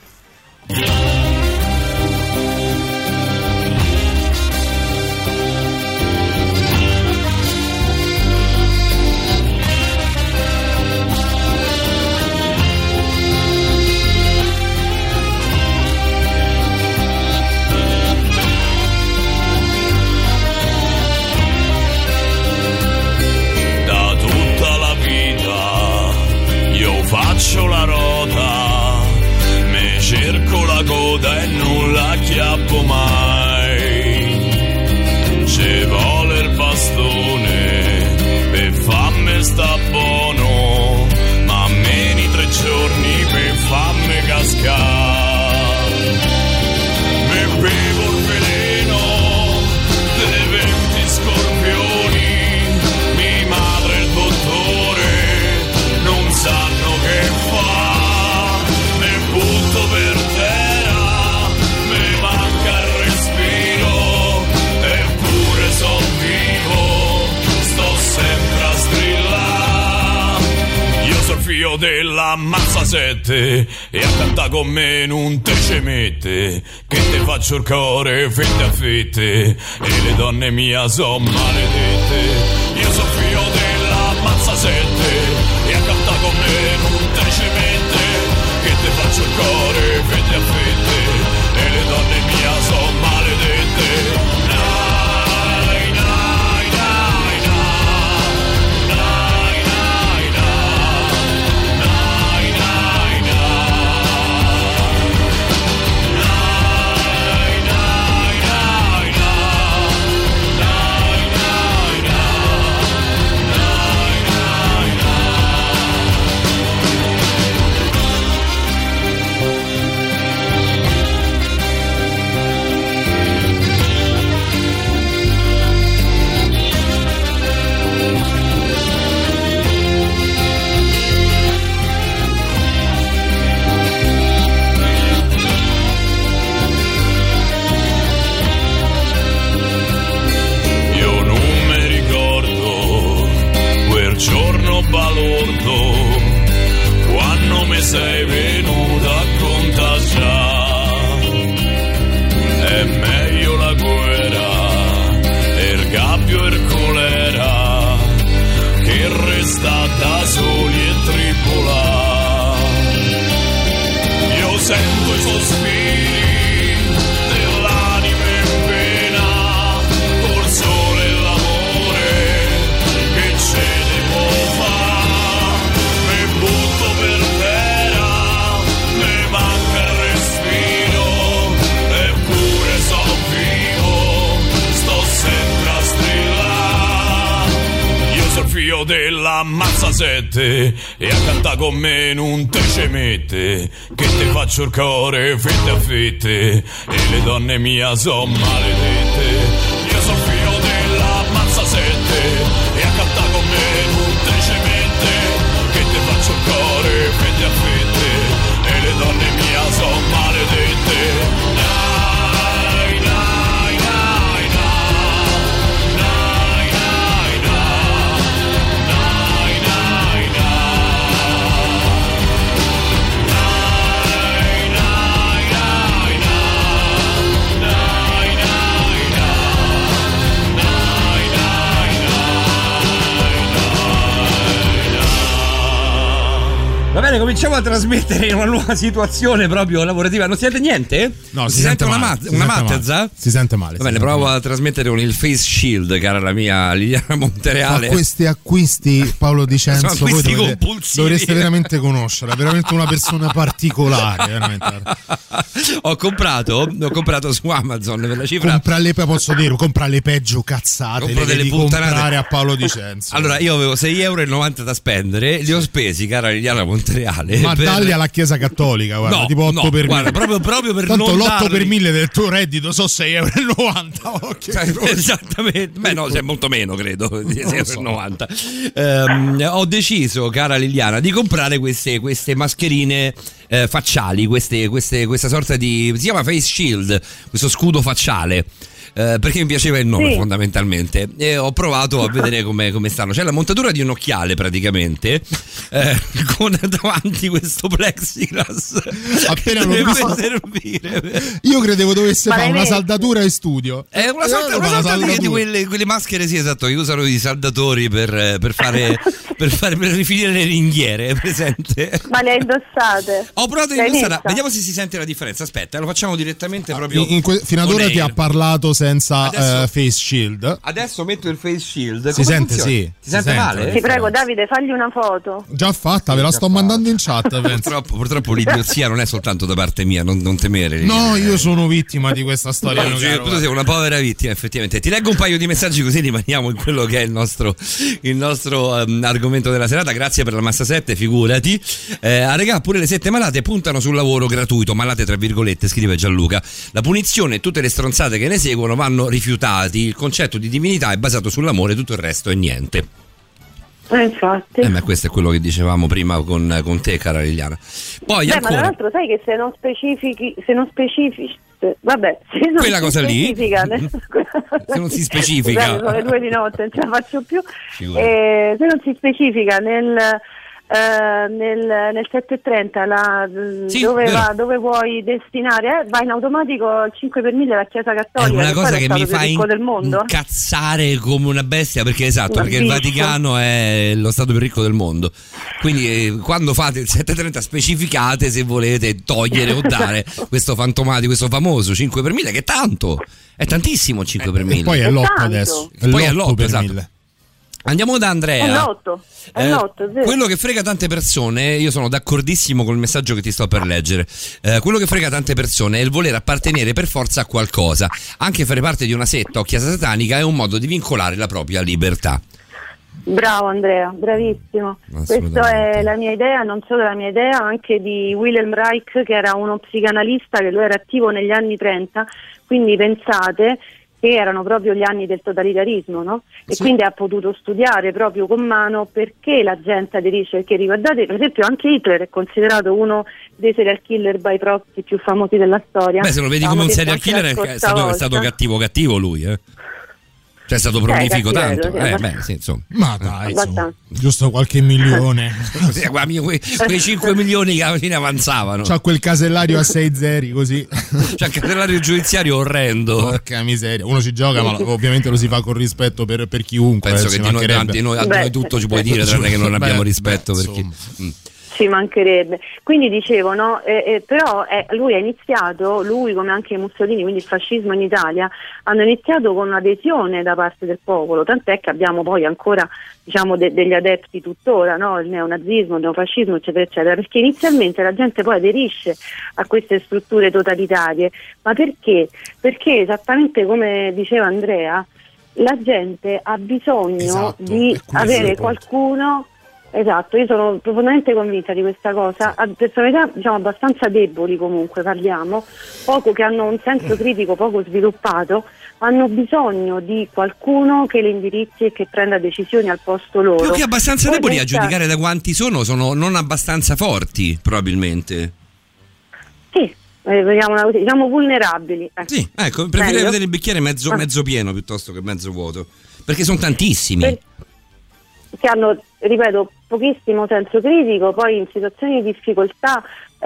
Faccio la rota, me cerco la coda e non la acchiappo mai. Ci vuole il bastone per farmi sta buono, ma meno 3 giorni per farmi cascare. Me bevo il veleno dei 20 scorpioni, mia madre e il dottore non sanno che fa, me butto per terra, me manca il respiro, eppure son vivo, sto sempre a strillare. Io sono il figlio della mazza 7 e a cantare con me non te ce mette, che te faccio il cuore fette a fette e le donne mia son maledette. Io sono il figlio della mazza 7 e a cantare con me non te ci mette, che te faccio il cuore fette a fette e le donne mia son maledette. Nai, nai, nai, nai, nai, nai, nai, nai, nai, respiri dell'anima in pena, col sole e l'amore che ce ne può fare. Mi butto per terra, mi manca il respiro, eppure so vivo, sto sempre a strillare. Io sono figlio della mazza 7 e a cantare con me non te ce mette, che te faccio il cuore fette a fette e le donne mia son maledette. Io sono figlio della mazza 7 e a cantare con me non te ce mette, che te faccio il cuore fette a fette e le donne mia son maledette. Nai, nai, nai, nai, nai, nai, nai, nai, nai, Va bene, cominciamo a trasmettere in una nuova situazione proprio lavorativa. Non sente niente? No, si sente una mattezza? Si sente male. Va bene, provo a trasmettere con il face shield, cara la mia Liliana Montereale. Ma questi acquisti, Paolo Di Cenzo, Sono acquisti voi compulsivi. dovreste veramente conoscere, è veramente una persona particolare, veramente. Ho comprato su Amazon per la cifra. Posso dire, compra le peggio cazzate, Compro le delle devi puttanate comprare a Paolo Di Cenzo. Allora, io avevo 6,90 € da spendere, li ho spesi, cara Liliana Montereale. Ma dagli alla Chiesa Cattolica, guarda, No, tipo 8 no, per guarda, 1000. proprio per tanto non l'8 darli. per 1000 del tuo reddito so 6,90 €. Esattamente, beh no, c'è molto meno credo di 6,90 €. Ho deciso, cara Liliana, di comprare queste mascherine facciali, questa sorta di, si chiama face shield, questo scudo facciale. Perché mi piaceva il nome, Sì. fondamentalmente, e ho provato a vedere come stanno. C'è la montatura di un occhiale praticamente, con davanti questo plexiglass. Appena che l'ho deve visto, servire. Io credevo dovesse Ma fare l'hai una visto? saldatura in studio. È una sorta di quelle maschere, sì, esatto, che usano i saldatori per rifinire le ringhiere, presente? Ma le hai indossate? Ho provato a L'hai indossare, vista? vediamo se si sente la differenza. Aspetta, lo facciamo direttamente proprio. Fino ad ora on ti ha air. parlato senza Adesso- face shield. Adesso metto il face shield. Si Come sente, funziona? sì. Si Si sente sente. male? Ti prego, Davide, fagli una foto. Già fatta, ve la sto mandando in chat. penso. Purtroppo l'idiozia non è soltanto da parte mia, non temere. No, io sono vittima di questa storia. No, mio cioè, caro, tu sei una povera vittima, effettivamente. Ti leggo un paio di messaggi così rimaniamo in quello che è il nostro argomento della serata. Grazie per la massa 7, figurati. Regà, pure le 7 malate puntano sul lavoro gratuito, malate tra virgolette, scrive Gianluca. La punizione e tutte le stronzate che ne seguono vanno rifiutati. Il concetto di divinità è basato sull'amore, tutto il resto è niente. Infatti. Ma questo è quello che dicevamo prima con te, cara Liliana. Poi Ma tra ancora l'altro sai che se non specifici, vabbè, se non Quella si cosa lì? specifica Se non si specifica. Scusate, sono le 2 di notte, non ce la faccio più. Figurati. Se non si specifica nel 7.30 Sì, dove vuoi destinare, va in automatico il 5 per 1000 la Chiesa è Cattolica, una che cosa poi è che stato mi più fa ricco del mondo. incazzare come una bestia, perché esatto, perché il bicho. Vaticano è lo stato più ricco del mondo. Quindi quando fate il 7.30 specificate se volete togliere o dare questo fantomatico, questo famoso 5 per 1000, che è tanto, è tantissimo il 5 per 1000. E poi è È l'8 tanto. adesso. E poi è l'8, per esatto. 1000. Andiamo da Andrea. È l'8, è l'8, sì. Quello che frega tante persone, io sono d'accordissimo col messaggio che ti sto per leggere. Quello che frega tante persone è il voler appartenere per forza a qualcosa. Anche fare parte di una setta o chiesa satanica è un modo di vincolare la propria libertà. Bravo Andrea, bravissimo. Assolutamente. Questa è la mia idea, non solo la mia idea, anche di Wilhelm Reich, che era uno psicanalista, che lui era attivo negli anni 30, quindi pensate che erano proprio gli anni del totalitarismo, no? E Sì. quindi ha potuto studiare proprio con mano perché la gente aderisce, perché ricordate, per esempio anche Hitler è considerato uno dei serial killer by proxy più famosi della storia. Beh, se lo vedi come un serial killer è stato cattivo lui, Cioè è stato prolifico tanto. cattivello, sì, Beh, sì, insomma. Ma dai, insomma, Abbastanza. giusto qualche milione. Sì, guarda, quei 5 milioni che alla fine avanzavano. C'ha quel casellario a 6 zeri così. C'è un casellario giudiziario orrendo. Porca miseria. Uno ci gioca, ma ovviamente lo si fa con rispetto per chiunque. Penso ci che di noi, mancherebbe. tanti, a Beh, noi tutto ci puoi dire, tranne che non abbiamo rispetto per chi. insomma. Ci mancherebbe. Quindi dicevo, no, però lui ha iniziato, lui come anche Mussolini, quindi il fascismo in Italia, hanno iniziato con un'adesione da parte del popolo, tant'è che abbiamo poi ancora, diciamo, degli adepti tuttora, no? Il neonazismo, il neofascismo, eccetera, eccetera, perché inizialmente la gente poi aderisce a queste strutture totalitarie. Ma perché? Perché esattamente come diceva Andrea, la gente ha bisogno di avere qualcuno. Esatto, io sono profondamente convinta di questa cosa. Personalità, diciamo, abbastanza deboli, comunque parliamo, poco, che hanno un senso critico poco sviluppato, hanno bisogno di qualcuno che le indirizzi e che prenda decisioni al posto loro. Più che abbastanza deboli, a giudicare da quanti sono non abbastanza forti, probabilmente. Sì, diciamo vulnerabili. Sì, ecco, preferirei vedere il bicchiere mezzo pieno piuttosto che mezzo vuoto, perché sono tantissimi. Che hanno, ripeto, pochissimo senso critico, poi in situazioni di difficoltà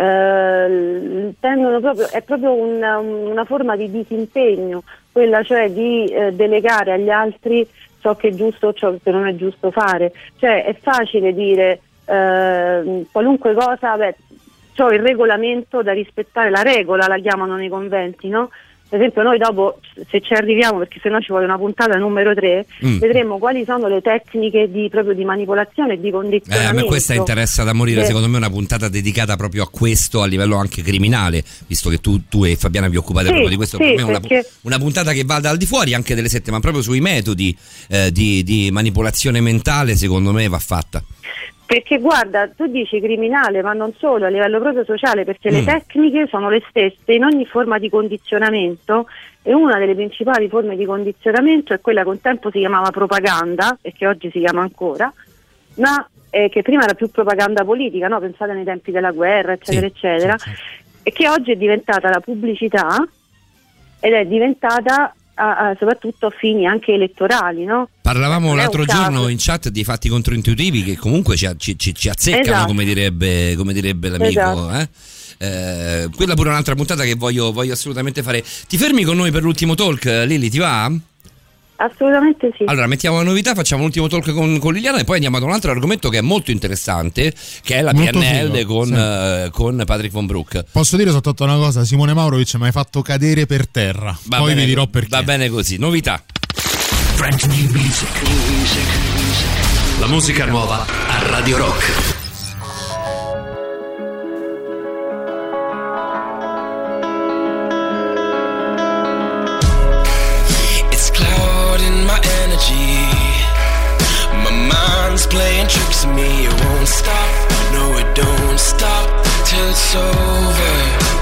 tendono proprio, è proprio una forma di disimpegno, quella cioè di delegare agli altri ciò che è giusto o ciò che non è giusto fare. Cioè è facile dire qualunque cosa, c'ho il regolamento da rispettare, la regola la chiamano nei conventi, no? Per esempio noi dopo, se ci arriviamo, perché sennò ci vuole una puntata numero 3, vedremo quali sono le tecniche proprio di manipolazione e di condizionamento. A me questa interessa da morire, secondo me è una puntata dedicata proprio a questo a livello anche criminale, visto che tu e Fabiana vi occupate proprio di questo. Per me è una puntata che va al di fuori anche delle sette, ma proprio sui metodi di manipolazione mentale, secondo me va fatta. Perché guarda, tu dici criminale, ma non solo, a livello proprio sociale, perché le tecniche sono le stesse in ogni forma di condizionamento, e una delle principali forme di condizionamento è quella che un tempo si chiamava propaganda e che oggi si chiama ancora, ma che prima era più propaganda politica, no? Pensate nei tempi della guerra, eccetera, eccetera, e che oggi è diventata la pubblicità ed è diventata soprattutto a fini anche elettorali, no? Parlavamo l'altro giorno in chat di fatti controintuitivi che comunque ci azzeccano, esatto, come direbbe l'amico. Esatto. Quella pure è un'altra puntata che voglio assolutamente fare. Ti fermi con noi per l'ultimo talk, Lilli, ti va? Assolutamente sì. Allora mettiamo la novità, facciamo l'ultimo talk con Liliana e poi andiamo ad un altro argomento che è molto interessante, che è la molto PNL con Patrick Von Broek. Posso dire soltanto una cosa, Simone Maurovic mi hai fatto cadere per terra, poi vi dirò perché. Va bene così, novità. La musica nuova a Radio Rock. My mind's playing tricks on me. It won't stop, no it don't stop till it's over.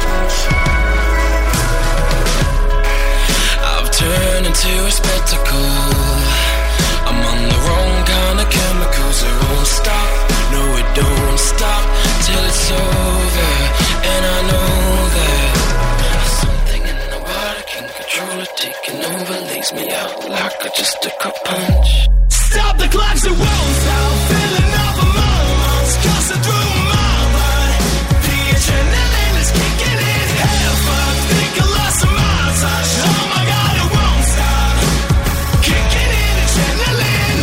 I've turned into a spectacle. I'm on the wrong kind of chemicals. It won't stop, no it don't stop till it's over. And I know that something in the water can control it, taking over, leaves me out like I just took a punch. Stop the clocks, it won't stop. Filling up a moments, coursing through my blood. The adrenaline is kicking in half up. Think I lost my touch. Oh my God, it won't stop. Kicking in adrenaline.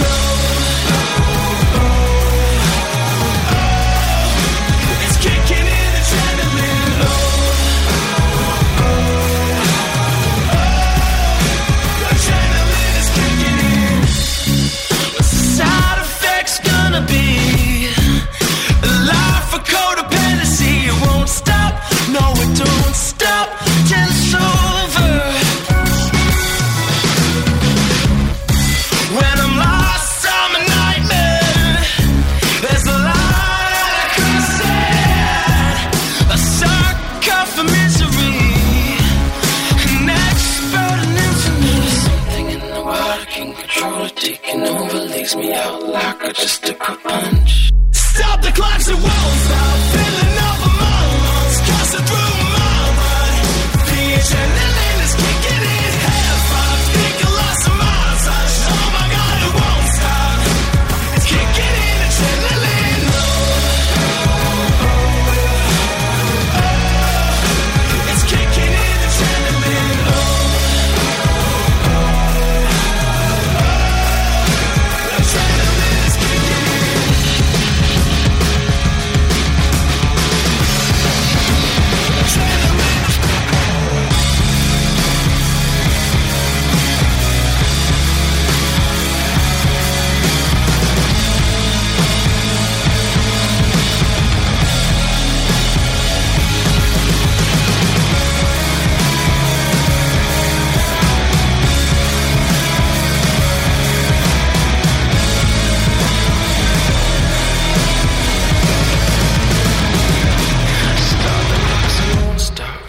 It's kicking in adrenaline. Adrenaline is kicking in. Side effects gonna be a life for codependency. It won't stop, no it don't stop till it's over. When I'm lost, I'm a nightmare. There's a lie I could say, a sucker for misery, an expert in infinite. Something in the water can control it, taking over, leaves me out like I just took a punch. Stop the clocks, it won't stop. Filling up a moments, coursing through my blood. The adrenaline is kicking in half up. Think I lost my touch. Oh my God, it won't stop. It's kicking in adrenaline. It's kicking in adrenaline. Adrenaline is kicking in.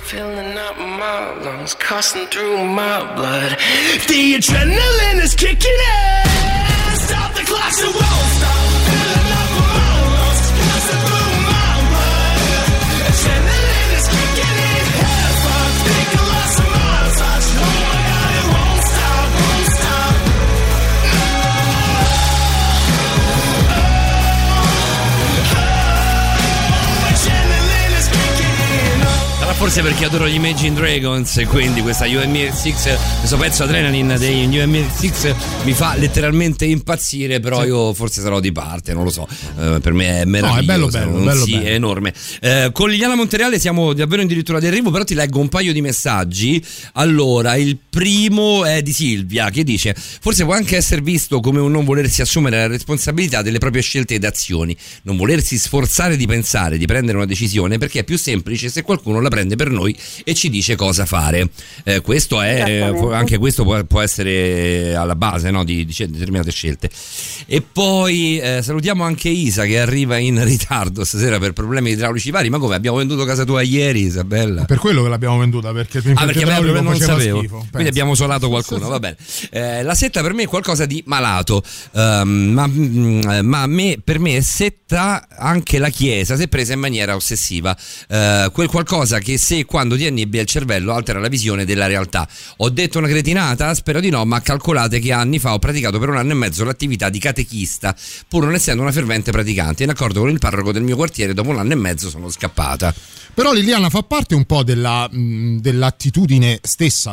filling up my lungs, coursing through my blood. The adrenaline is kicking in. Stop the clocks, it won't stop. Filling up my lungs, coursing through my blood. Adrenaline is kicking in. Head fuck, think I lost some miles. Touch, oh my God, it won't stop, won't stop. Adrenaline is kicking in. Forse perché adoro gli Imagine Dragons e quindi questa UMF6, questo pezzo Adrenaline dei UMF6 mi fa letteralmente impazzire, però io forse sarò di parte, non lo so, per me è meraviglioso, bello, è enorme. Con Liliana Montereale siamo davvero addirittura di arrivo, però ti leggo un paio di messaggi. Allora, il primo è di Silvia che dice: forse può anche essere visto come un non volersi assumere la responsabilità delle proprie scelte ed azioni, non volersi sforzare di pensare, di prendere una decisione, perché è più semplice se qualcuno la prende per noi e ci dice cosa fare. Questo è anche questo può essere alla base, no, di determinate scelte. E poi salutiamo anche Isa che arriva in ritardo stasera per problemi idraulici vari. Ma come, abbiamo venduto casa tua ieri, Isabella? Per quello che l'abbiamo venduta, perché il idraulico non faceva sapevo schifo. Quindi abbiamo solato qualcuno, va bene. La setta per me è qualcosa di malato, ma per me è setta anche la Chiesa se presa in maniera ossessiva, quel qualcosa che se quando ti annebbia il cervello altera la visione della realtà. Ho detto una cretinata? Spero di no, ma calcolate che anni fa ho praticato per 1 anno e mezzo l'attività di catechista, pur non essendo una fervente praticante. In accordo con il parroco del mio quartiere, dopo 1 anno e mezzo sono scappata. Però Liliana fa parte un po' dell'attitudine stessa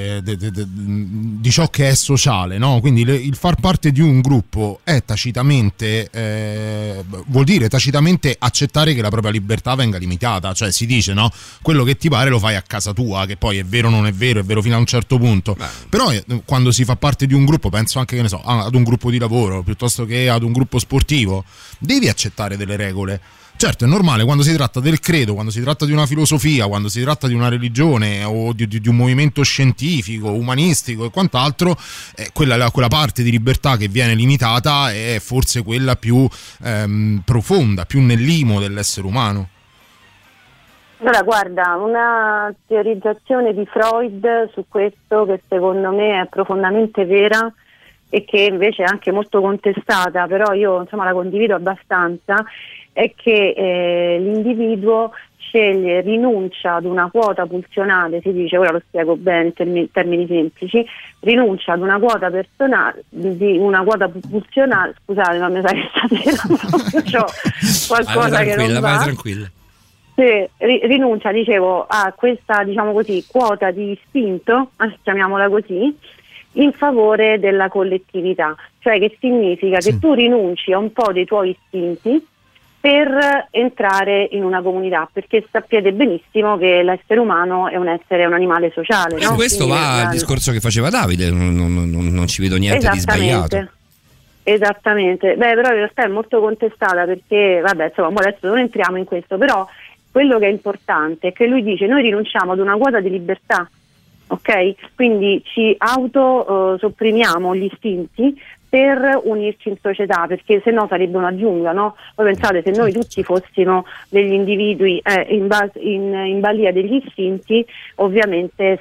di ciò che è sociale, no? Quindi il far parte di un gruppo è tacitamente vuol dire tacitamente accettare che la propria libertà venga limitata, cioè si dice, no? Quello che ti pare lo fai a casa tua, che poi è vero o non è vero fino a un certo punto. Però quando si fa parte di un gruppo, penso anche, che ne so, ad un gruppo di lavoro piuttosto che ad un gruppo sportivo, devi accettare delle regole. Certo, è normale quando si tratta del credo, quando si tratta di una filosofia, quando si tratta di una religione o di un movimento scientifico, umanistico e quant'altro, quella parte di libertà che viene limitata è forse quella più profonda, più nell'imo dell'essere umano. Allora, guarda, una teorizzazione di Freud su questo che secondo me è profondamente vera e che invece è anche molto contestata, però io insomma la condivido abbastanza, è che l'individuo rinuncia ad una quota pulsionale, si dice, ora lo spiego bene in termini semplici, rinuncia ad una quota personale, di una quota pulsionale, scusate ma mi sa che stasera c'ho qualcosa che non va. Vai tranquilla. Sì, rinuncia, dicevo, a questa, diciamo così, quota di istinto, chiamiamola così, in favore della collettività, cioè che significa che tu rinunci a un po' dei tuoi istinti per entrare in una comunità, perché sappiate benissimo che l'essere umano è un animale sociale. E no? Questo quindi va al discorso che faceva Davide, non ci vedo niente di sbagliato. Esattamente, però in realtà è molto contestata perché, vabbè, insomma, adesso non entriamo in questo, però quello che è importante è che lui dice: noi rinunciamo ad una quota di libertà, ok? Quindi ci sopprimiamo gli istinti per unirci in società, perché se no sarebbe una giungla, no? Voi pensate, se noi tutti fossimo degli individui in balia degli istinti, ovviamente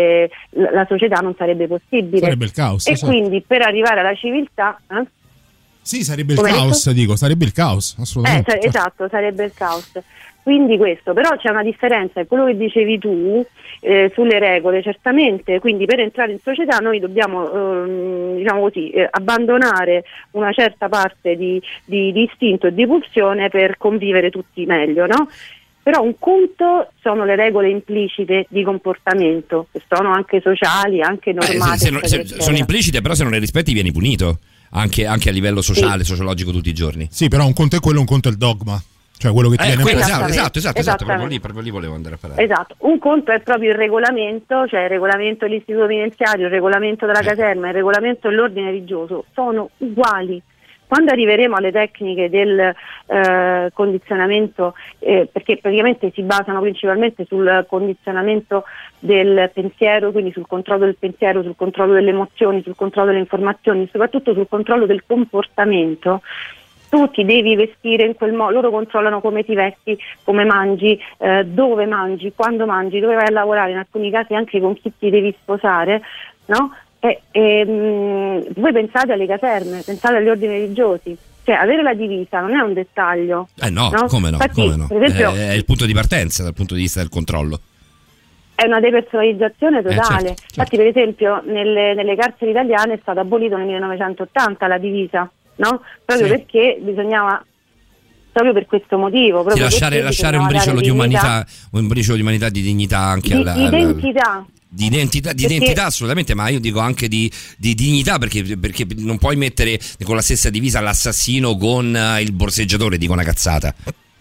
la società non sarebbe possibile. Sarebbe il caos. E quindi per arrivare alla civiltà... Sì, sarebbe il caos, sarebbe il caos, assolutamente. Esatto, sarebbe il caos. Quindi questo, però c'è una differenza, è quello che dicevi tu sulle regole, certamente, quindi per entrare in società noi dobbiamo diciamo così, abbandonare una certa parte di istinto e di pulsione per convivere tutti meglio, no? Però un conto sono le regole implicite di comportamento, che sono anche sociali, anche normali. Sono implicite, però se non le rispetti vieni punito, anche a livello sociale, sociologico tutti i giorni. Sì, però un conto è quello, un conto è il dogma. Cioè quello che ti viene esatto, proprio lì volevo andare a parlare. Esatto, un conto è proprio il regolamento, cioè il regolamento dell'istituto penitenziario, il regolamento della caserma, il regolamento dell'ordine religioso, sono uguali. Quando arriveremo alle tecniche del condizionamento, perché praticamente si basano principalmente sul condizionamento del pensiero, quindi sul controllo del pensiero, sul controllo delle emozioni, sul controllo delle informazioni, soprattutto sul controllo del comportamento. tu ti devi vestire in quel modo, loro controllano come ti vesti, come mangi, dove mangi, quando mangi, dove vai a lavorare, in alcuni casi anche con chi ti devi sposare, no? Voi pensate alle caserme, pensate agli ordini religiosi, cioè avere la divisa non è un dettaglio. No, no? come no? Infatti, come no? per esempio, È il punto di partenza dal punto di vista del controllo. È una depersonalizzazione totale. Certo. Infatti, per esempio, nelle carceri italiane è stata abolita nel 1980 la divisa, no? Proprio perché bisognava, proprio per questo motivo, proprio lasciare un briciolo di umanità, di dignità anche di identità assolutamente, ma io dico anche di dignità, perché non puoi mettere con la stessa divisa l'assassino con il borseggiatore, dico una cazzata.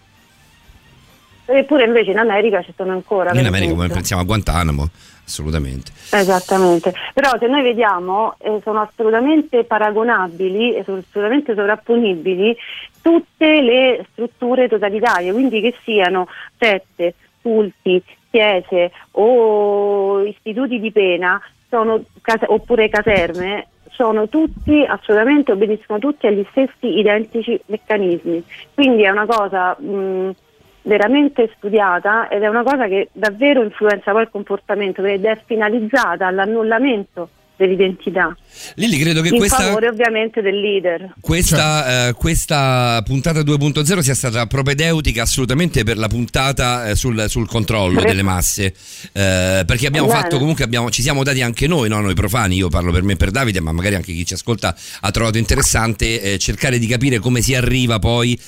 Eppure invece in America ci sono ancora. In America, come pensiamo a Guantanamo, assolutamente. Esattamente, però se noi vediamo sono assolutamente paragonabili e sono assolutamente sovrapponibili tutte le strutture totalitarie, quindi che siano sette, culti, chiese o istituti di pena, oppure caserme, sono tutti assolutamente, obbediscono tutti agli stessi identici meccanismi, quindi è una cosa veramente studiata ed è una cosa che davvero influenza poi il comportamento, ed è finalizzata all'annullamento dell'identità. Lilli, credo che in favore ovviamente del leader. Questa puntata 2.0 sia stata propedeutica assolutamente per la puntata sul controllo delle masse, perché abbiamo fatto, comunque ci siamo dati anche noi, no? Noi profani, io parlo per me e per Davide, ma magari anche chi ci ascolta ha trovato interessante cercare di capire come si arriva poi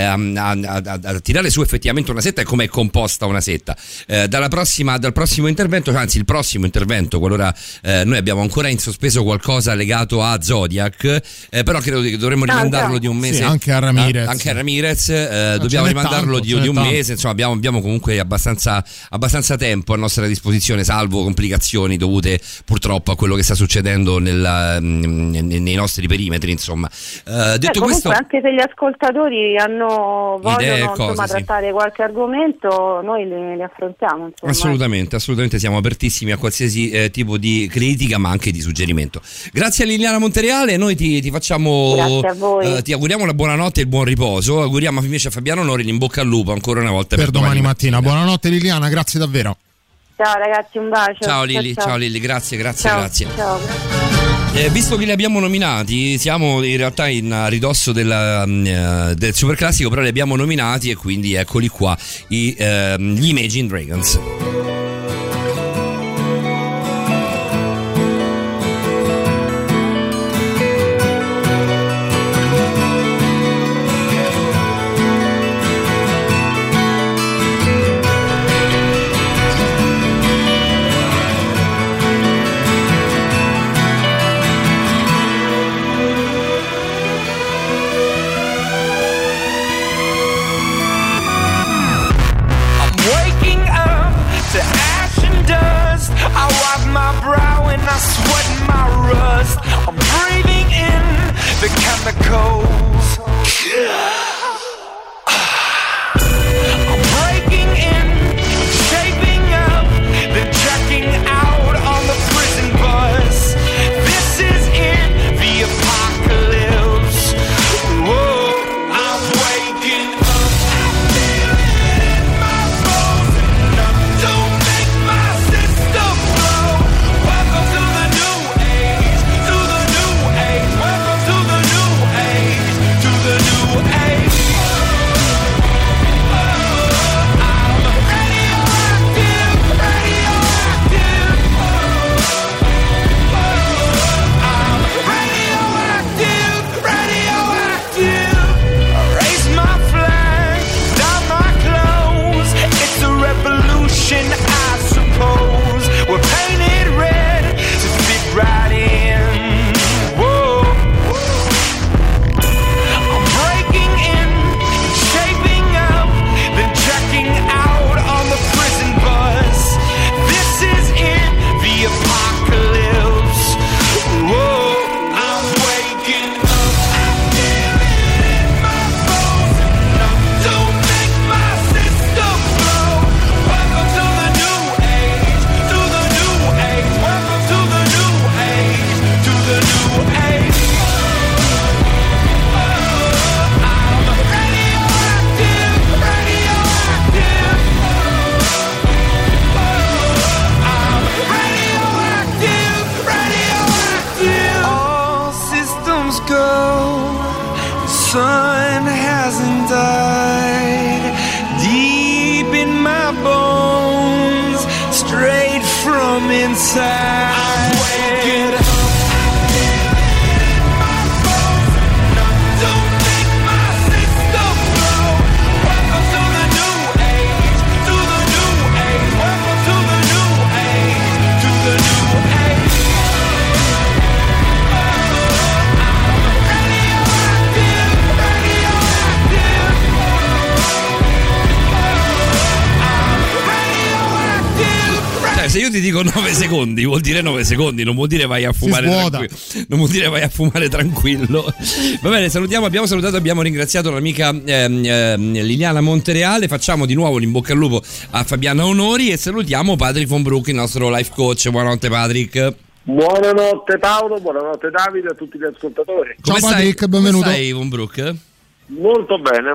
a tirare su effettivamente una setta e come è composta una setta. Dal prossimo intervento, anzi il prossimo intervento, qualora noi abbiamo ancora in sospeso qualcosa legato a Zodiac, però credo che dovremmo rimandarlo di un mese. Sì, anche a Ramirez. Dobbiamo rimandarlo di un mese, insomma abbiamo comunque abbastanza tempo a nostra disposizione, salvo complicazioni dovute purtroppo a quello che sta succedendo nei nostri perimetri, insomma. Detto questo, anche se gli ascoltatori vogliono trattare qualche argomento, noi li affrontiamo, insomma. Assolutamente siamo apertissimi a qualsiasi tipo di critica, ma anche di suggerimento. Grazie a Liliana Montereale, noi ti facciamo, grazie a voi. Ti auguriamo la buonanotte e il buon riposo, auguriamo invece a Fabiano Nori in bocca al lupo ancora una volta per domani mattina. Buonanotte Liliana, grazie davvero. Ciao ragazzi, un bacio. Ciao Lili, ciao Lili, grazie. Ciao. Visto che li abbiamo nominati, siamo in realtà in ridosso del super classico, però li abbiamo nominati e quindi eccoli qua, gli Imagine Dragons. from inside. I'm waking up. Se io ti dico 9 secondi, vuol dire 9 secondi, non vuol dire vai a fumare tranquillo. Non vuol dire vai a fumare tranquillo. Va bene, salutiamo, abbiamo ringraziato l'amica Liliana Montereale. Facciamo di nuovo l'in bocca al lupo a Fabiana Onori e salutiamo Patrick Von Broek, il nostro life coach. Buonanotte Patrick. Buonanotte Paolo, buonanotte Davide, a tutti gli ascoltatori. Ciao Patrick, benvenuto. Come stai Von Broek? Molto bene,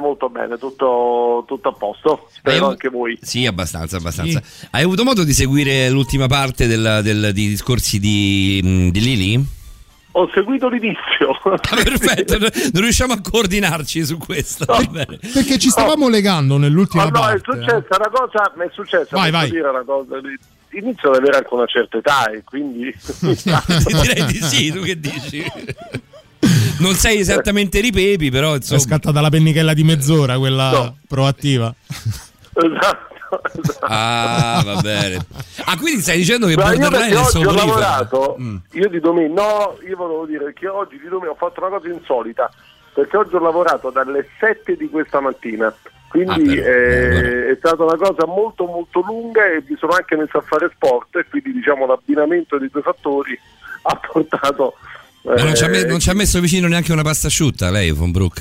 tutto a posto. Spero anche voi. Sì, abbastanza. Sì. Hai avuto modo di seguire l'ultima parte dei discorsi di Lili? Ho seguito l'inizio. Perfetto, non riusciamo a coordinarci su questo. No, perché ci stavamo legando nell'ultima parte. È successa una cosa, vai. Dire una cosa. Inizio ad avere anche una certa età e quindi direi di sì, tu che dici? Non sei esattamente ripepi, però insomma. È scattata la pennichella di mezz'ora, quella proattiva. Esatto. Ah, va bene. Ah, quindi stai dicendo che borderline è oggi ho lavorato io di domenica. No, io volevo dire che oggi di domenica ho fatto una cosa insolita, perché oggi ho lavorato dalle 7 di questa mattina. Quindi è stata una cosa molto molto lunga e mi sono anche messo a fare sport e quindi diciamo l'abbinamento di due fattori ha portato. Non ci ha messo vicino neanche una pasta asciutta lei, Von Broek?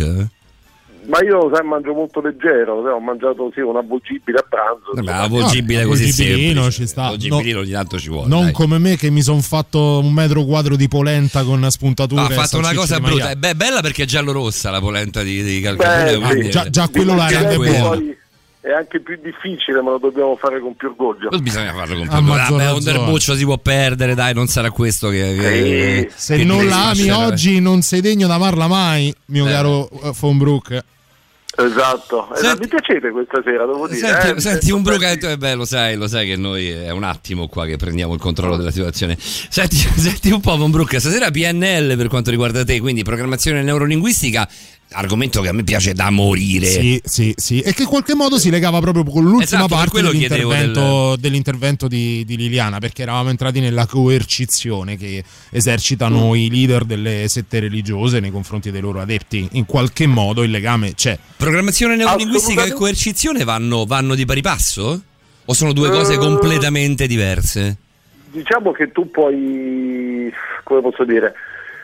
Ma io mangio molto leggero, ho mangiato un avvolgibile a pranzo. Avvolgibile così semplice. Ci sta. Avvolgibilino ogni tanto ci vuole. Non dai. Come me che mi sono fatto 1 metro quadro di polenta con spuntature. Ha fatto una cosa brutta. È bella perché è giallo-rossa la polenta di Calcagno. Già quello la rende buona. È anche più difficile, ma lo dobbiamo fare con più orgoglio. Bisogna farlo con più orgoglio. Un derbuccio si può perdere, dai, non sarà questo che se non la ami oggi non sei degno di amarla mai, mio caro Von Broek. Esatto. Mi piacete questa sera, devo dire. Senti un Broek, lo sai che noi è un attimo qua che prendiamo il controllo della situazione. Senti un po' Von Broek, stasera PNL per quanto riguarda te, quindi programmazione neurolinguistica, argomento che a me piace da morire. Sì, e che in qualche modo si legava proprio con l'ultima parte dell'intervento di Liliana, perché eravamo entrati nella coercizione che esercitano i leader delle sette religiose nei confronti dei loro adepti. In qualche modo il legame c'è. Programmazione neurolinguistica e coercizione vanno di pari passo? O sono due cose completamente diverse? Diciamo che tu puoi, come posso dire,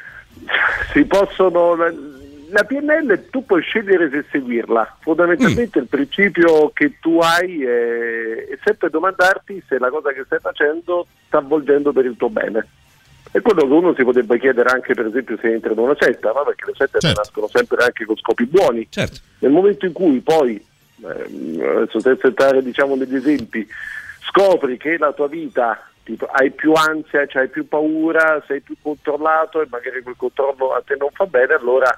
si possono... La PNL tu puoi scegliere se seguirla, fondamentalmente il principio che tu hai è sempre domandarti se la cosa che stai facendo sta avvolgendo per il tuo bene. È quello che uno si potrebbe chiedere anche per esempio se entra in una setta, no? Perché le sette nascono sempre anche con scopi buoni. Certo. Nel momento in cui poi, adesso senza entrare diciamo negli esempi, scopri che la tua vita... hai più ansia, hai più paura, sei più controllato e magari quel controllo a te non fa bene, allora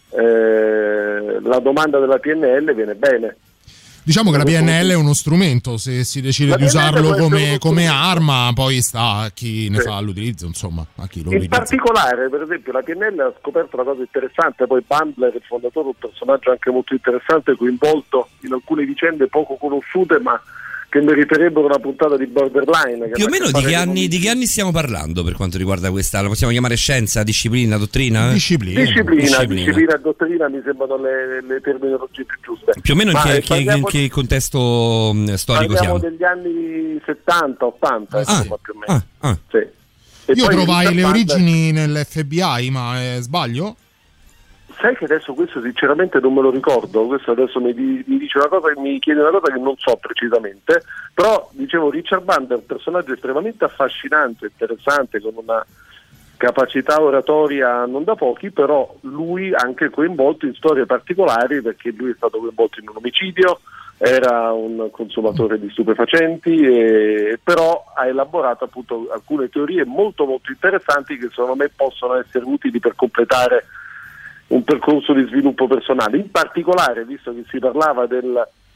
la domanda della PNL viene bene. Diciamo che la PNL è uno strumento, se si decide di usarlo come arma, poi sta a chi ne fa l'utilizzo, insomma, a chi lo utilizza. In particolare, per esempio, la PNL ha scoperto una cosa interessante, poi Bandler, il fondatore, un personaggio anche molto interessante, coinvolto in alcune vicende poco conosciute, ma che meriterebbero una puntata di Borderline. Più o meno di che anni stiamo parlando per quanto riguarda questa? La possiamo chiamare scienza, disciplina, dottrina? Disciplina e dottrina mi sembrano le terminologie più giuste. Più o meno in che contesto storico siamo? Parliamo degli anni 70, 80, insomma, più o meno. Sì. Io trovai le origini nell'FBI, ma sbaglio? Sai che adesso questo sinceramente non me lo ricordo, questo adesso mi dice una cosa, mi chiede una cosa che non so precisamente, però dicevo Richard Bandler è un personaggio estremamente affascinante, interessante, con una capacità oratoria non da pochi, però lui anche coinvolto in storie particolari, perché lui è stato coinvolto in un omicidio, era un consumatore di stupefacenti, però ha elaborato appunto alcune teorie molto molto interessanti che secondo me possono essere utili per completare un percorso di sviluppo personale. In particolare, visto che si parlava del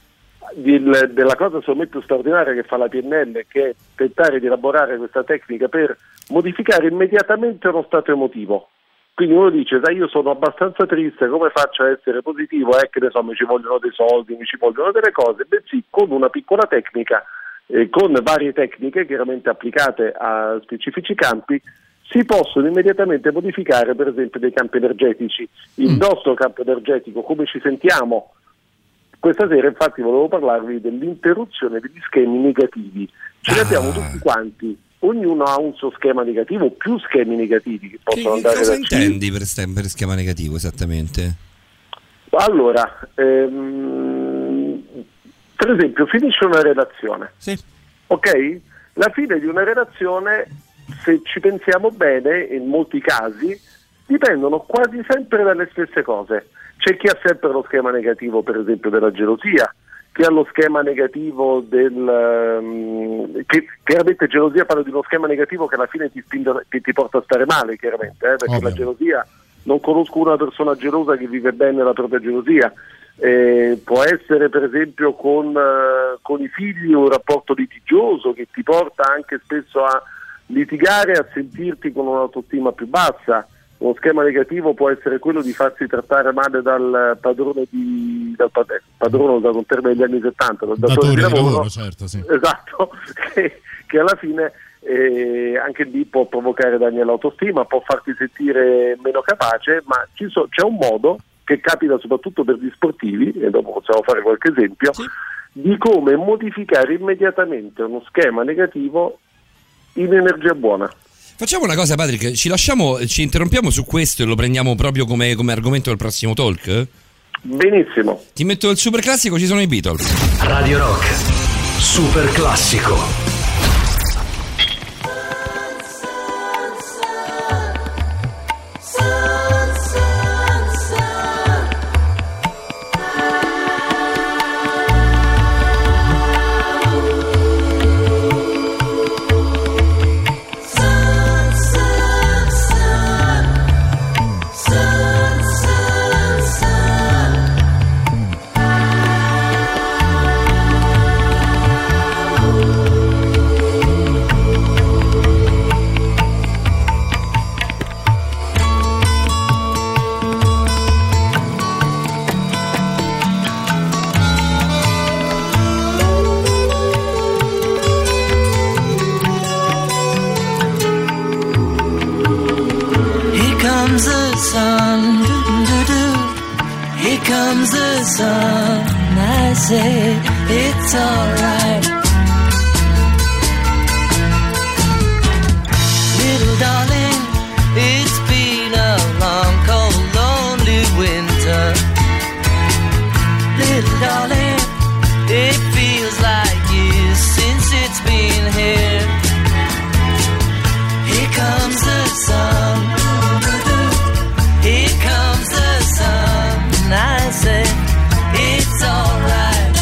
della cosa secondo me più straordinaria che fa la PNL, che è tentare di elaborare questa tecnica per modificare immediatamente uno stato emotivo. Quindi uno dice, dai, io sono abbastanza triste, come faccio a essere positivo? Che ne so, mi ci vogliono dei soldi, mi ci vogliono delle cose, bensì con una piccola tecnica, con varie tecniche chiaramente applicate a specifici campi, si possono immediatamente modificare per esempio dei campi energetici. Il nostro campo energetico, come ci sentiamo questa sera, infatti volevo parlarvi dell'interruzione degli schemi negativi. Ce ne abbiamo tutti quanti, ognuno ha un suo schema negativo, più schemi negativi che possono andare cosa da intendi per schema negativo esattamente? Allora, per esempio finisce una relazione, sì. Ok? La fine di una relazione, se ci pensiamo bene, in molti casi dipendono quasi sempre dalle stesse cose. C'è chi ha sempre lo schema negativo, per esempio, della gelosia, chi ha lo schema negativo che chiaramente gelosia, parlo di uno schema negativo che alla fine ti spinge, che ti porta a stare male, chiaramente, perché la gelosia, non conosco una persona gelosa che vive bene la propria gelosia. Può essere per esempio con i figli un rapporto litigioso che ti porta anche spesso a litigare, a sentirti con un'autostima più bassa. Uno schema negativo può essere quello di farsi trattare male dal padrone, padrone usato un termine degli anni 70, dal datore di lavoro, certo, sì. Esatto, che alla fine anche lì può provocare danni all'autostima, può farti sentire meno capace, ma c'è un modo che capita soprattutto per gli sportivi, e dopo possiamo fare qualche esempio, sì, di come modificare immediatamente uno schema negativo in energia buona. Facciamo una cosa, Patrick, ci interrompiamo su questo e lo prendiamo proprio come argomento del prossimo talk? Benissimo. Ti metto il super classico, ci sono i Beatles. Radio Rock, super classico. It's alright, little darling, it's been a long, cold, lonely winter. Little darling, it feels like years since it's been here. Here comes the sun, here comes the sun, and I say it's alright.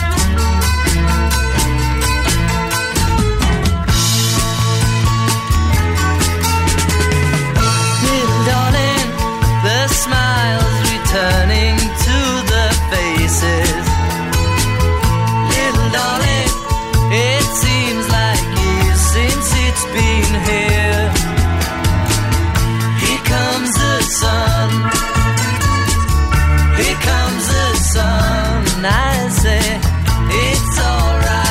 Turning to the faces, little darling, it seems like years since it's been here. Here comes the sun, here comes the sun, and I say it's alright.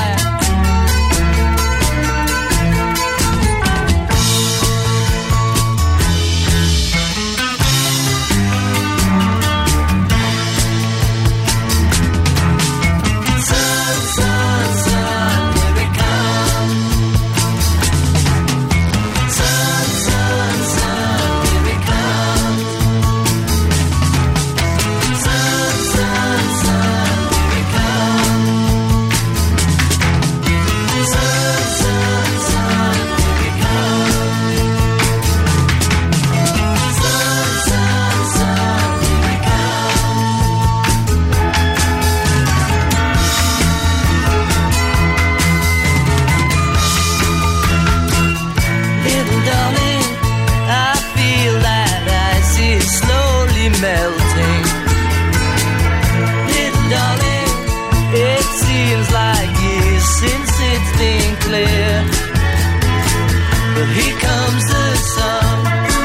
But here comes the sun.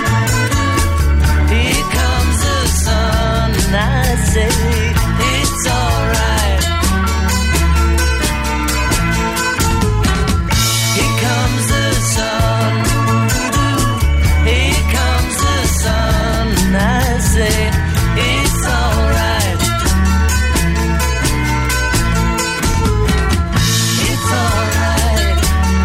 Here comes the sun. And I say it's alright. Here comes the sun. Here comes the sun. And I say it's alright. It's alright.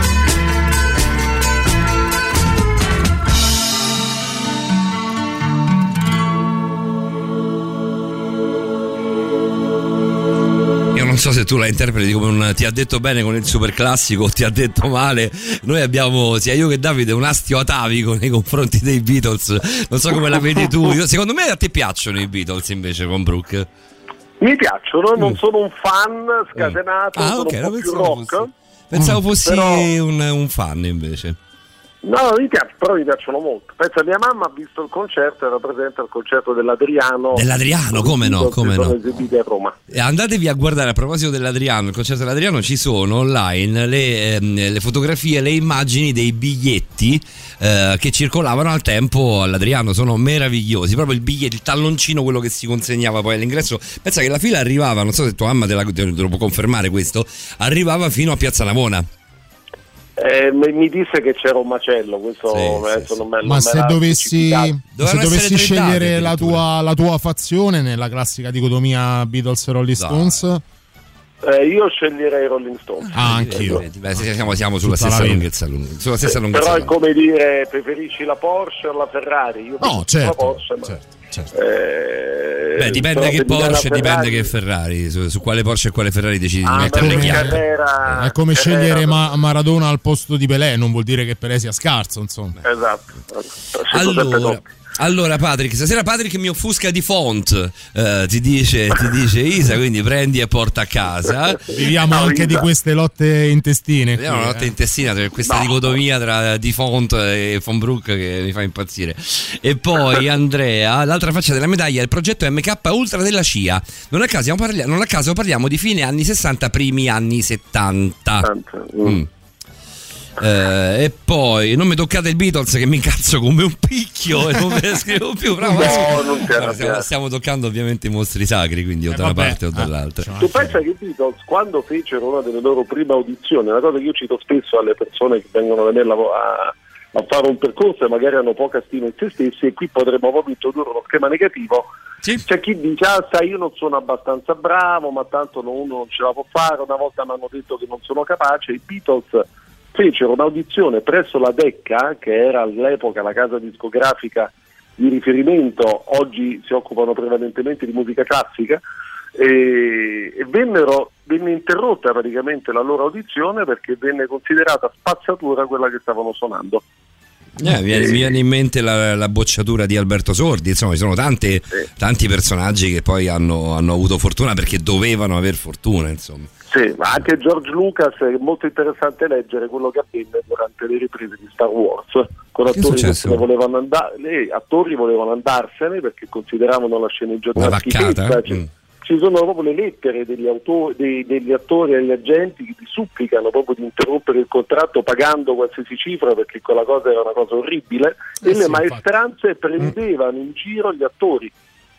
Io non so se tu la interpreti come un ti ha detto bene con il super classico o ti ha detto male. Noi abbiamo, sia io che Davide, un astio atavico nei confronti dei Beatles. Non so come la vedi tu. Secondo me a te piacciono i Beatles invece con Brooke. Mi piacciono, non sono un fan scatenato, sono ok, un po' più rock. Pensavo fossi Però- un fan invece. No, mi piace, però mi piacciono molto. Pensa, mia mamma ha visto il concerto, era presente al concerto dell'Adriano. Dell'Adriano, come no, come sono no. esibiti a Roma. Andatevi a guardare, a proposito dell'Adriano, il concerto dell'Adriano, ci sono online le fotografie, le immagini dei biglietti che circolavano al tempo all'Adriano, sono meravigliosi, proprio il biglietto, il talloncino, quello che si consegnava poi all'ingresso. Pensa che la fila arrivava, non so se tua mamma te lo può confermare questo, arrivava fino a Piazza Navona. Mi disse che c'era un macello, questo adesso non me Ma se l'ha dovessi essere scegliere tre la tua fazione nella classica dicotomia Beatles e Rolling Stones, io sceglierei Rolling Stones. anch'io. Beh, siamo sulla Tutta stessa la lunghezza, sulla stessa lunghezza. Però è come dire, preferisci la Porsche o la Ferrari? Io No, preferisco certo, la Porsche, ma certo. Beh, dipende però che se mi dai Porsche, la dipende Ferrari- che Ferrari. Su quale Porsche e quale Ferrari decidi di ma mettere le come chiappe. Carrera- È come Carrera- scegliere Maradona al posto di Pelé, non vuol dire che Pelé sia scarso, insomma. Esatto. Allora Patrick, stasera Patrick mi offusca di font, ti dice Isa, quindi prendi e porta a casa. Viviamo anche di queste lotte intestine. Vediamo qui, una notte intestina, c'è questa dicotomia tra Di Font e Von Broek che mi fa impazzire. E poi Andrea, l'altra faccia della medaglia è il progetto MK Ultra della CIA. Non a caso parliamo di fine anni 60, primi anni 70. E poi non mi toccate il Beatles che mi incazzo come un picchio e non me ne scrivo più. Stiamo toccando ovviamente i mostri sacri, quindi o da una parte o dall'altra. Tu pensa che i Beatles, quando fecero una delle loro prime audizioni, una cosa che io cito spesso alle persone che vengono da me a fare un percorso e magari hanno poca stima in se stessi, e qui potremmo proprio introdurre uno schema negativo. C'è chi dice, sai, io non sono abbastanza bravo, ma tanto uno non ce la può fare, una volta mi hanno detto che non sono capace. I Beatles fecero un'audizione presso la Decca, che era all'epoca la casa discografica di riferimento, oggi si occupano prevalentemente di musica classica, e venne interrotta praticamente la loro audizione perché venne considerata spazzatura quella che stavano suonando. Mi viene in mente la bocciatura di Alberto Sordi, insomma ci sono tanti personaggi che poi hanno avuto fortuna perché dovevano aver fortuna, insomma. Sì, ma anche George Lucas è molto interessante leggere quello che avvenne durante le riprese di Star Wars, con attori che se ne volevano andare, gli attori volevano andarsene perché consideravano la sceneggiatura una vaccata. schifezza. Ci sono proprio le lettere degli attori agli agenti che ti supplicano proprio di interrompere il contratto pagando qualsiasi cifra perché quella cosa era una cosa orribile, e le maestranze prendevano in giro gli attori.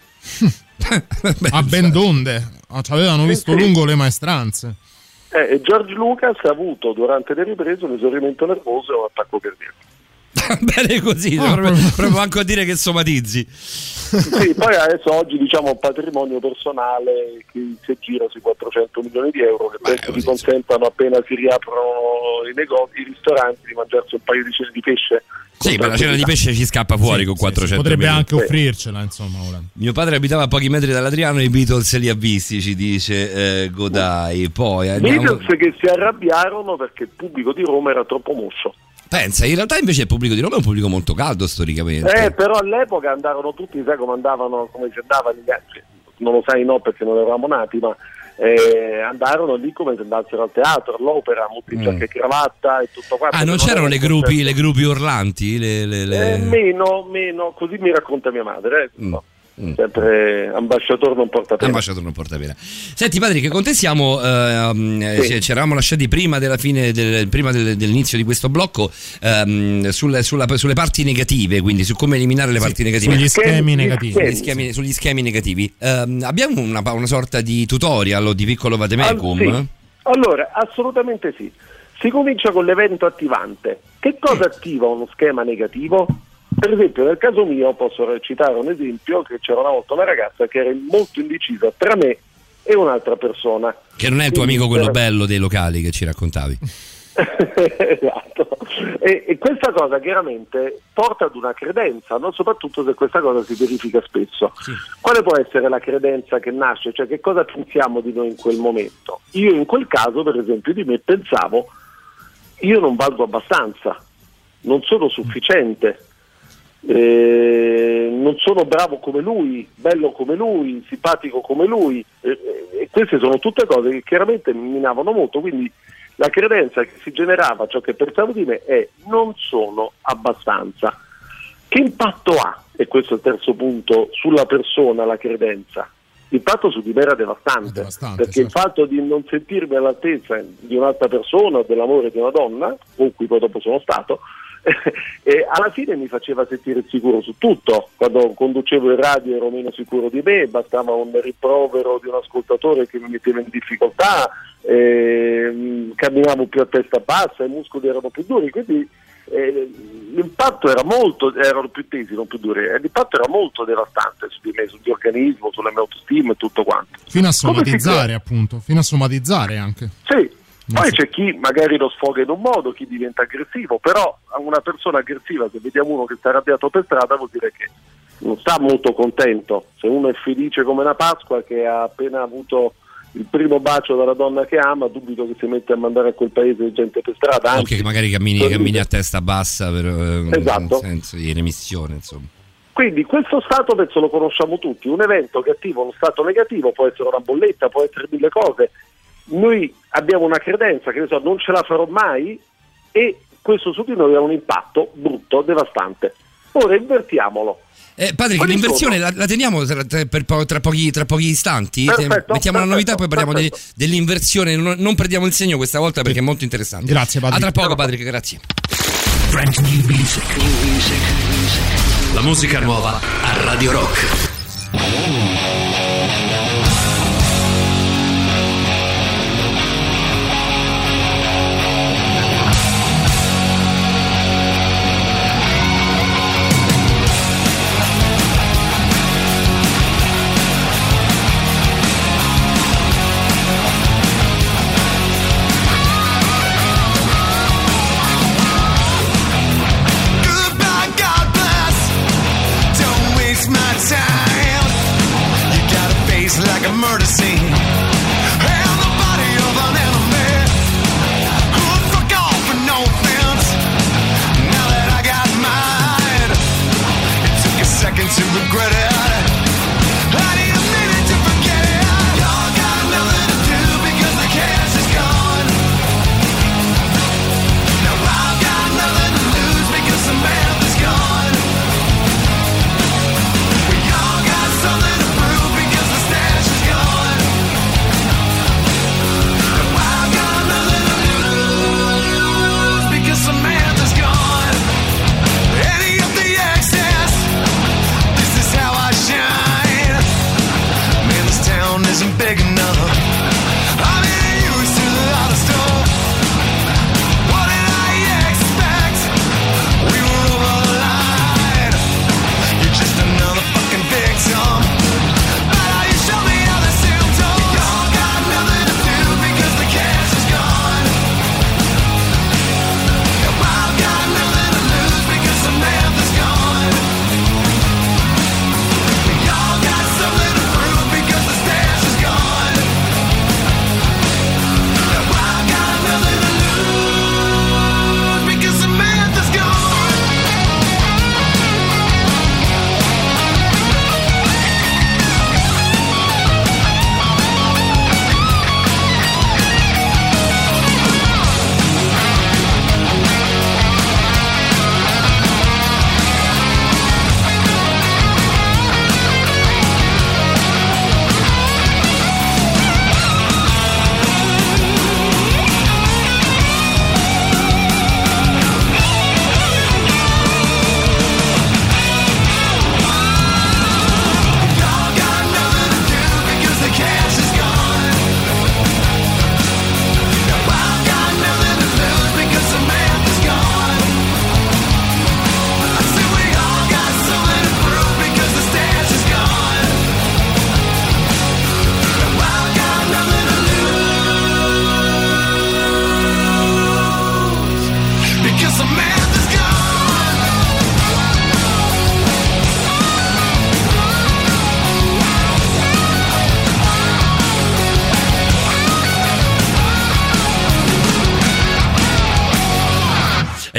A ben donde ci avevano visto lungo le maestranze. E George Lucas ha avuto durante le riprese un esaurimento nervoso e un attacco cardiaco. Bene così, proprio anche a dire che somatizzi. Sì, poi adesso oggi diciamo un patrimonio personale che si gira sui 400 milioni di euro che penso ti consentano, appena si riaprono i negozi, i ristoranti, di mangiarsi un paio di cene di pesce. Sì, ma la cena di pesce ci scappa fuori con 400 potrebbe milioni. anche offrircela, insomma. Mio padre abitava a pochi metri dall'Adriano e i Beatles li ha visti, ci dice Godai. Poi andiamo... Beatles che si arrabbiarono perché il pubblico di Roma era troppo mosso. Pensa, in realtà invece il pubblico di Roma è un pubblico molto caldo storicamente. Però all'epoca andarono tutti, sai come andavano, come ci andavano gli altri, non lo sai no perché non eravamo nati, ma andarono lì come se andassero al teatro, all'opera, molti in giacca e cravatta e tutto quanto. Non c'erano le gruppi urlanti? Meno, così mi racconta mia madre. sempre ambasciatore non porta pena. Ambasciatore non porta pena. Senti Patrick, con te siamo ci eravamo lasciati prima della fine dell'inizio di questo blocco sulle parti negative, quindi su come eliminare le parti negative, sugli schemi negativi, sugli schemi negativi. Abbiamo una sorta di tutorial o di piccolo vademecum? Sì. Allora, assolutamente sì. Si comincia con l'evento attivante. Che cosa attiva uno schema negativo? Per esempio, nel caso mio posso citare un esempio, che c'era una volta una ragazza che era molto indecisa tra me e un'altra persona. Che non è il tuo amico quello bello dei locali che ci raccontavi. Esatto. E questa cosa chiaramente porta ad una credenza, no? Soprattutto se questa cosa si verifica spesso. Sì. Quale può essere la credenza che nasce? Cioè, che cosa pensiamo di noi in quel momento? Io in quel caso, per esempio, di me pensavo: io non valgo abbastanza, non sono sufficiente, non sono bravo come lui, bello come lui, simpatico come lui, e queste sono tutte cose che chiaramente mi minavano molto. Quindi la credenza che si generava, ciò che pensavo di me, è: non sono abbastanza. Che impatto ha? E questo è il terzo punto, sulla persona, la credenza. L'impatto su di me era devastante, perché certo, il fatto di non sentirmi all'altezza di un'altra persona o dell'amore di una donna, con cui poi dopo sono stato, e alla fine mi faceva sentire sicuro su tutto. Quando conducevo il radio ero meno sicuro di me, bastava un rimprovero di un ascoltatore che mi metteva in difficoltà, camminavo più a testa bassa, i muscoli erano più duri, quindi l'impatto erano più tesi, non più duri, l'impatto era molto devastante su di me, sul mio organismo, sulla mia autostima e tutto quanto. Fino a somatizzare, appunto, fino a somatizzare anche. Sì. Poi c'è chi magari lo sfoga in un modo, chi diventa aggressivo, però a una persona aggressiva, se vediamo uno che sta arrabbiato per strada, vuol dire che non sta molto contento. Se uno è felice come una Pasqua, che ha appena avuto il primo bacio dalla donna che ama, dubito che si mette a mandare a quel paese gente per strada. Anche che magari cammini a testa bassa esatto, in senso di remissione, insomma. Quindi questo stato penso lo conosciamo tutti. Un evento che attiva uno stato negativo può essere una bolletta, può essere mille cose. Noi abbiamo una credenza che non ce la farò mai, e questo su di noi ha un impatto brutto, devastante. Ora invertiamolo. Patrick, l'inversione la teniamo tra pochi istanti. Perfetto, mettiamo la novità, poi parliamo dell'inversione. Non perdiamo il segno questa volta perché è molto interessante. Grazie Patrick. A tra poco Patrick, grazie. La musica nuova a Radio Rock. Like a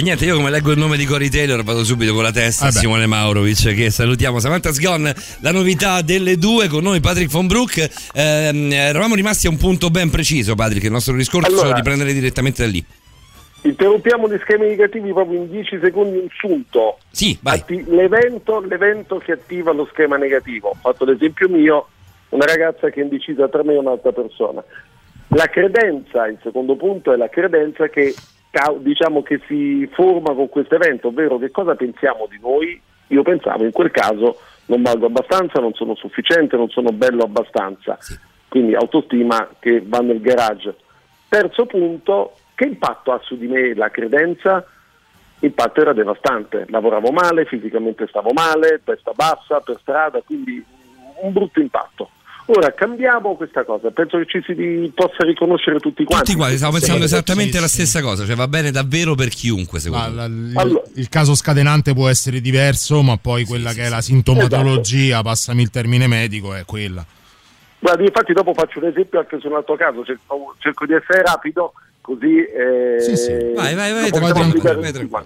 niente, io come leggo il nome di Corey Taylor vado subito con la testa a Simone Maurovic, che salutiamo. Samantha's Gone, la novità delle 2, con noi Patrick Von Broek. Eravamo rimasti a un punto ben preciso, Patrick, il nostro discorso di prendere direttamente da lì. Interrompiamo gli schemi indicativi proprio in 10 secondi, un sunto. Sì, vai. L'evento che attiva lo schema negativo. Ho fatto l'esempio mio, una ragazza che è indecisa tra me e un'altra persona. La credenza, il secondo punto, è la credenza che diciamo che si forma con questo evento, ovvero che cosa pensiamo di noi. Io pensavo in quel caso non valgo abbastanza, non sono sufficiente, non sono bello abbastanza, quindi autostima che va nel garage. Terzo punto, che impatto ha su di me la credenza? L'impatto era devastante, lavoravo male, fisicamente stavo male, testa bassa per strada, quindi un brutto impatto. Ora cambiamo questa cosa, penso che ci si possa riconoscere tutti quanti. Stavo pensando esattamente la stessa cosa, cioè va bene davvero per chiunque, secondo me. Il caso scatenante può essere diverso, ma poi quella che è la sintomatologia, passami il termine medico, è quella. Guarda, infatti dopo faccio un esempio anche su un altro caso, cerco di essere rapido, così vai tranquillo.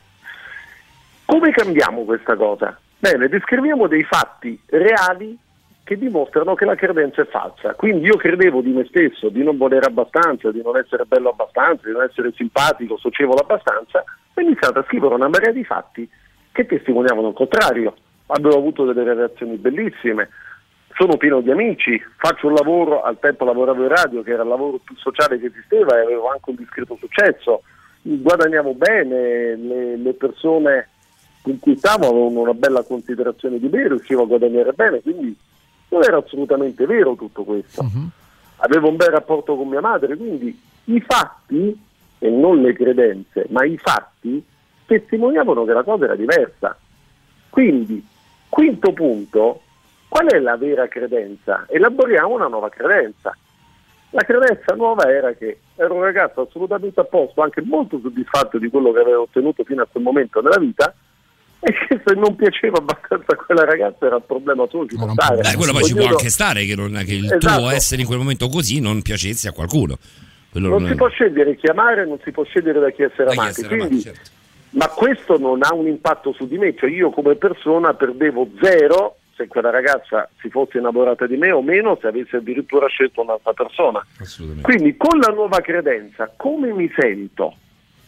Come cambiamo questa cosa? Bene, descriviamo dei fatti reali che dimostrano che la credenza è falsa. Quindi io credevo di me stesso, di non volere abbastanza, di non essere bello abbastanza, di non essere simpatico, socievole abbastanza, ho iniziato a scrivere una marea di fatti che testimoniavano il contrario. Avevo avuto delle relazioni bellissime, sono pieno di amici, faccio un lavoro, al tempo lavoravo in radio, che era il lavoro più sociale che esisteva, e avevo anche un discreto successo, guadagniamo bene, le persone con cui stavo avevano una bella considerazione di me, riuscivo a guadagnare bene, quindi non era assolutamente vero tutto questo. Avevo un bel rapporto con mia madre, quindi i fatti, e non le credenze, ma i fatti testimoniavano che la cosa era diversa. Quindi, quinto punto, qual è la vera credenza? Elaboriamo una nuova credenza. La credenza nuova era che ero un ragazzo assolutamente a posto, anche molto soddisfatto di quello che avevo ottenuto fino a quel momento nella vita, e che se non piaceva abbastanza a quella ragazza era il problema suo, ci può stare. Quello poi ci può anche stare, che il tuo essere in quel momento così non piacesse a qualcuno. Non si può scegliere chi amare, non si può scegliere da chi essere amati, quindi, certo. Ma questo non ha un impatto su di me, cioè io come persona perdevo zero se quella ragazza si fosse innamorata di me o meno, se avesse addirittura scelto un'altra persona. Quindi con la nuova credenza come mi sento?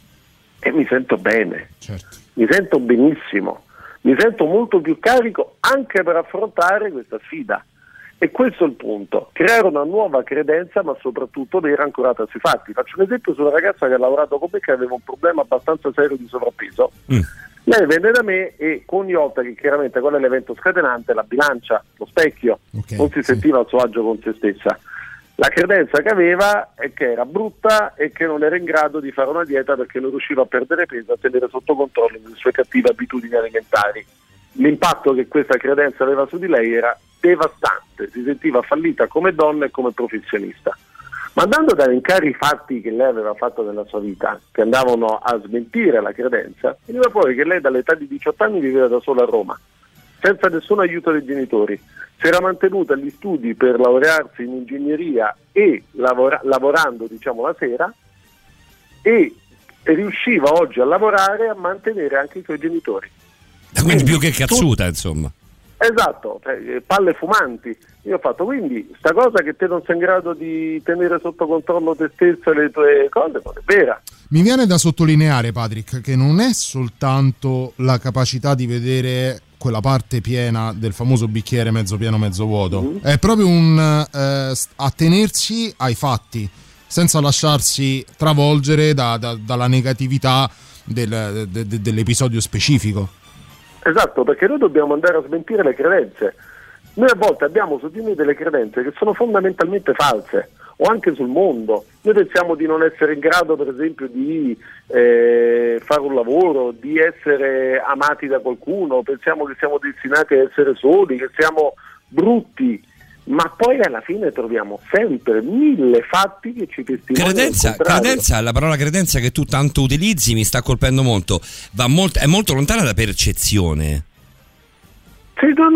E mi sento bene, certo. Mi sento benissimo, mi sento molto più carico anche per affrontare questa sfida. E questo è il punto, creare una nuova credenza, ma soprattutto vera, ancorata sui fatti. Faccio un esempio sulla ragazza che ha lavorato con me, che aveva un problema abbastanza serio di sovrappeso. Lei venne da me e con ogni volta che chiaramente quello è l'evento scatenante, la bilancia, lo specchio, non si sentiva a suo agio con se stessa. La credenza che aveva è che era brutta e che non era in grado di fare una dieta perché non riusciva a perdere peso, a tenere sotto controllo le sue cattive abitudini alimentari. L'impatto che questa credenza aveva su di lei era devastante, si sentiva fallita come donna e come professionista. Ma andando ad elencare i fatti che lei aveva fatto nella sua vita, che andavano a smentire la credenza, veniva fuori che lei dall'età di 18 anni viveva da sola a Roma, senza nessun aiuto dei genitori. Si era mantenuta agli studi per laurearsi in ingegneria e lavorando diciamo la sera, e riusciva oggi a lavorare e a mantenere anche i suoi genitori. Quindi più che cazzuta, insomma. Esatto, palle fumanti. Io ho fatto, quindi sta cosa che te non sei in grado di tenere sotto controllo te stesso e le tue cose non è vera. Mi viene da sottolineare, Patrick, che non è soltanto la capacità di vedere quella parte piena del famoso bicchiere mezzo pieno mezzo vuoto, è proprio un attenersi ai fatti senza lasciarsi travolgere dalla negatività dell'episodio specifico. Esatto, perché noi dobbiamo andare a smentire le credenze. Noi a volte abbiamo su di noi delle credenze che sono fondamentalmente false, o anche sul mondo. Noi pensiamo di non essere in grado, per esempio, di fare un lavoro, di essere amati da qualcuno, pensiamo che siamo destinati a essere soli, che siamo brutti, ma poi alla fine troviamo sempre 1000 fatti che ci testimoniano. Credenza, la parola credenza che tu tanto utilizzi mi sta colpendo molto, è molto lontana da percezione. Sì, no.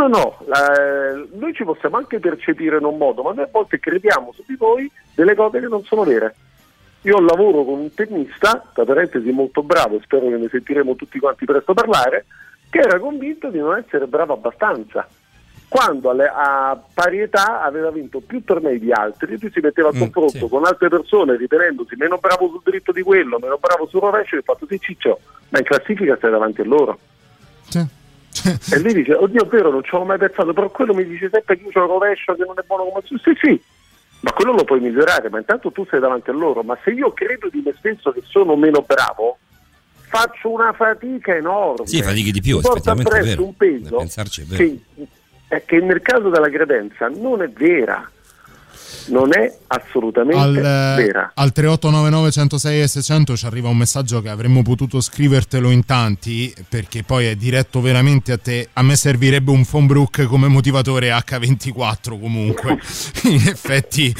Noi ci possiamo anche percepire in un modo, ma noi a volte crediamo su di noi delle cose che non sono vere. Io lavoro con un tennista, tra parentesi molto bravo, spero che ne sentiremo tutti quanti presto parlare, che era convinto di non essere bravo abbastanza, quando a pari età aveva vinto più tornei di altri, lui si metteva a confronto con altre persone ritenendosi meno bravo sul dritto di quello, meno bravo sul rovescio, e ha fatto: sì Ciccio, ma in classifica stai davanti a loro. E lui dice: oddio, è vero, non ci avevo mai pensato, però quello mi dice sempre che io c'ho il rovescio che non è buono come sì, ma quello lo puoi migliorare, ma intanto tu sei davanti a loro. Ma se io credo di me stesso che sono meno bravo, faccio una fatica enorme. Sì, fatichi di più, porta effettivamente è vero. Un peso pensarci, è vero. Che nel caso della credenza non è vera. Non è assolutamente vera. Al 3899 106 e 600 ci arriva un messaggio che avremmo potuto scrivertelo in tanti, perché poi è diretto veramente a te. A me servirebbe un phone brook come motivatore H24 comunque. In effetti,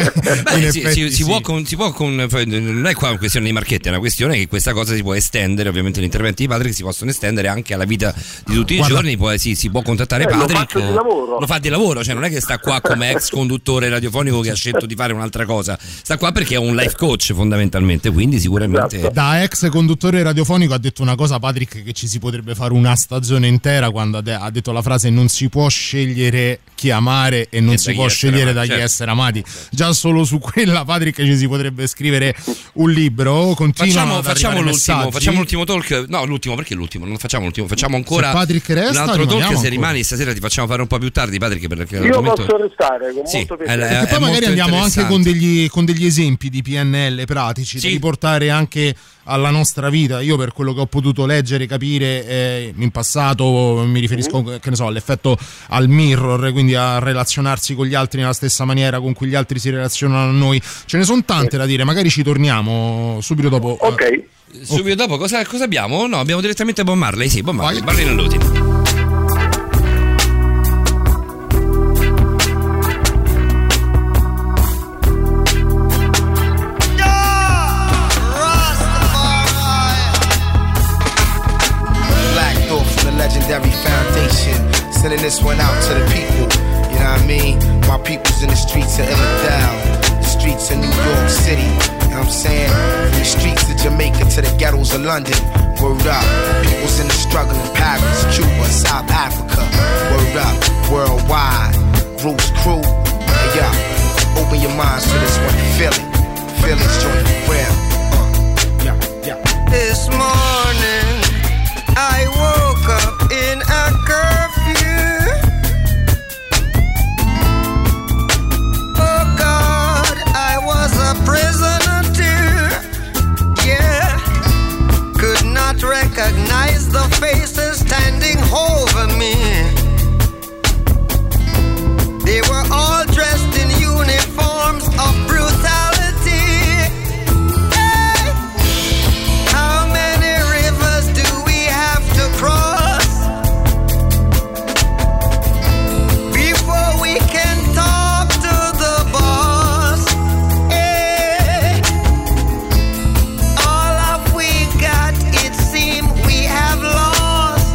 si può non è qua una questione di marchette, è una questione che questa cosa si può estendere, ovviamente gli interventi di Patrick si possono estendere anche alla vita di tutti i giorni. Poi si può contattare Patrick, lo fa di lavoro, cioè non è che sta qua come ex conduttore radiofonico che ha scelto di fare un'altra cosa, sta qua perché è un life coach fondamentalmente, quindi sicuramente da ex conduttore radiofonico ha detto una cosa Patrick, che ci si potrebbe fare una stagione intera, quando ha detto la frase: non si può scegliere chi amare e non si può scegliere da chi essere amati. Già solo su quella Patrick ci si potrebbe scrivere un libro. Facciamo l'ultimo talk. No, l'ultimo, perché l'ultimo? Non facciamo l'ultimo, facciamo ancora un altro talk. Se rimani stasera ti facciamo fare un po' più tardi, Patrick, perché io posso restare con molto piacere. Poi magari andiamo anche con degli esempi di PNL pratici da riportare anche alla nostra vita. Io, per quello che ho potuto leggere, capire in passato, mi riferisco che ne so, all'effetto al mirror, quindi a relazionarsi con gli altri nella stessa maniera con cui gli altri si relazionano a noi. Ce ne sono tante da dire, magari ci torniamo subito dopo. Ok. Subito dopo cosa abbiamo? No, abbiamo direttamente Bob Marley. Sì, Bob Marley, Marley Nell'Utile. Legendary foundation, sending this one out to the people, you know what I mean? My people's in the streets of Illinois, the streets of New York City, you know what I'm saying? From the streets of Jamaica to the ghettos of London, word up. People's in the struggle in Paris, Cuba, South Africa, word up. Worldwide, Roots Crew, hey yeah, open your minds to this one, feel it's joint for real. This morning I woke up in a curfew. Oh God, I was a prisoner too. Yeah, could not recognize the faces standing over me. They were all dressed in uniforms of brutality. Hey! How many rivers do we have to cross before we can talk to the boss? Hey! All of we got, it seems we have lost.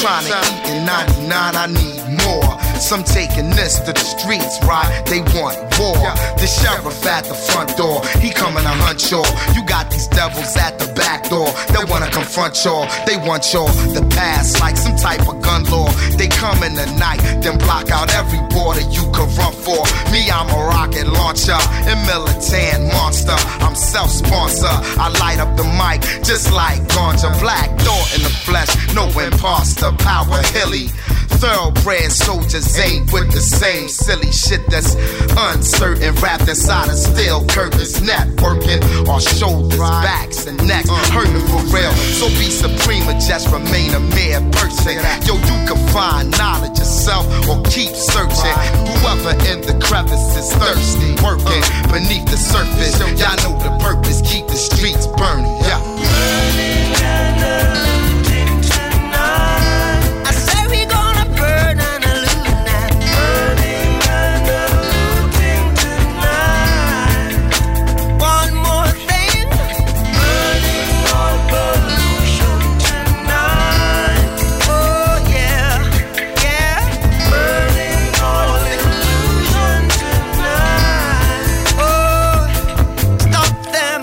trying to eat in 99, I need more. Some taking this to the streets, right? They want war. The sheriff at the front door, he coming to hunt y'all. You got these devils at the back door, they wanna confront y'all. They want y'all to pass like some type of gun law. They come in the night, then block out every border you could run for. Me, I'm a rocket launcher, a militant monster. I'm self-sponsor, I light up the mic just like ganja. Black thought in the flesh, no imposter, power hilly. Thoroughbred soldiers ain't with the same silly shit that's uncertain. Wrapped inside of steel curtains, networking our shoulders, backs, and necks, hurting for real. So be supreme or just remain a mere person. Yo, you can find knowledge yourself or keep searching. Whoever in the crevice is thirsty, working beneath the surface. Y'all know the purpose, keep the streets burning. Yeah. Burning and looting tonight. I say we gonna burn and loot now. Burning and looting tonight. One more thing. Burning all pollution tonight. Oh yeah, yeah. Burning all illusion tonight. Oh, stop them.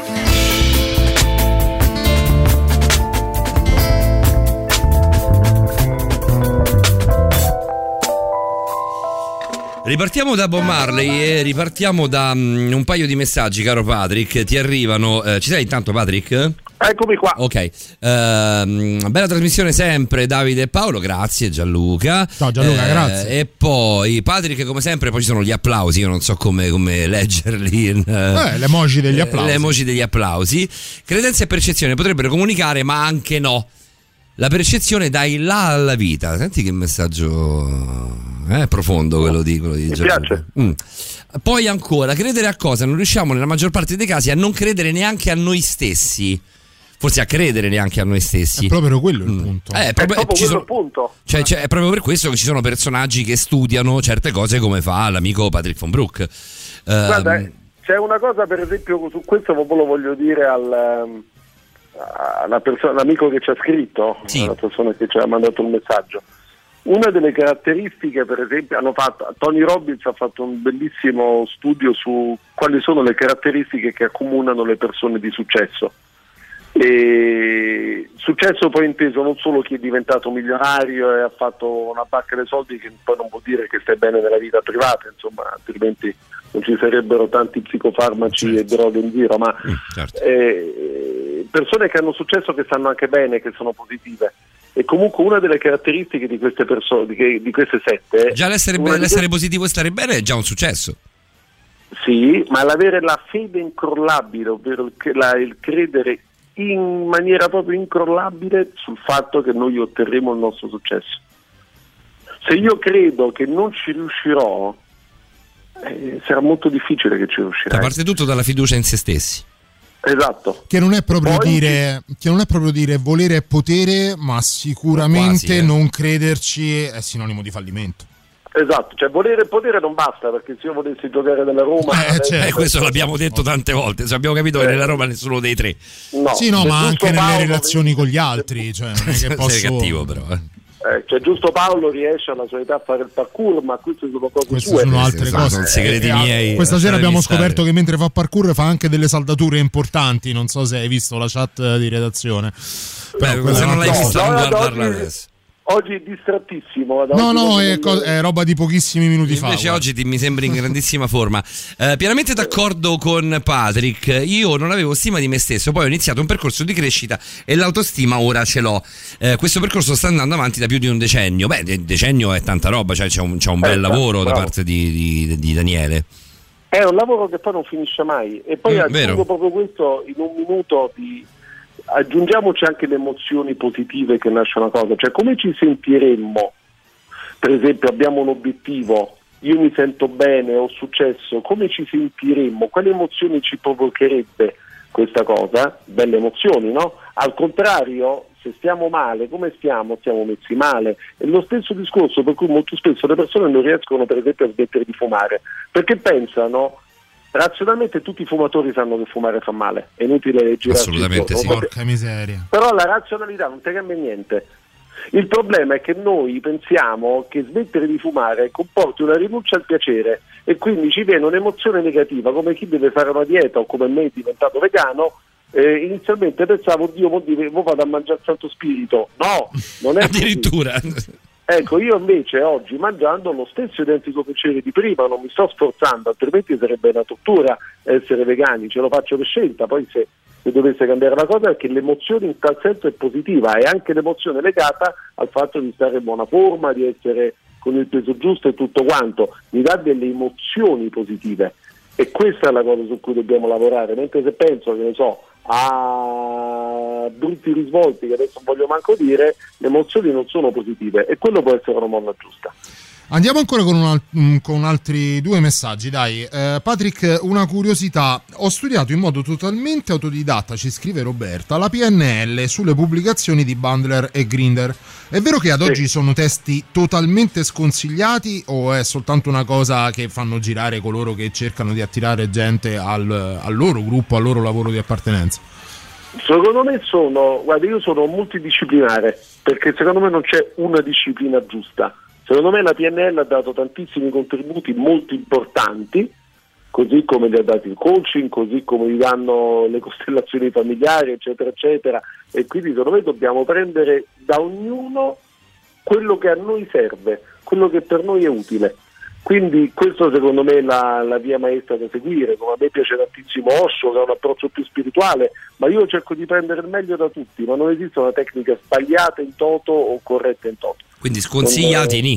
Ripartiamo da Bob Marley e ripartiamo da un paio di messaggi, caro Patrick. Ti arrivano. Ci sei intanto, Patrick? Eccomi qua. Ok, bella trasmissione sempre, Davide e Paolo, grazie Gianluca. Ciao Gianluca, grazie. E poi Patrick, come sempre, poi ci sono gli applausi, io non so come leggerli. L'emoji degli applausi. L'emoji degli applausi. Credenze e percezione potrebbero comunicare, ma anche no. La percezione dà il là alla vita. Senti che messaggio profondo quello di Gianluca. Poi ancora, credere a cosa? Non riusciamo nella maggior parte dei casi a non credere neanche a noi stessi. Forse a credere neanche a noi stessi. È proprio quello il punto. È proprio quello il punto. Cioè, è proprio per questo che ci sono personaggi che studiano certe cose, come fa l'amico Patrick von Broek. Guarda, c'è una cosa, per esempio, su questo lo voglio dire all'amico che ci ha scritto, sì, la persona che ci ha mandato il messaggio. Una delle caratteristiche, per esempio, Tony Robbins ha fatto un bellissimo studio su quali sono le caratteristiche che accomunano le persone di successo. E successo poi inteso non solo chi è diventato milionario e ha fatto una pacca di soldi, che poi non vuol dire che stai bene nella vita privata, insomma, altrimenti non ci sarebbero tanti psicofarmaci e droghe in giro, ma persone che hanno successo, che stanno anche bene, che sono positive. E comunque una delle caratteristiche di queste persone, di queste sette, già l'essere positivo e stare bene è già un successo. Sì, ma l'avere la fede incrollabile, ovvero il credere in maniera proprio incrollabile sul fatto che noi otterremo il nostro successo. Se io credo che non ci riuscirò, sarà molto difficile che ci riuscirai. Parte tutto dalla fiducia in se stessi. Esatto. Che non è proprio dire volere è potere, ma sicuramente quasi, non crederci è sinonimo di fallimento. Esatto, cioè volere e potere non basta, perché se io volessi giocare nella Roma questo l'abbiamo detto tante volte, cioè, abbiamo capito che nella Roma nessuno dei tre. No, sì, no, ma anche nelle relazioni con gli altri, cioè non è che posso... Sei cattivo però, cioè giusto Paolo riesce alla sua età a fare il parkour, ma queste sono cose sue. Sono altre cose. Sono segreti miei. Questa sera abbiamo scoperto che mentre fa parkour fa anche delle saldature importanti. Non so se hai visto la chat di redazione. Beh, se non l'hai vista, non guardarla adesso. Oggi è distrattissimo. No, è roba di pochissimi minuti fa. Invece oggi mi sembri in grandissima forma. Pienamente d'accordo con Patrick. Io non avevo stima di me stesso, poi ho iniziato un percorso di crescita e l'autostima ora ce l'ho. Questo percorso sta andando avanti da più di un decennio. Beh, decennio è tanta roba, cioè c'è un bel lavoro da parte di Daniele. È un lavoro che poi non finisce mai. E poi aggiungo proprio questo in un minuto aggiungiamoci anche le emozioni positive che nasce una cosa, cioè come ci sentiremmo, per esempio abbiamo un obiettivo, io mi sento bene, ho successo, come ci sentiremmo, quali emozioni ci provocherebbe questa cosa? Belle emozioni, no? Al contrario, se stiamo male, come stiamo? Stiamo messi male. È lo stesso discorso per cui molto spesso le persone non riescono, per esempio, a smettere di fumare, perché pensano, razionalmente tutti i fumatori sanno che fumare fa male, è inutile girarci. Assolutamente sì. Porca miseria. Però la razionalità non ti cambia niente. Il problema è che noi pensiamo che smettere di fumare comporti una rinuncia al piacere e quindi ci viene un'emozione negativa, come chi deve fare una dieta o come me è diventato vegano. Inizialmente pensavo, oddio, mo vado a mangiare il Santo Spirito. No, non è addirittura. Ecco, io invece oggi mangiando lo stesso identico piacere di prima, non mi sto sforzando, altrimenti sarebbe una tortura essere vegani, ce lo faccio per scelta. Poi se dovesse cambiare la cosa è che l'emozione in tal senso è positiva, e anche l'emozione legata al fatto di stare in buona forma, di essere con il peso giusto e tutto quanto, mi dà delle emozioni positive, e questa è la cosa su cui dobbiamo lavorare. Mentre se penso, che ne so, a brutti risvolti che adesso non voglio manco dire, le emozioni non sono positive, e quello può essere una molla giusta. Andiamo ancora con altri due messaggi, dai. Patrick, una curiosità: ho studiato in modo totalmente autodidatta, ci scrive Roberta, la PNL sulle pubblicazioni di Bandler e Grindr. È vero che ad oggi sono testi totalmente sconsigliati, o è soltanto una cosa che fanno girare coloro che cercano di attirare gente al loro gruppo, al loro lavoro di appartenenza? Secondo me io sono multidisciplinare, perché secondo me non c'è una disciplina giusta. Secondo me la PNL ha dato tantissimi contributi molto importanti, così come li ha dati il coaching, così come li danno le costellazioni familiari, eccetera, eccetera, e quindi secondo me dobbiamo prendere da ognuno quello che a noi serve, quello che per noi è utile. Quindi questo secondo me è la via maestra da seguire. Come a me piace tantissimo Osho, che ha un approccio più spirituale, ma io cerco di prendere il meglio da tutti, ma non esiste una tecnica sbagliata in toto o corretta in toto. Quindi sconsigliati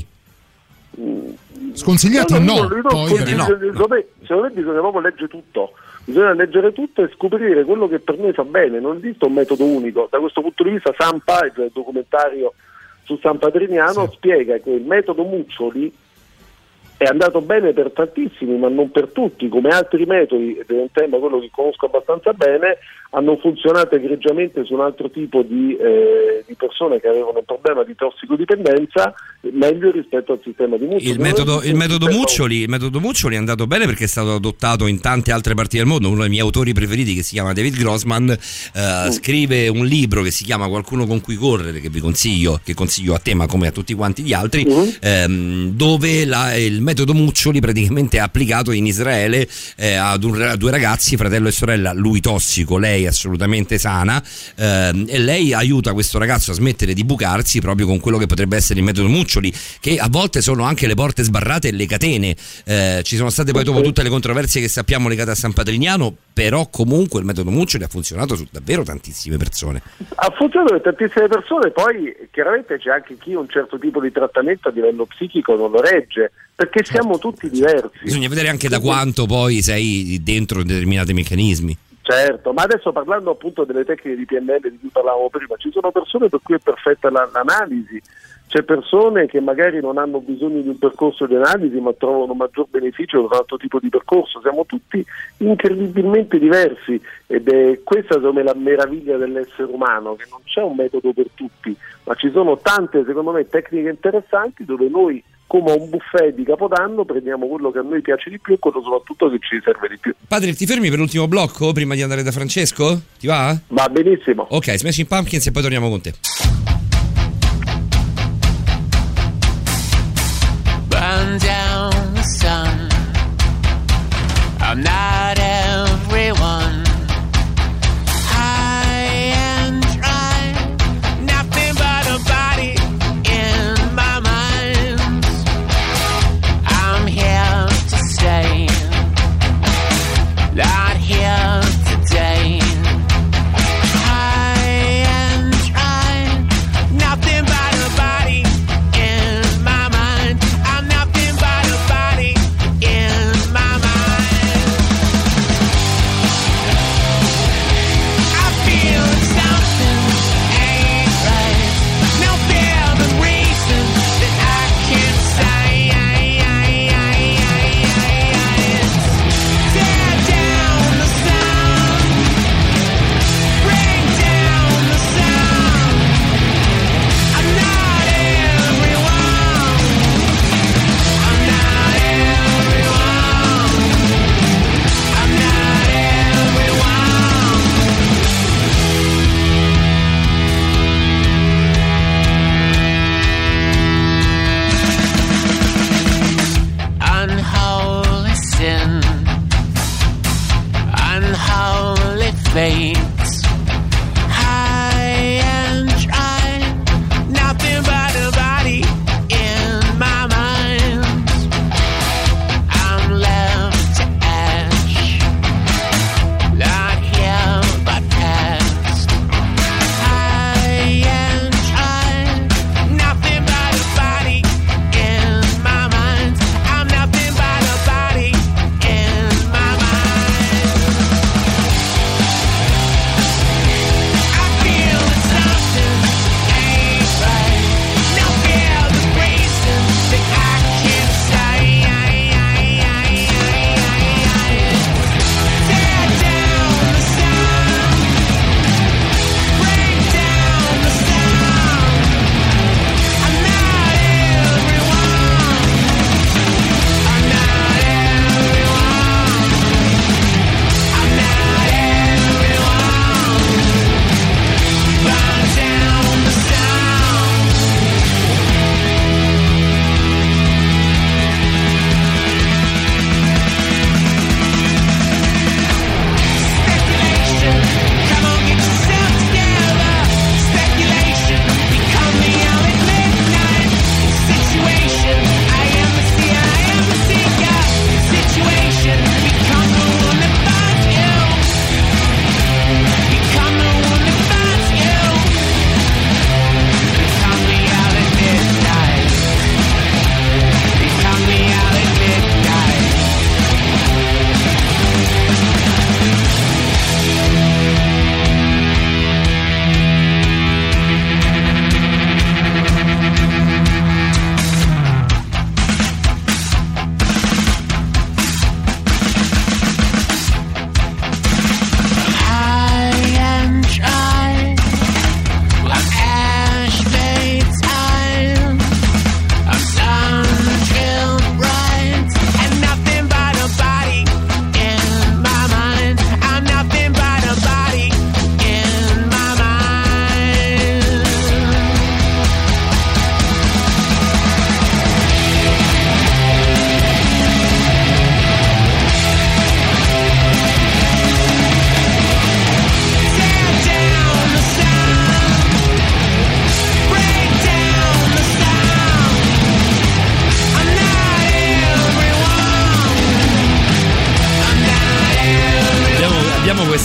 Sconsigliati secondo me bisogna proprio leggere tutto. Bisogna leggere tutto e scoprire quello che per noi fa bene. Non esiste un metodo unico. Da questo punto di vista Sampa, il documentario su San Patrignano, spiega che il metodo Muccioli è andato bene per tantissimi, ma non per tutti, come altri metodi, ed è un tema quello che conosco abbastanza bene, hanno funzionato egregiamente su un altro tipo di persone che avevano un problema di tossicodipendenza, meglio rispetto al sistema di Muccioli. Il metodo Muccioli è andato bene perché è stato adottato in tante altre parti del mondo. Uno dei miei autori preferiti, che si chiama David Grossman, scrive un libro che si chiama Qualcuno con cui correre, che consiglio a te ma come a tutti quanti gli altri, dove il metodo Muccioli praticamente è applicato in Israele a due ragazzi, fratello e sorella, lui tossico, lei assolutamente sana, e lei aiuta questo ragazzo a smettere di bucarsi proprio con quello che potrebbe essere il metodo Muccioli, che a volte sono anche le porte sbarrate e le catene. Ci sono state poi dopo tutte le controversie che sappiamo legate a San Patrignano, però comunque il metodo Muccioli ha funzionato su davvero tantissime persone. Ha funzionato per tantissime persone, poi chiaramente c'è anche chi un certo tipo di trattamento a livello psichico non lo regge, perché siamo tutti diversi. Bisogna vedere anche da quanto poi sei dentro determinati meccanismi. Certo, ma adesso parlando appunto delle tecniche di PNL di cui parlavamo prima, ci sono persone per cui è perfetta l'analisi, c'è persone che magari non hanno bisogno di un percorso di analisi ma trovano un maggior beneficio da un altro tipo di percorso. Siamo tutti incredibilmente diversi, ed è questa secondo me la meraviglia dell'essere umano, che non c'è un metodo per tutti, ma ci sono tante secondo me tecniche interessanti dove noi, come un buffet di Capodanno, prendiamo quello che a noi piace di più e quello soprattutto che ci serve di più. Padre, ti fermi per l'ultimo blocco prima di andare da Francesco? Ti va? Va benissimo. Ok, Smashing Pumpkins e poi torniamo con te. Burn down the sun. I'm not everyone. High and dry, nothing but a body in my mind. I'm here to stay, not here today. High and dry,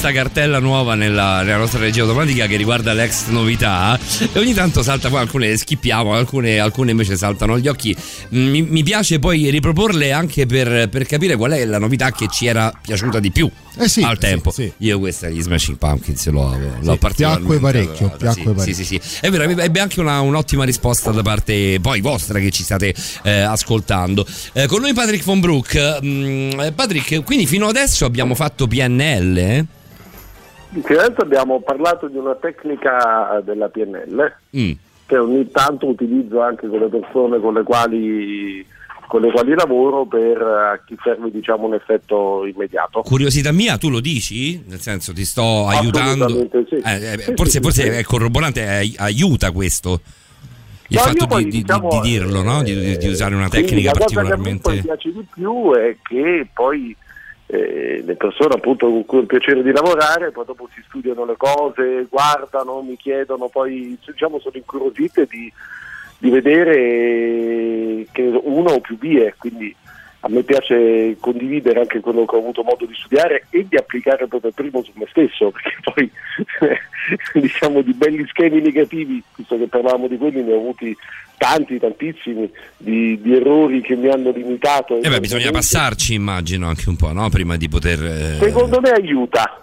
questa cartella nuova nella nostra regia automatica che riguarda l'ex novità e ogni tanto salta fuori, alcune le schippiamo, alcune invece saltano agli occhi. Mi piace poi riproporle anche per capire qual è la novità che ci era piaciuta di più al tempo. Sì. Io questa gli Smashing Pumpkins l'ho piacque parecchio. Sì. È vero, ebbe anche un'ottima risposta da parte poi vostra che ci state ascoltando. Con noi Patrick Von Broek. Patrick, quindi fino adesso abbiamo fatto PNL? Adesso abbiamo parlato di una tecnica della PNL che ogni tanto utilizzo anche con le persone con le quali lavoro per chi serve, diciamo, un effetto immediato. Curiosità mia, tu lo dici? Nel senso, ti sto aiutando? Sì. Forse è corroborante, aiuta questo il fatto di dirlo, no? Di usare una tecnica particolarmente. La cosa che a me piace di più è che poi le persone, appunto, con cui ho il piacere di lavorare, poi dopo si studiano le cose, guardano, mi chiedono, poi, diciamo, sono incuriosite di vedere che uno o più vie, quindi a me piace condividere anche quello che ho avuto modo di studiare e di applicare proprio primo su me stesso, perché poi diciamo di belli schemi negativi, visto che parlavamo di quelli, ne ho avuti tantissimi di errori che mi hanno limitato. Bisogna passarci, immagino, anche un po', no? Prima di poter Secondo me aiuta.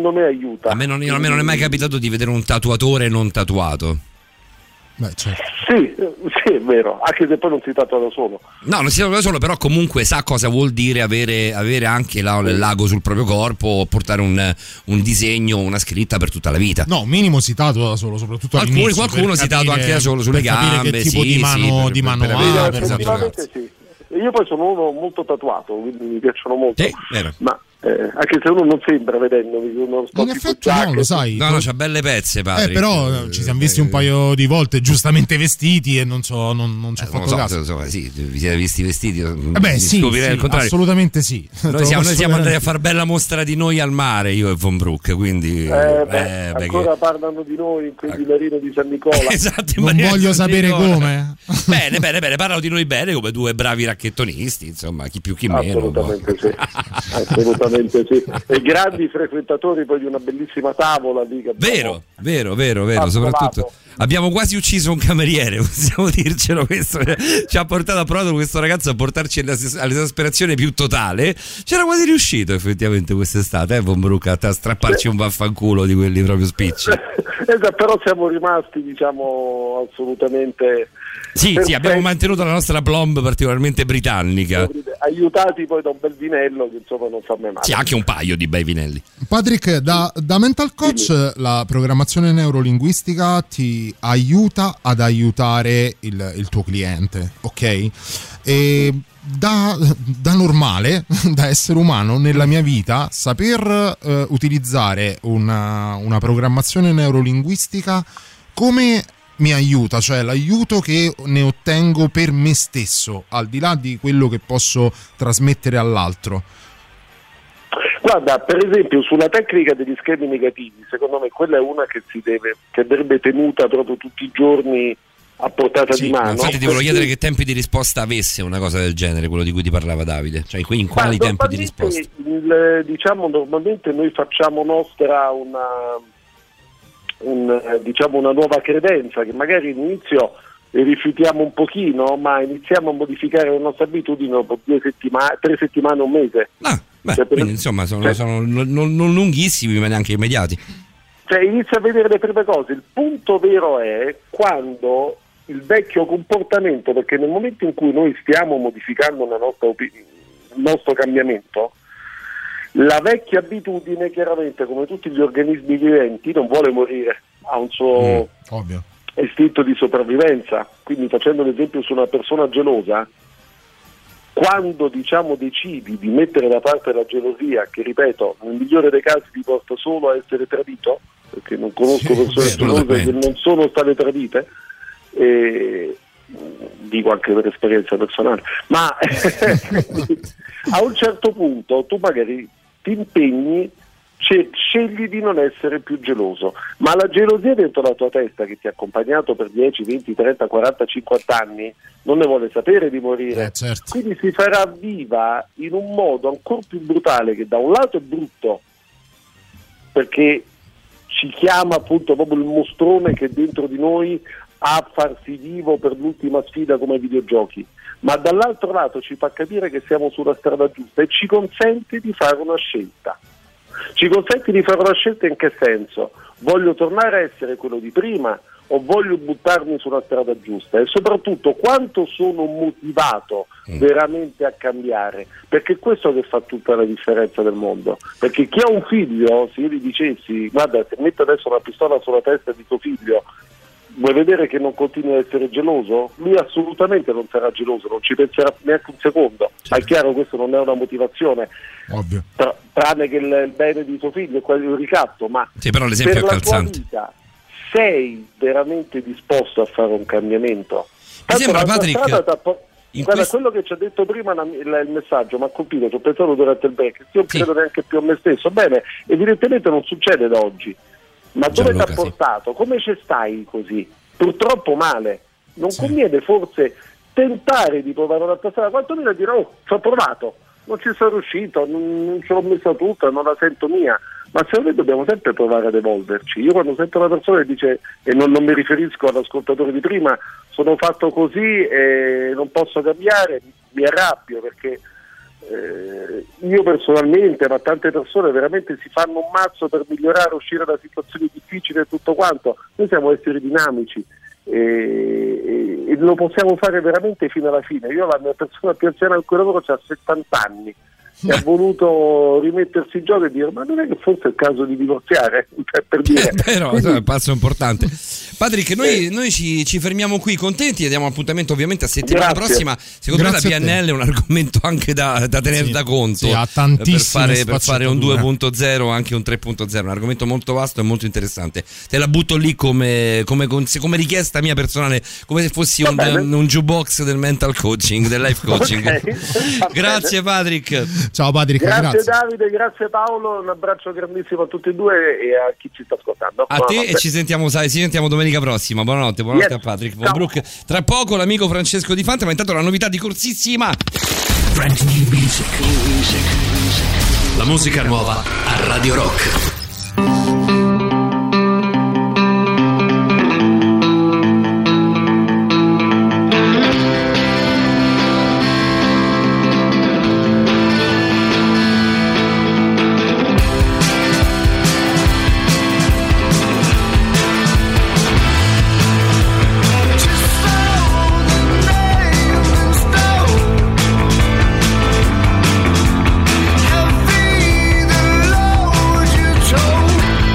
A me non è mai capitato di vedere un tatuatore non tatuato. Beh, certo. Sì, è vero, anche se poi non si tatua da solo. No, non si tatua da solo, però comunque sa cosa vuol dire avere anche l'ago sul proprio corpo o portare un disegno, una scritta per tutta la vita. No, minimo si tatua da solo, soprattutto all'inizio. Qualcuno si tatua anche da solo sulle gambe, che tipo di mano ha. Effettivamente sì. Io poi sono uno molto tatuato, quindi mi piacciono molto. Ma anche se uno non sembra vedendomi, in effetti no, lo sai. No, c'ha belle pezze, Patrick. Però ci siamo visti un paio di volte giustamente vestiti e non ci ho fatto caso. Insomma, sì, vi siete visti vestiti? Sì, il contrario. Assolutamente sì. Noi siamo andati a far bella mostra di noi al mare, io e Von Broek, quindi ancora parlano di noi in quel villaggio di San Nicola. Esatto, non voglio sapere come. Bene, parlano di noi bene come due bravi racchettonisti, insomma, chi più chi meno. Assolutamente sì. E grandi frequentatori poi di una bellissima tavola lì che vero, soprattutto abbiamo quasi ucciso un cameriere, possiamo dircelo, questo ci ha portato, questo ragazzo a portarci all'esasperazione più totale. C'era quasi riuscito effettivamente quest'estate, Von Broek, a strapparci un vaffanculo di quelli proprio spicci. Esatto, però siamo rimasti, diciamo, assolutamente sì, abbiamo mantenuto la nostra plomb particolarmente britannica, aiutati poi da un bel vinello che insomma non fa mai male. Sì, anche un paio di bei vinelli. Patrick, da mental coach la programmazione neurolinguistica ti aiuta ad aiutare il tuo cliente, ok? E da normale, da essere umano nella mia vita, saper utilizzare una programmazione neurolinguistica come mi aiuta, cioè l'aiuto che ne ottengo per me stesso, al di là di quello che posso trasmettere all'altro. Guarda, per esempio sulla tecnica degli schemi negativi, secondo me quella è una che andrebbe tenuta proprio tutti i giorni a portata di mano. Infatti ti volevo chiedere che tempi di risposta avesse una cosa del genere, quello di cui ti parlava Davide, cioè in quali tempi di risposta? Diciamo, normalmente noi facciamo nostra una nuova credenza che magari all'inizio rifiutiamo un pochino, ma iniziamo a modificare le nostre abitudini dopo 2 settimane, 3 settimane, un mese. Quindi insomma sono non lunghissimi ma neanche immediati. Cioè inizia a vedere le prime cose. Il punto vero è quando il vecchio comportamento, perché nel momento in cui noi stiamo modificando il nostro cambiamento, la vecchia abitudine, chiaramente, come tutti gli organismi viventi, non vuole morire, ha un suo istinto di sopravvivenza. Quindi, facendo l'esempio su una persona gelosa, quando decidi di mettere da parte la gelosia, che ripeto, nel migliore dei casi ti porta solo a essere tradito, perché non conosco persone gelose che non sono state tradite, dico anche per esperienza personale, ma a un certo punto tu magari ti impegni, scegli di non essere più geloso, ma la gelosia dentro la tua testa che ti ha accompagnato per 10, 20, 30, 40, 50 anni non ne vuole sapere di morire, certo. Quindi si farà viva in un modo ancora più brutale, che da un lato è brutto perché ci chiama appunto proprio il mostrone che dentro di noi a farsi vivo per l'ultima sfida come ai videogiochi, ma dall'altro lato ci fa capire che siamo sulla strada giusta e ci consente di fare una scelta. Ci consente di fare una scelta in che senso? Voglio tornare a essere quello di prima o voglio buttarmi sulla strada giusta? E soprattutto quanto sono motivato veramente a cambiare? Perché è questo che fa tutta la differenza del mondo. Perché chi ha un figlio, se io gli dicessi guarda, se metto adesso una pistola sulla testa di tuo figlio, vuoi vedere che non continui a essere geloso? Lui assolutamente non sarà geloso, non ci penserà neanche un secondo. Ma è chiaro, questo non è una motivazione. Ovvio. Tranne che il bene di tuo figlio è quello di ricatto, ma sì, però l'esempio per è la calzante. tua vita sei veramente disposto a fare un cambiamento? Mi sembra, Patrick, guarda, quello che ci ha detto prima il messaggio mi ha colpito, ci ho pensato durante il break, io credo neanche più a me stesso. Bene, evidentemente non succede da oggi, ma dove ti ha portato? Come ci stai così? Purtroppo male. Non conviene forse tentare di provare un'altra strada, quantomeno dire ci ho provato, non ci sono riuscito, non ce l'ho messa tutta, non la sento mia. Ma secondo me dobbiamo sempre provare ad evolverci. Io quando sento una persona che dice, e non mi riferisco all'ascoltatore di prima, sono fatto così e non posso cambiare, mi arrabbio, perché io personalmente, ma tante persone veramente si fanno un mazzo per migliorare, uscire da situazioni difficili e tutto quanto. Noi siamo esseri dinamici e lo possiamo fare veramente fino alla fine. Io, la mia persona più anziana al cui lavoro, ha 70 anni e ha voluto rimettersi in gioco e dire ma non è che forse è il caso di divorziare, per dire. Però quindi, è un passo importante. Patrick, noi ci fermiamo qui contenti e diamo appuntamento ovviamente a settimana prossima. Secondo me la PNL è un argomento anche da tenere da conto, ha tantissime per fare un 2.0 anche un 3.0, un argomento molto vasto e molto interessante. Te la butto lì come richiesta mia personale, come se fossi un jukebox del mental coaching, del life coaching. Okay. Grazie Patrick. Ciao Patrick, grazie Davide, grazie Paolo, un abbraccio grandissimo a tutti e due e a chi ci sta ascoltando. A te, e ci sentiamo domenica prossima. Buonanotte a Patrick Von Broek. Tra poco l'amico Francesco Di Fante, ma intanto la novità di corsissima. La musica nuova a Radio Rock. Told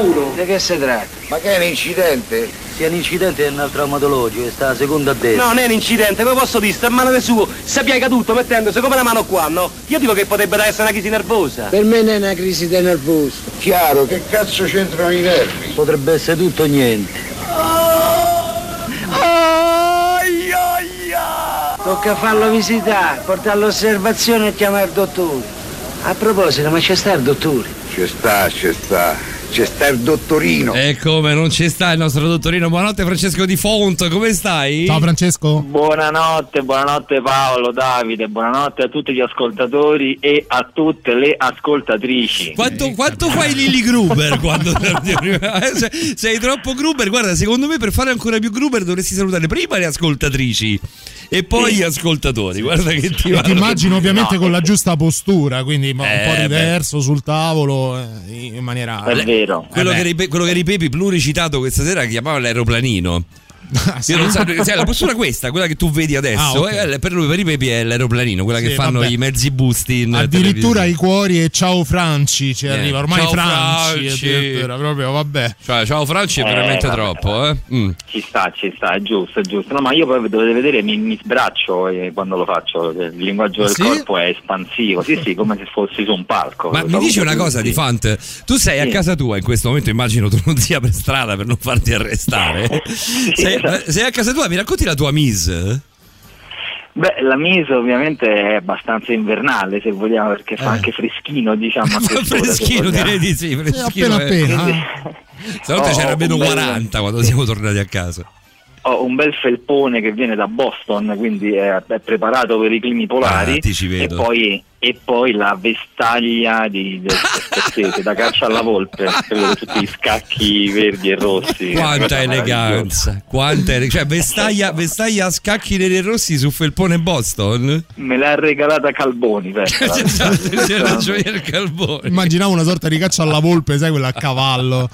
sicuro? Di che si tratta? Ma che è un incidente? Se è un incidente è un traumatologico, sta a seconda a destra. No, non è un incidente, come posso dire, sta a mano del suo, si piega tutto mettendosi come una mano qua, no? Io dico che potrebbe essere una crisi nervosa. Per me non è una crisi di nervoso. Chiaro, che cazzo c'entrano i nervi? Potrebbe essere tutto o niente. Tocca farlo visitare, portare all'osservazione e chiamare il dottore. A proposito, ma c'è sta il dottore? C'è sta il dottorino. E come non ci sta il nostro dottorino? Buonanotte Francesco Di Fonto, come stai? Ciao Francesco. Buonanotte Paolo, Davide, buonanotte a tutti gli ascoltatori e a tutte le ascoltatrici. Quanto fai Lily Gruber quando sei troppo Gruber? Guarda, secondo me per fare ancora più Gruber dovresti salutare prima le ascoltatrici e poi gli ascoltatori. Guarda che ti immagino ovviamente con la giusta postura, quindi un po' riverso sul tavolo in maniera... È vero. Quello che eri Pepi pluricitato questa sera chiamava l'aeroplanino. Io non so, la postura questa, quella che tu vedi adesso, okay. Per lui, per i Pepi è l'aeroplanino, quella che fanno i mezzi busti in addirittura i cuori e ciao Franci ci arriva ormai. Ciao Franci. Proprio vabbè, cioè, ciao Franci è veramente troppo Ci sta, è giusto. No, ma io poi dovete vedere mi sbraccio quando lo faccio, il linguaggio del corpo è espansivo, sì, come se fossi su un palco. Ma mi dici una cosa, Di Fant, tu sei a casa tua in questo momento, immagino tu non sia per strada per non farti arrestare. Sei a casa tua, mi racconti la tua mise? Beh, la mise ovviamente è abbastanza invernale, se vogliamo, perché fa anche freschino, diciamo. Freschino, direi di sì, freschino. Appena. Stanotte c'era meno 40 quando siamo tornati a casa. Ho un bel felpone che viene da Boston, quindi è preparato per i climi polari. Ci vedo. E poi la vestaglia di scozzese da caccia alla volpe, tutti gli scacchi verdi e rossi. Quanta eleganza, cioè vestaglia a scacchi neri e rossi su felpone Boston? Me l'ha regalata Calboni, c'è ragione Calboni. Immaginavo una sorta di caccia alla volpe, sai, quella a cavallo.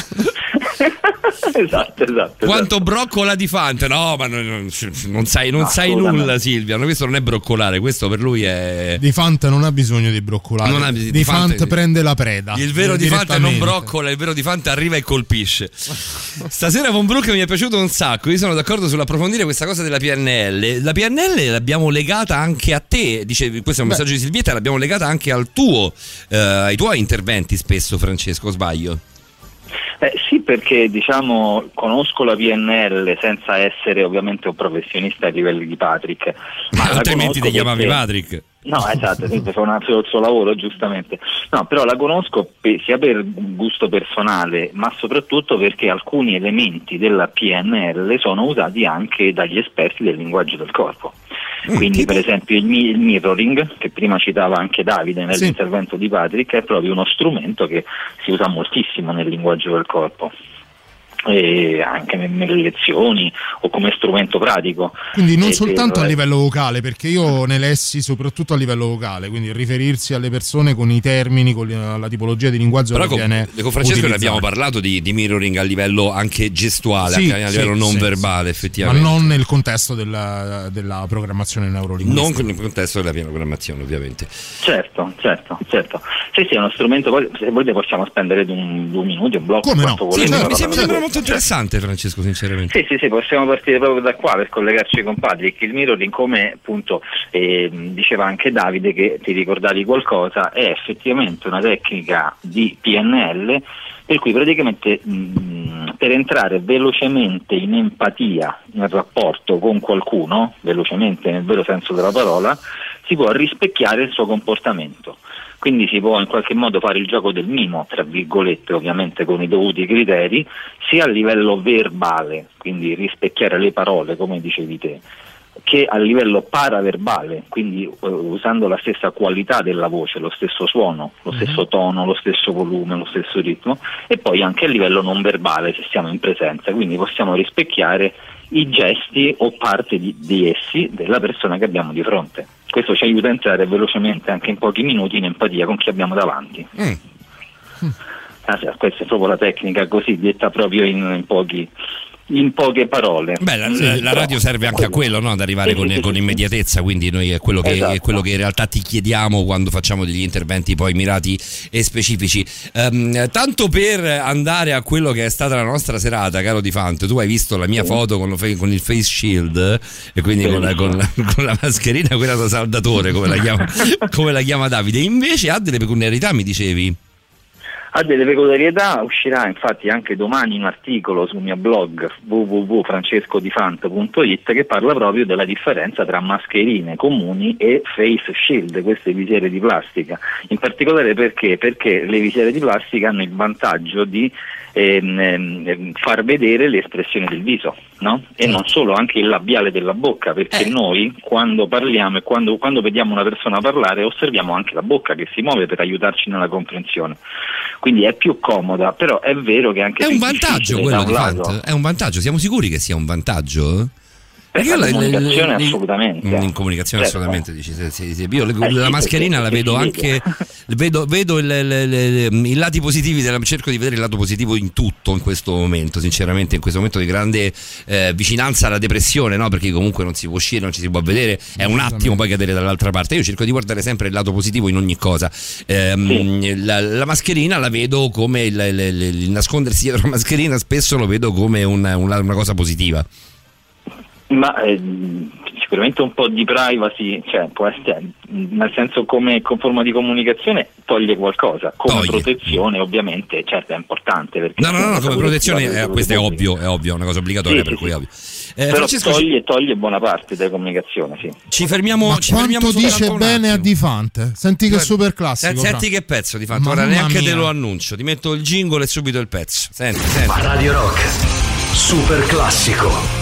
Esatto. Quanto broccola Di Fant? No, ma non sai nulla, Silvia. Questo non è broccolare, questo per lui è. Di Fant non ha bisogno di broccolare. Di Fant prende la preda. Il vero Di Fant non broccola, il vero Di Fant arriva e colpisce. Stasera Von Brook mi è piaciuto un sacco. Io sono d'accordo sull'approfondire questa cosa della PNL. La PNL l'abbiamo legata anche a te. Dice, questo è un messaggio di Silvietta, l'abbiamo legata anche al ai tuoi interventi spesso, Francesco, sbaglio? Sì, perché diciamo conosco la PNL senza essere ovviamente un professionista a livelli di Patrick. Ma altrimenti ti chiamavi Patrick? No, esatto, fa il suo lavoro, giustamente. No, però la conosco sia per gusto personale, ma soprattutto perché alcuni elementi della PNL sono usati anche dagli esperti del linguaggio del corpo. Quindi per esempio il mirroring, che prima citava anche Davide nell'intervento di Patrick, è proprio uno strumento che si usa moltissimo nel linguaggio del corpo. E anche nelle lezioni o come strumento pratico. Quindi non soltanto a livello vocale, perché io ne lessi soprattutto a livello vocale, quindi riferirsi alle persone con i termini, con la tipologia di linguaggio. Però con Francesco ne abbiamo parlato di mirroring a livello anche gestuale, anche a livello non verbale, effettivamente. Ma non nel contesto della programmazione neurolinguistica. Non nel contesto della programmazione, ovviamente. Certo. Sì, è uno strumento, poi se volete possiamo spendere 2 minuti, un blocco. Come no? Volete, mi sembra molto interessante, Francesco, sinceramente. Sì, possiamo partire proprio da qua per collegarci con Patrick. Il mirroring, come appunto diceva anche Davide, che ti ricordavi qualcosa, è effettivamente una tecnica di PNL per cui praticamente per entrare velocemente in empatia nel rapporto con qualcuno, velocemente nel vero senso della parola, si può rispecchiare il suo comportamento. Quindi si può in qualche modo fare il gioco del mimo, tra virgolette, ovviamente con i dovuti criteri, sia a livello verbale, quindi rispecchiare le parole, come dicevi te, che a livello paraverbale, quindi usando la stessa qualità della voce, lo stesso suono, lo stesso tono, lo stesso volume, lo stesso ritmo, e poi anche a livello non verbale, se siamo in presenza, quindi possiamo rispecchiare i gesti o parte di essi della persona che abbiamo di fronte. Questo ci aiuta a entrare velocemente, anche in pochi minuti, in empatia con chi abbiamo davanti. Questa è proprio la tecnica, così detta proprio in pochi in poche parole. Beh, la radio serve anche a quello, no? Ad arrivare con immediatezza, quindi noi è quello che in realtà ti chiediamo quando facciamo degli interventi poi mirati e specifici. Tanto per andare a quello che è stata la nostra serata, caro Di Fanto, tu hai visto la mia foto con il face shield e quindi con la mascherina, quella da saldatore, come la chiama Davide, invece ha delle peculiarità, mi dicevi? Ha delle peculiarità, uscirà infatti anche domani un articolo sul mio blog www.francescodifanto.it che parla proprio della differenza tra mascherine comuni e face shield, queste visiere di plastica. In particolare perché le visiere di plastica hanno il vantaggio di far vedere l'espressione del viso, no? E non solo, anche il labiale della bocca, perché noi quando parliamo e quando vediamo una persona parlare osserviamo anche la bocca che si muove per aiutarci nella comprensione. Quindi è più comoda, però è vero che anche è un vantaggio quello di Fant, è un vantaggio, siamo sicuri che sia un vantaggio? Perché in comunicazione assolutamente. In comunicazione assolutamente, dici, io la mascherina la vedo anche, vedo i lati positivi, cerco di vedere il lato positivo in tutto in questo momento, sinceramente, in questo momento di grande vicinanza alla depressione, no? Perché comunque non si può uscire, non ci si può vedere, è un attimo poi cadere dall'altra parte. Io cerco di guardare sempre il lato positivo in ogni cosa. La mascherina la vedo come il nascondersi dietro la mascherina, spesso lo vedo come una cosa positiva. Ma sicuramente un po' di privacy, cioè può essere, nel senso come forma di comunicazione toglie qualcosa, come protezione ovviamente, certo è importante perché no, come protezione questo è ovvio, è una cosa obbligatoria, per cui è ovvio. Però Francesco, toglie buona parte della comunicazione, sì. Ci fermiamo. Ma quanto dice bene a Di Fante? Senti che super classico. Senti che pezzo Di Fante. Ora neanche te lo annuncio, ti metto il jingle e subito il pezzo. Senti. Radio Rock super classico.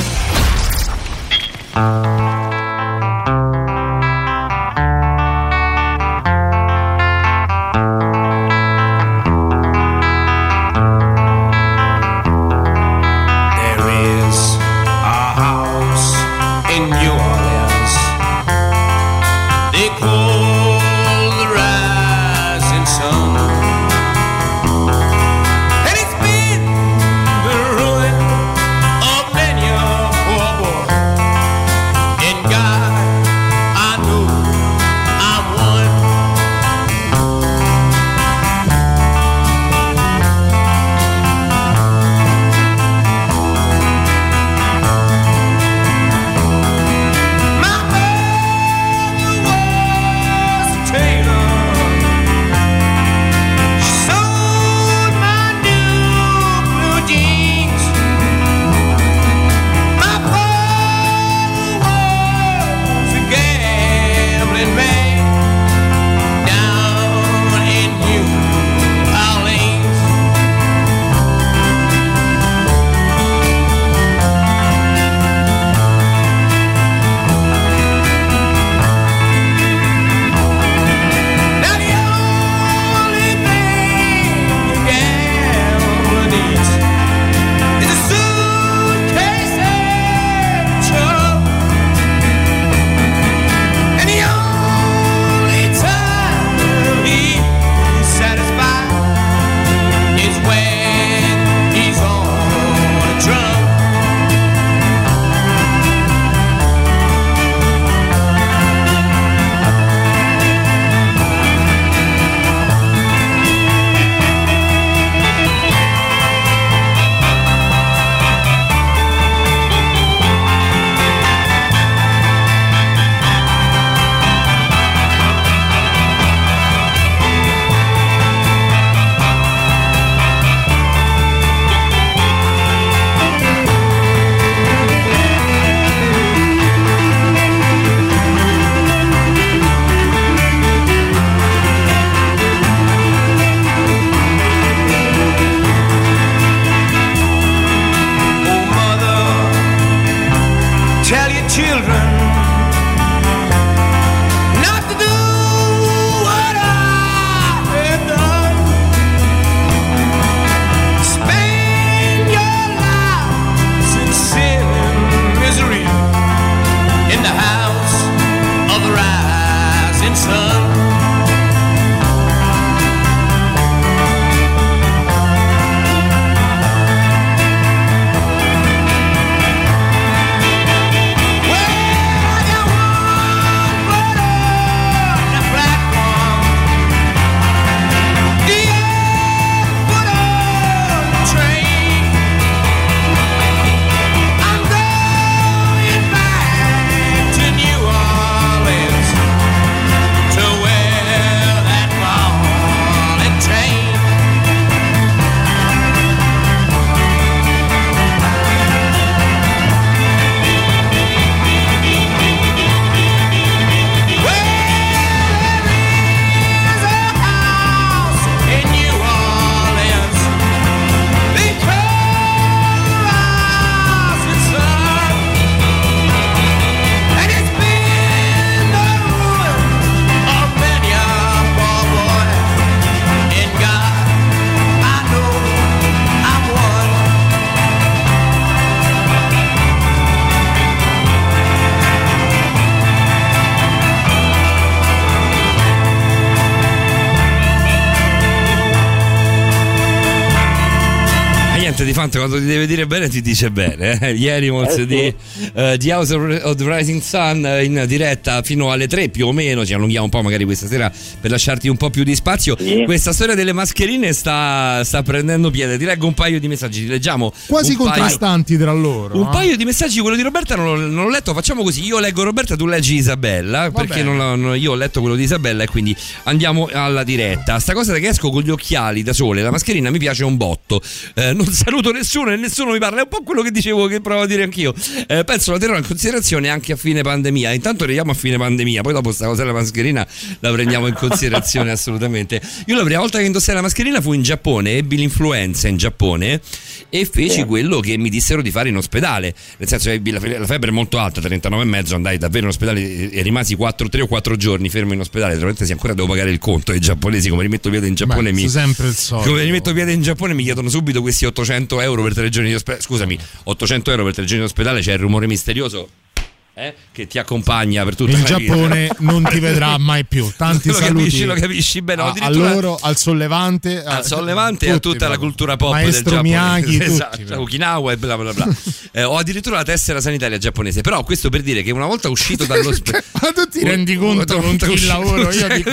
gente di Fanta quando ti deve dire bene ti dice bene. Gli Animals di The House of the Rising Sun in diretta fino alle 3 più o meno, ci allunghiamo un po' magari questa sera per lasciarti un po' più di spazio. Questa storia delle mascherine sta prendendo piede. Ti leggo un paio di messaggi, ti leggiamo quasi contrastanti tra loro. Un paio di messaggi, quello di Roberta non l'ho letto, facciamo così, io leggo Roberta, tu leggi Isabella, perché io ho letto quello di Isabella e quindi andiamo alla diretta. Sta cosa che esco con gli occhiali da sole, la mascherina mi piace un botto, non saluto nessuno e nessuno mi parla, è un po' quello che dicevo, che provo a dire anch'io. Penso la terrò in considerazione anche a fine pandemia. Intanto arriviamo a fine pandemia, poi dopo sta cosa della mascherina la prendiamo in considerazione assolutamente. Io la prima volta che indossai la mascherina fu in Giappone, ebbi l'influenza in Giappone e feci quello che mi dissero di fare in ospedale, nel senso che ebbi la febbre molto alta, 39,5, andai davvero in ospedale e rimasi 3 o 4 giorni fermo in ospedale. Naturalmente se ancora devo pagare il conto ai giapponesi, come rimetto piede in Giappone sempre il solito. Come rimetto piede in Giappone mi chiedono subito questi 800 euro per 3 giorni di ospedale. Scusami, 800 euro per 3 giorni di ospedale, c'è il rumore misterioso che ti accompagna per tutta la vita. Il Giappone non ti vedrà mai più. Tanti saluti. Lo capisci bene. A loro, al Sollevante, e a tutta la cultura pop Maestro del Giappone. Miyagi, esatto, Okinawa e bla bla bla. Ho addirittura la tessera sanitaria giapponese. Però questo per dire che una volta uscito dall'ospedale, ma tu ti rendi conto con chi lavoro io di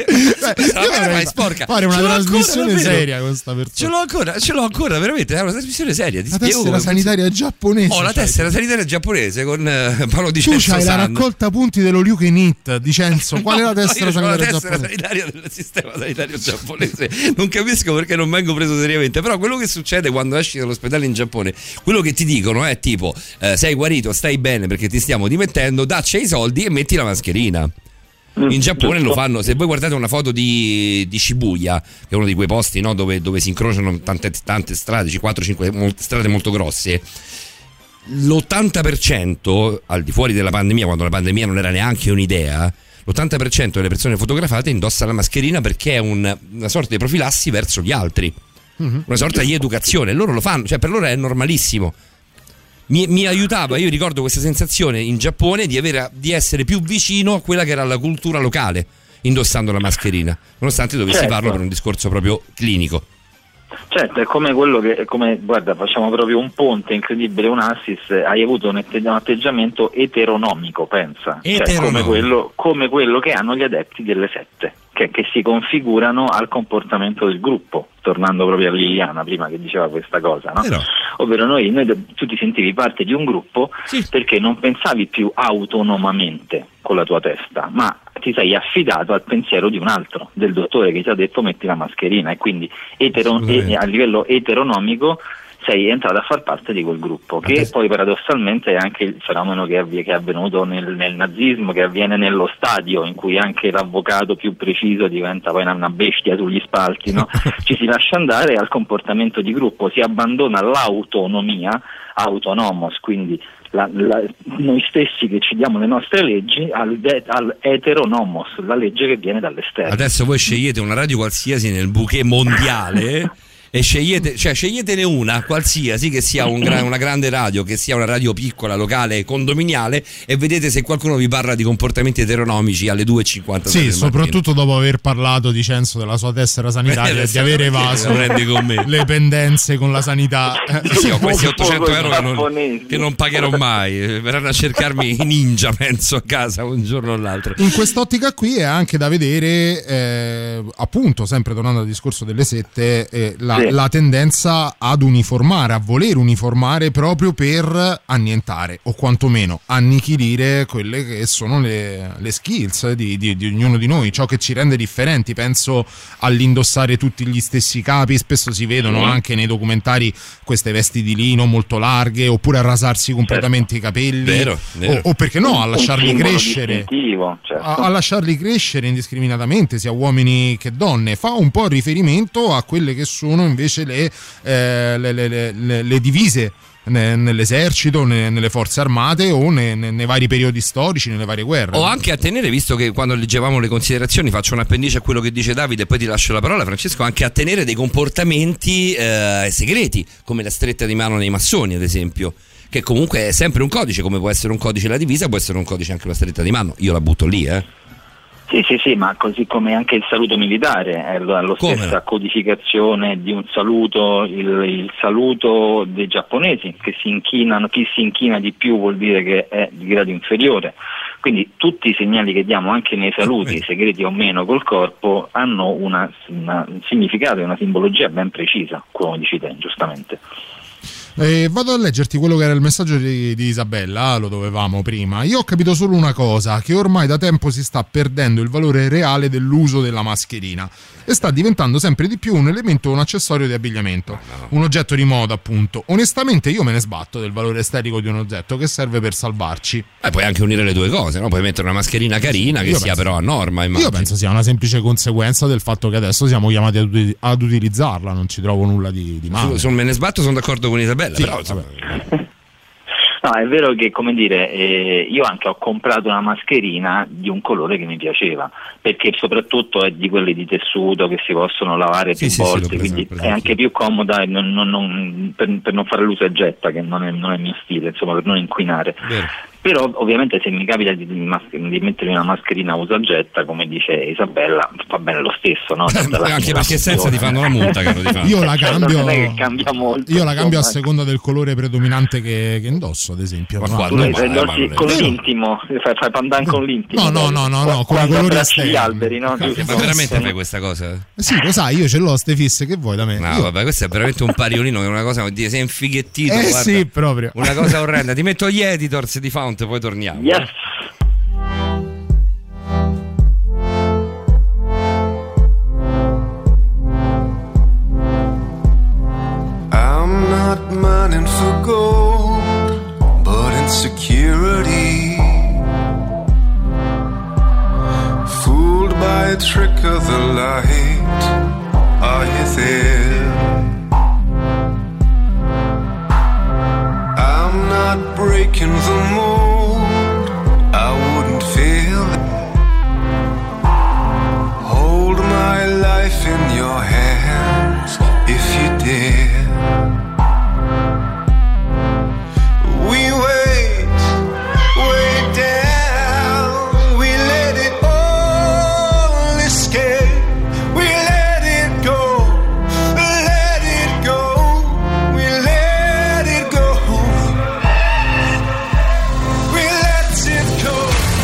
vorrei sporca. Fare una trasmissione seria con sta persona. Ce l'ho ancora veramente. È una trasmissione seria. La tessera sanitaria giapponese. Ho la tessera sanitaria giapponese con Paolo Di tu Censo. C'hai la raccolta punti dello Lukenit di Censo. Qual è la tessera sanitaria giapponese? Sanitaria del sistema sanitario giapponese. Non capisco perché non vengo preso seriamente. Però quello che succede quando esci dall'ospedale in Giappone, quello che ti dicono è tipo sei guarito, stai bene perché ti stiamo dimettendo, dacci i soldi e metti la mascherina. In Giappone lo fanno. Se voi guardate una foto di Shibuya, che è uno di quei posti, no, dove si incrociano tante strade, 4-5 strade molto grosse, l'80% al di fuori della pandemia, quando la pandemia non era neanche un'idea, l'80% delle persone fotografate indossa la mascherina perché è una sorta di profilassi verso gli altri, una sorta di educazione. Loro lo fanno, cioè per loro è normalissimo. Mi aiutava, io ricordo questa sensazione in Giappone di essere più vicino a quella che era la cultura locale indossando la mascherina, nonostante dovessi farlo per un discorso proprio clinico. Certo, è come quello che, guarda, facciamo proprio un ponte incredibile, un assist, hai avuto un atteggiamento eteronomico, pensa, eteronomico. Cioè, come quello che hanno gli adepti delle sette, che si configurano al comportamento del gruppo, tornando proprio a Liliana prima che diceva questa cosa, no? Ovvero tu ti sentivi parte di un gruppo perché non pensavi più autonomamente con la tua testa, ma ti sei affidato al pensiero di un altro, del dottore che ti ha detto metti la mascherina, e quindi a livello eteronomico sei entrato a far parte di quel gruppo, che poi paradossalmente è anche il fenomeno che è avvenuto nel nazismo, che avviene nello stadio, in cui anche l'avvocato più preciso diventa poi una bestia sugli spalti, no? Ci si lascia andare al comportamento di gruppo, si abbandona l'autonomia, autonomos, quindi noi stessi che ci diamo le nostre leggi, al eteronomos, la legge che viene dall'esterno. Adesso voi scegliete una radio qualsiasi nel bouquet mondiale e sceglietene una qualsiasi, che sia una grande radio, che sia una radio piccola, locale, condominiale, e vedete se qualcuno vi parla di comportamenti eteronomici alle 2:50. Sì, soprattutto dopo aver parlato di Censo della sua tessera sanitaria e di aver evaso le pendenze con la sanità. Sì, ho questi 800 euro che non pagherò mai, verranno a cercarmi i ninja, penso, a casa un giorno o l'altro. In quest'ottica qui è anche da vedere, appunto, sempre tornando al discorso delle sette, la tendenza ad uniformare, a voler uniformare proprio per annientare o quantomeno annichilire quelle che sono le skills di ognuno di noi, ciò che ci rende differenti. Penso all'indossare tutti gli stessi capi, spesso si vedono anche nei documentari queste vesti di lino molto larghe, oppure a rasarsi completamente i capelli, vero. O perché no, a lasciarli crescere, certo. a lasciarli crescere indiscriminatamente, sia uomini che donne. Fa un po' riferimento a quelle che sono invece le divise nell'esercito, nelle forze armate o nei vari periodi storici, nelle varie guerre. O anche a tenere, visto che quando leggevamo le considerazioni, faccio un appendice a quello che dice Davide e poi ti lascio la parola, Francesco, anche a tenere dei comportamenti segreti, come la stretta di mano dei massoni, ad esempio, che comunque è sempre un codice, come può essere un codice la divisa, può essere un codice anche la stretta di mano. Io la butto lì, Sì, ma così come anche il saluto militare è la stessa codificazione di un saluto, il saluto dei giapponesi che si inchinano, chi si inchina di più vuol dire che è di grado inferiore, quindi tutti i segnali che diamo anche nei saluti, segreti o meno col corpo, hanno un significato e una simbologia ben precisa, come dici te, giustamente. Vado a leggerti quello che era il messaggio di Isabella, lo dovevamo prima. Io ho capito solo una cosa, che ormai da tempo si sta perdendo il valore reale dell'uso della mascherina e sta diventando sempre di più un elemento, un accessorio di abbigliamento, un oggetto di moda, appunto. Onestamente io me ne sbatto del valore estetico di un oggetto che serve per salvarci. Puoi anche unire le due cose, no? Puoi mettere una mascherina carina che sia però a norma, immagino. Io penso sia una semplice conseguenza del fatto che adesso siamo chiamati ad utilizzarla, non ci trovo nulla di male. Sul me ne sbatto sono d'accordo con Isabella. Sì, però, no, è vero che, come dire, io anche ho comprato una mascherina di un colore che mi piaceva, perché soprattutto è di quelle di tessuto che si possono lavare più volte, quindi è anche più comoda e per non fare l'usa e getta, che non è il mio stile, insomma, per non inquinare. Vero. Però ovviamente se mi capita di mettermi una mascherina usa-getta, come dice Isabella, fa bene lo stesso, no? Anche perché senza ti fanno la multa, caro, ti fanno. Io la cambio, non è che cambia molto, io la cambio a seconda del colore predominante che indosso, ad esempio. Tu con l'intimo, fai pandan con l'intimo. No, con i colori esterni. Gli alberi, no? Ma veramente fai questa cosa? Sì, lo sai, io ce l'ho ste fisse, che vuoi da me? No, vabbè, questo è veramente un pariolino, che è una cosa, vuol dire, sei infighettito, guarda, sì, proprio. Una cosa orrenda. Ti metto gli editors di Fount, poi torniamo. Yes. I'm not mining for gold, but insecurity. Fooled by a trick of the light, are you there? I'm not breaking the mold, I wouldn't feel it. Hold my life in your hands if you dare. We wait down, we let it all escape. We let it go, let it go, we let it go. We let it go.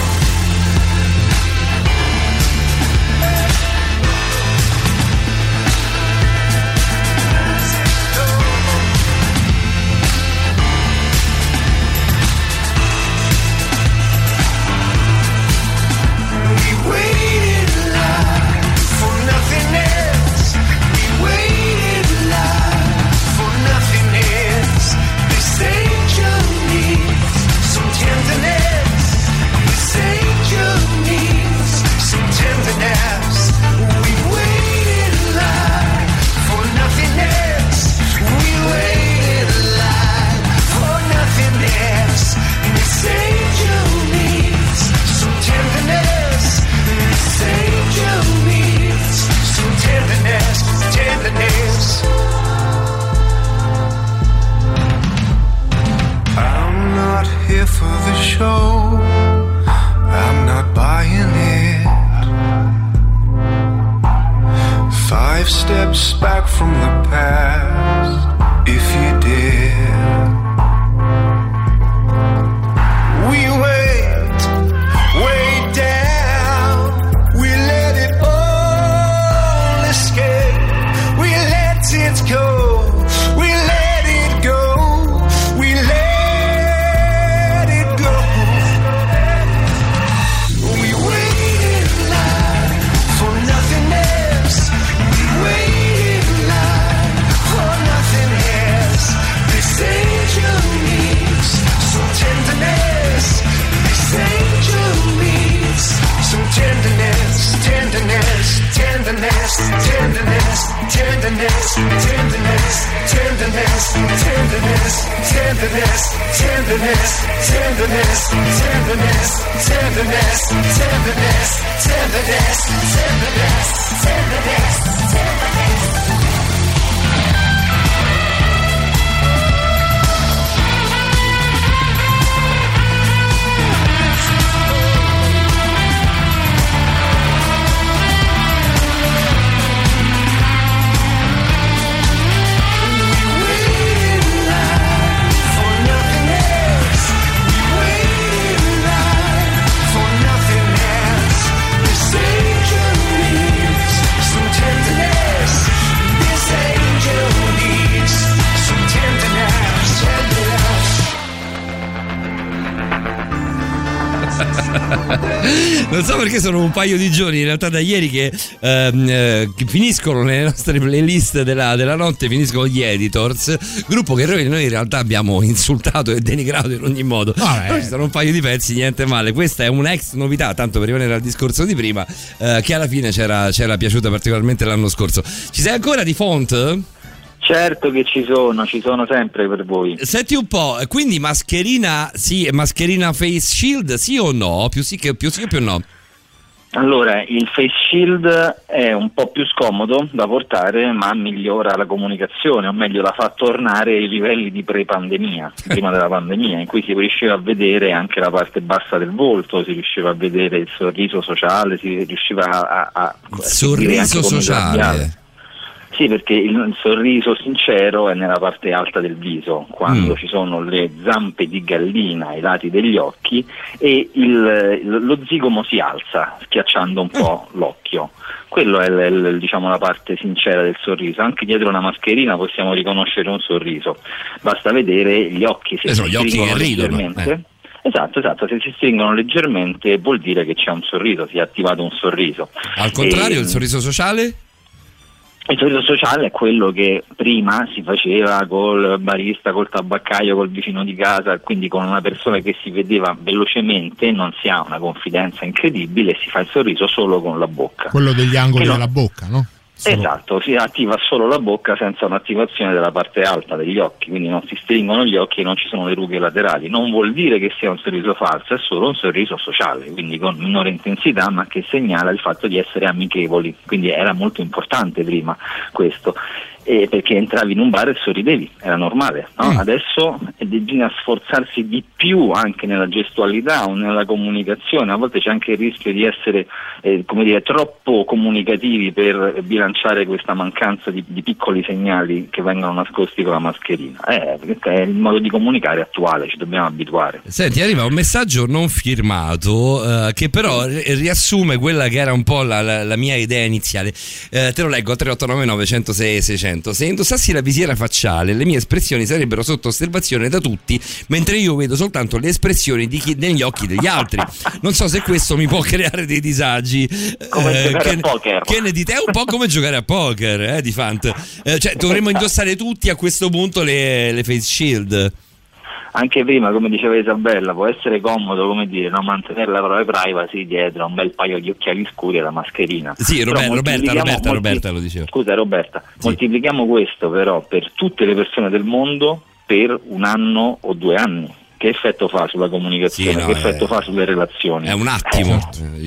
We waited live for nothing else. We waited live for nothing else. This angel needs some tenderness. This angel needs some tenderness. We waited live for nothing else. We waited live for nothing else. This angel needs some tenderness. This angel needs some tenderness, tenderness. I'm not here for the show, I'm not buying it. 5 steps back from the past, if you dare. We way down, we let it all escape. We let it go, we let it go, we let it go. We waited live for nothing else. We waited live for nothing else. This angel needs some tenderness. This angel needs some tenderness, tenderness, tenderness, tenderness, tenderness, tenderness, tenderness, tenderness, tenderness, tenderness, tenderness, tenderness, tenderness, tenderness, tenderness, tenderness, tenderness, tenderness. Non so perché sono un paio di giorni, in realtà da ieri, che finiscono nelle nostre playlist della notte, finiscono gli Editors, gruppo che noi in realtà abbiamo insultato e denigrato in ogni modo. Però ci sono un paio di pezzi, niente male. Questa è un'ex novità, tanto per rimanere al discorso di prima, che alla fine c'era piaciuta particolarmente l'anno scorso. Ci sei ancora di Font? Certo che ci sono sempre per voi. Senti un po', quindi mascherina sì, mascherina face shield sì o no? Più sì o più no? Allora, il face shield è un po' più scomodo da portare, ma migliora la comunicazione, o meglio la fa tornare ai livelli di pre-pandemia, prima della pandemia, in cui si riusciva a vedere anche la parte bassa del volto, si riusciva a vedere il sorriso sociale, si riusciva a sorriso sociale. Sì, perché il sorriso sincero è nella parte alta del viso, quando ci sono le zampe di gallina ai lati degli occhi e lo zigomo si alza, schiacciando un po' l'occhio. Quello è diciamo la parte sincera del sorriso. Anche dietro una mascherina possiamo riconoscere un sorriso, basta vedere gli occhi, se si gli occhi che ridono. leggermente. Esatto, se si stringono leggermente vuol dire che c'è un sorriso, si è attivato un sorriso. Al contrario, il sorriso sociale? Il sorriso sociale è quello che prima si faceva col barista, col tabaccaio, col vicino di casa, quindi con una persona che si vedeva velocemente, non si ha una confidenza incredibile e si fa il sorriso solo con la bocca. Quello degli angoli della bocca, no? Esatto, si attiva solo la bocca senza un'attivazione della parte alta degli occhi, quindi non si stringono gli occhi e non ci sono le rughe laterali. Non vuol dire che sia un sorriso falso, è solo un sorriso sociale, quindi con minore intensità, ma che segnala il fatto di essere amichevoli, quindi era molto importante prima questo. Perché entravi in un bar e sorridevi, era normale, no? Adesso bisogna sforzarsi di più anche nella gestualità o nella comunicazione, a volte c'è anche il rischio di essere troppo comunicativi per bilanciare questa mancanza di piccoli segnali che vengono nascosti con la mascherina. Perché è il modo di comunicare attuale, ci dobbiamo abituare. Senti, arriva un messaggio non firmato che però riassume quella che era un po' la mia idea iniziale. Te lo leggo: 3899 106 600. Se indossassi la visiera facciale, le mie espressioni sarebbero sotto osservazione da tutti, mentre io vedo soltanto le espressioni negli occhi degli altri. Non so se questo mi può creare dei disagi. Come giocare a poker. Che ne dite? È un po' come giocare a poker, di Fant. Cioè, dovremmo indossare tutti a questo punto le face shield. Anche prima, come diceva Isabella, può essere comodo, mantenere la propria privacy dietro a un bel paio di occhiali scuri e la mascherina. Sì, Roberta lo diceva. Scusa Roberta, sì. Moltiplichiamo questo però per tutte le persone del mondo per 1 anno o 2 anni. Che effetto fa sulla comunicazione? Che effetto fa sulle relazioni? È un attimo.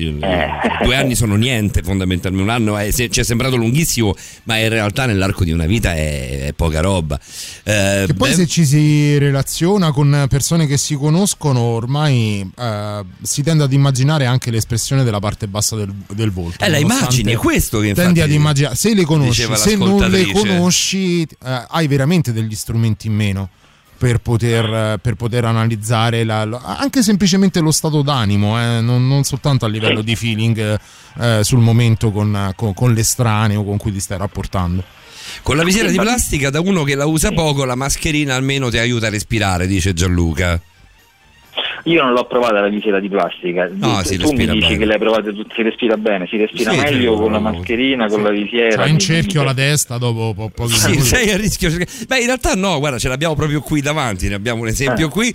2 anni sono niente fondamentalmente. 1 anno ci è sembrato lunghissimo, ma in realtà nell'arco di una vita è poca roba. Che poi se ci si relaziona con persone che si conoscono ormai si tende ad immaginare anche l'espressione della parte bassa del volto. La immagini, è questo che tendi ad immaginare. Se le conosci, se non le conosci hai veramente degli strumenti in meno per poter analizzare anche semplicemente lo stato d'animo, non soltanto a livello di feeling sul momento con l'estraneo con cui ti stai rapportando. Con la visiera di plastica, da uno che la usa poco, la mascherina almeno ti aiuta a respirare, dice Gianluca. Io non l'ho provata la visiera di plastica. No, tu mi dici che l'hai provata, si respira bene, si respira meglio con la mascherina, con la visiera. C'hai in cerchio la testa dopo pochi minuti. Sei a rischio. Beh, in realtà no, guarda, ce l'abbiamo proprio qui davanti, ne abbiamo un esempio qui.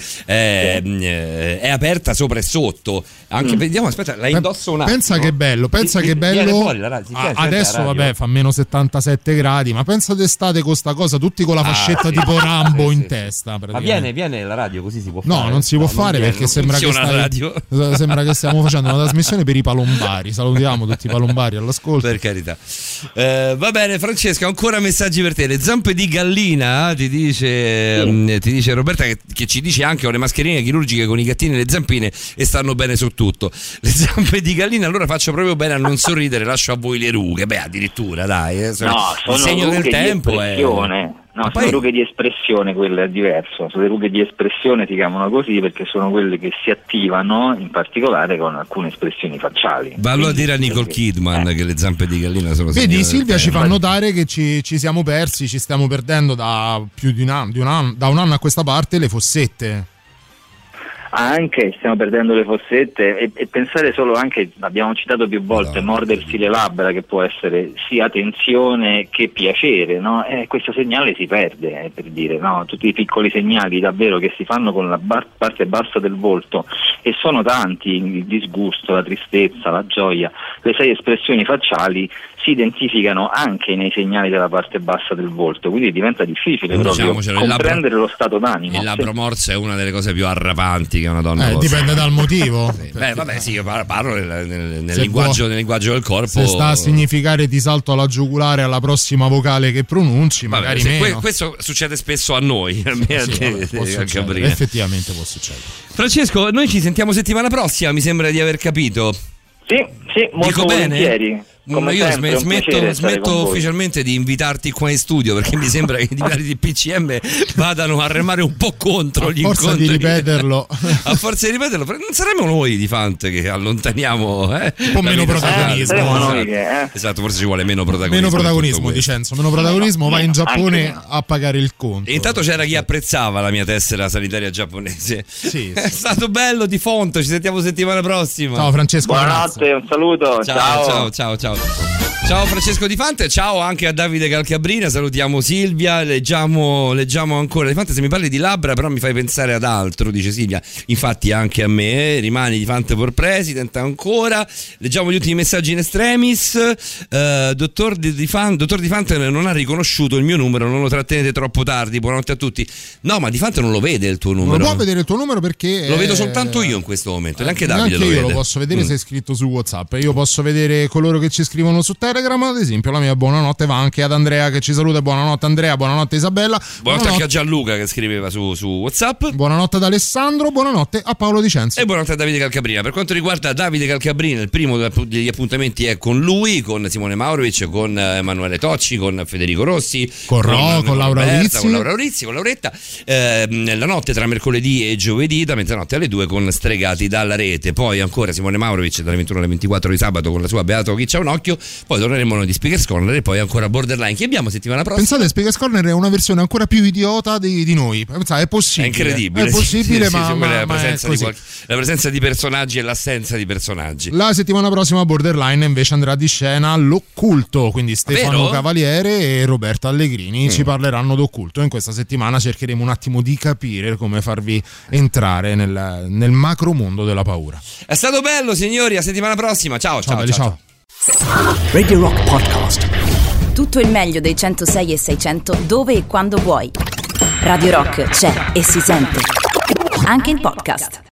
È aperta sopra e sotto. Anche vediamo, aspetta, la indosso un attimo. Pensa che bello, adesso vabbè, fa meno 77 gradi, ma pensa d'estate con sta cosa, tutti con la fascetta tipo Rambo in testa. Ma viene la radio, così si può fare. No, non si può fare perché sembra che stiamo facendo una trasmissione per i palombari. Salutiamo tutti i palombari all'ascolto. Per carità. Va bene, Francesca, ancora messaggi per te. Le zampe di gallina, ti dice Roberta, che ci dice anche ho le mascherine chirurgiche con i gattini e le zampine e stanno bene su tutto. Le zampe di gallina, allora faccio proprio bene a non sorridere, lascio a voi le rughe. Beh, addirittura, dai. Sono il segno del tempo. No, sono rughe di espressione, quello è diverso. Le rughe di espressione si chiamano così perché sono quelle che si attivano in particolare con alcune espressioni facciali. Vallo a dire a Nicole Kidman che le zampe di gallina sono. Vedi, Silvia ci fa notare che ci siamo persi, ci stiamo perdendo da più di un anno a questa parte le fossette. anche stiamo perdendo le fossette e pensare solo anche, abbiamo citato più volte, mordersi le labbra, che può essere sia tensione che piacere, no? Questo segnale si perde, per dire, no? Tutti i piccoli segnali davvero che si fanno con la parte bassa del volto, e sono tanti: il disgusto, la tristezza, la gioia, le 6 espressioni facciali si identificano anche nei segnali della parte bassa del volto, quindi diventa difficile proprio comprendere lo stato d'animo. Il labbro morso è una delle cose più arrapanti che una donna possa. Dipende dal motivo. Beh, vabbè, sì, io parlo nel linguaggio del corpo. Se sta a significare ti salto alla giugulare alla prossima vocale che pronunci, magari meno. Questo succede spesso a noi, a me anche a Brina. Effettivamente può succedere. Francesco, noi ci sentiamo settimana prossima, mi sembra di aver capito. Sì, molto volentieri. Come io sempre, smetto ufficialmente di invitarti qua in studio, perché mi sembra che i diari di PCM vadano a remare un po' contro gli incontri. A forza di ripeterlo. A forza di ripeterlo, non saremo noi di Fante che allontaniamo un po' meno protagonismo. Esatto, forse ci vuole meno protagonismo. Meno protagonismo, Dicenzo, meno protagonismo, vai in Giappone a pagare il conto. E intanto c'era chi apprezzava la mia tessera sanitaria giapponese. Sì. È stato bello, di Fonto, ci sentiamo settimana prossima. Ciao Francesco. Buonanotte, un saluto. Ciao. Ciao Francesco Di Fante, ciao anche a Davide Calcabrina, salutiamo Silvia, leggiamo ancora. Di Fante, se mi parli di labbra però mi fai pensare ad altro, dice Silvia, infatti anche a me, rimani Di Fante for President ancora. Leggiamo gli ultimi messaggi in extremis. Dottor Di Fante non ha riconosciuto il mio numero, non lo trattenete troppo tardi, buonanotte a tutti. No, ma Di Fante non lo vede il tuo numero. Non può vedere il tuo numero perché lo vedo soltanto io in questo momento, neanche Davide lo vede. Io lo posso vedere se è scritto su WhatsApp, io posso vedere coloro che ci scrivono su Telegram. Ad esempio la mia buonanotte va anche ad Andrea che ci saluta. Buonanotte Andrea, buonanotte Isabella, buonanotte anche a Gianluca che scriveva su WhatsApp. Buonanotte ad Alessandro, buonanotte a Paolo Dicenzo e buonanotte a Davide Calcabrina. Per quanto riguarda Davide Calcabrina, il primo degli appuntamenti è con lui, con Simone Maurovic, con Emanuele Tocci, con Federico Rossi, con Laura Urizzi, con Lauretta, la notte tra mercoledì e giovedì da mezzanotte alle 2 con Stregati dalla rete. Poi ancora Simone Maurovic dalle 21 alle 24 di sabato con la sua Beato chi c'ha un occhio. Poi torneremo di Speakers Corner e poi ancora Borderline. Chi abbiamo settimana prossima? Pensate, Speakers Corner è una versione ancora più idiota di noi. Pensate, è possibile. È incredibile. È possibile, sì, ma la presenza di personaggi e l'assenza di personaggi. La settimana prossima Borderline invece andrà di scena l'occulto, quindi Stefano Cavaliere e Roberta Allegrini ci parleranno d'occulto. In questa settimana cercheremo un attimo di capire come farvi entrare nel macro mondo della paura. È stato bello, signori, a settimana prossima. Ciao. Radio Rock Podcast. Tutto il meglio dei 106 e 600 dove e quando vuoi. Radio Rock c'è e si sente anche in podcast.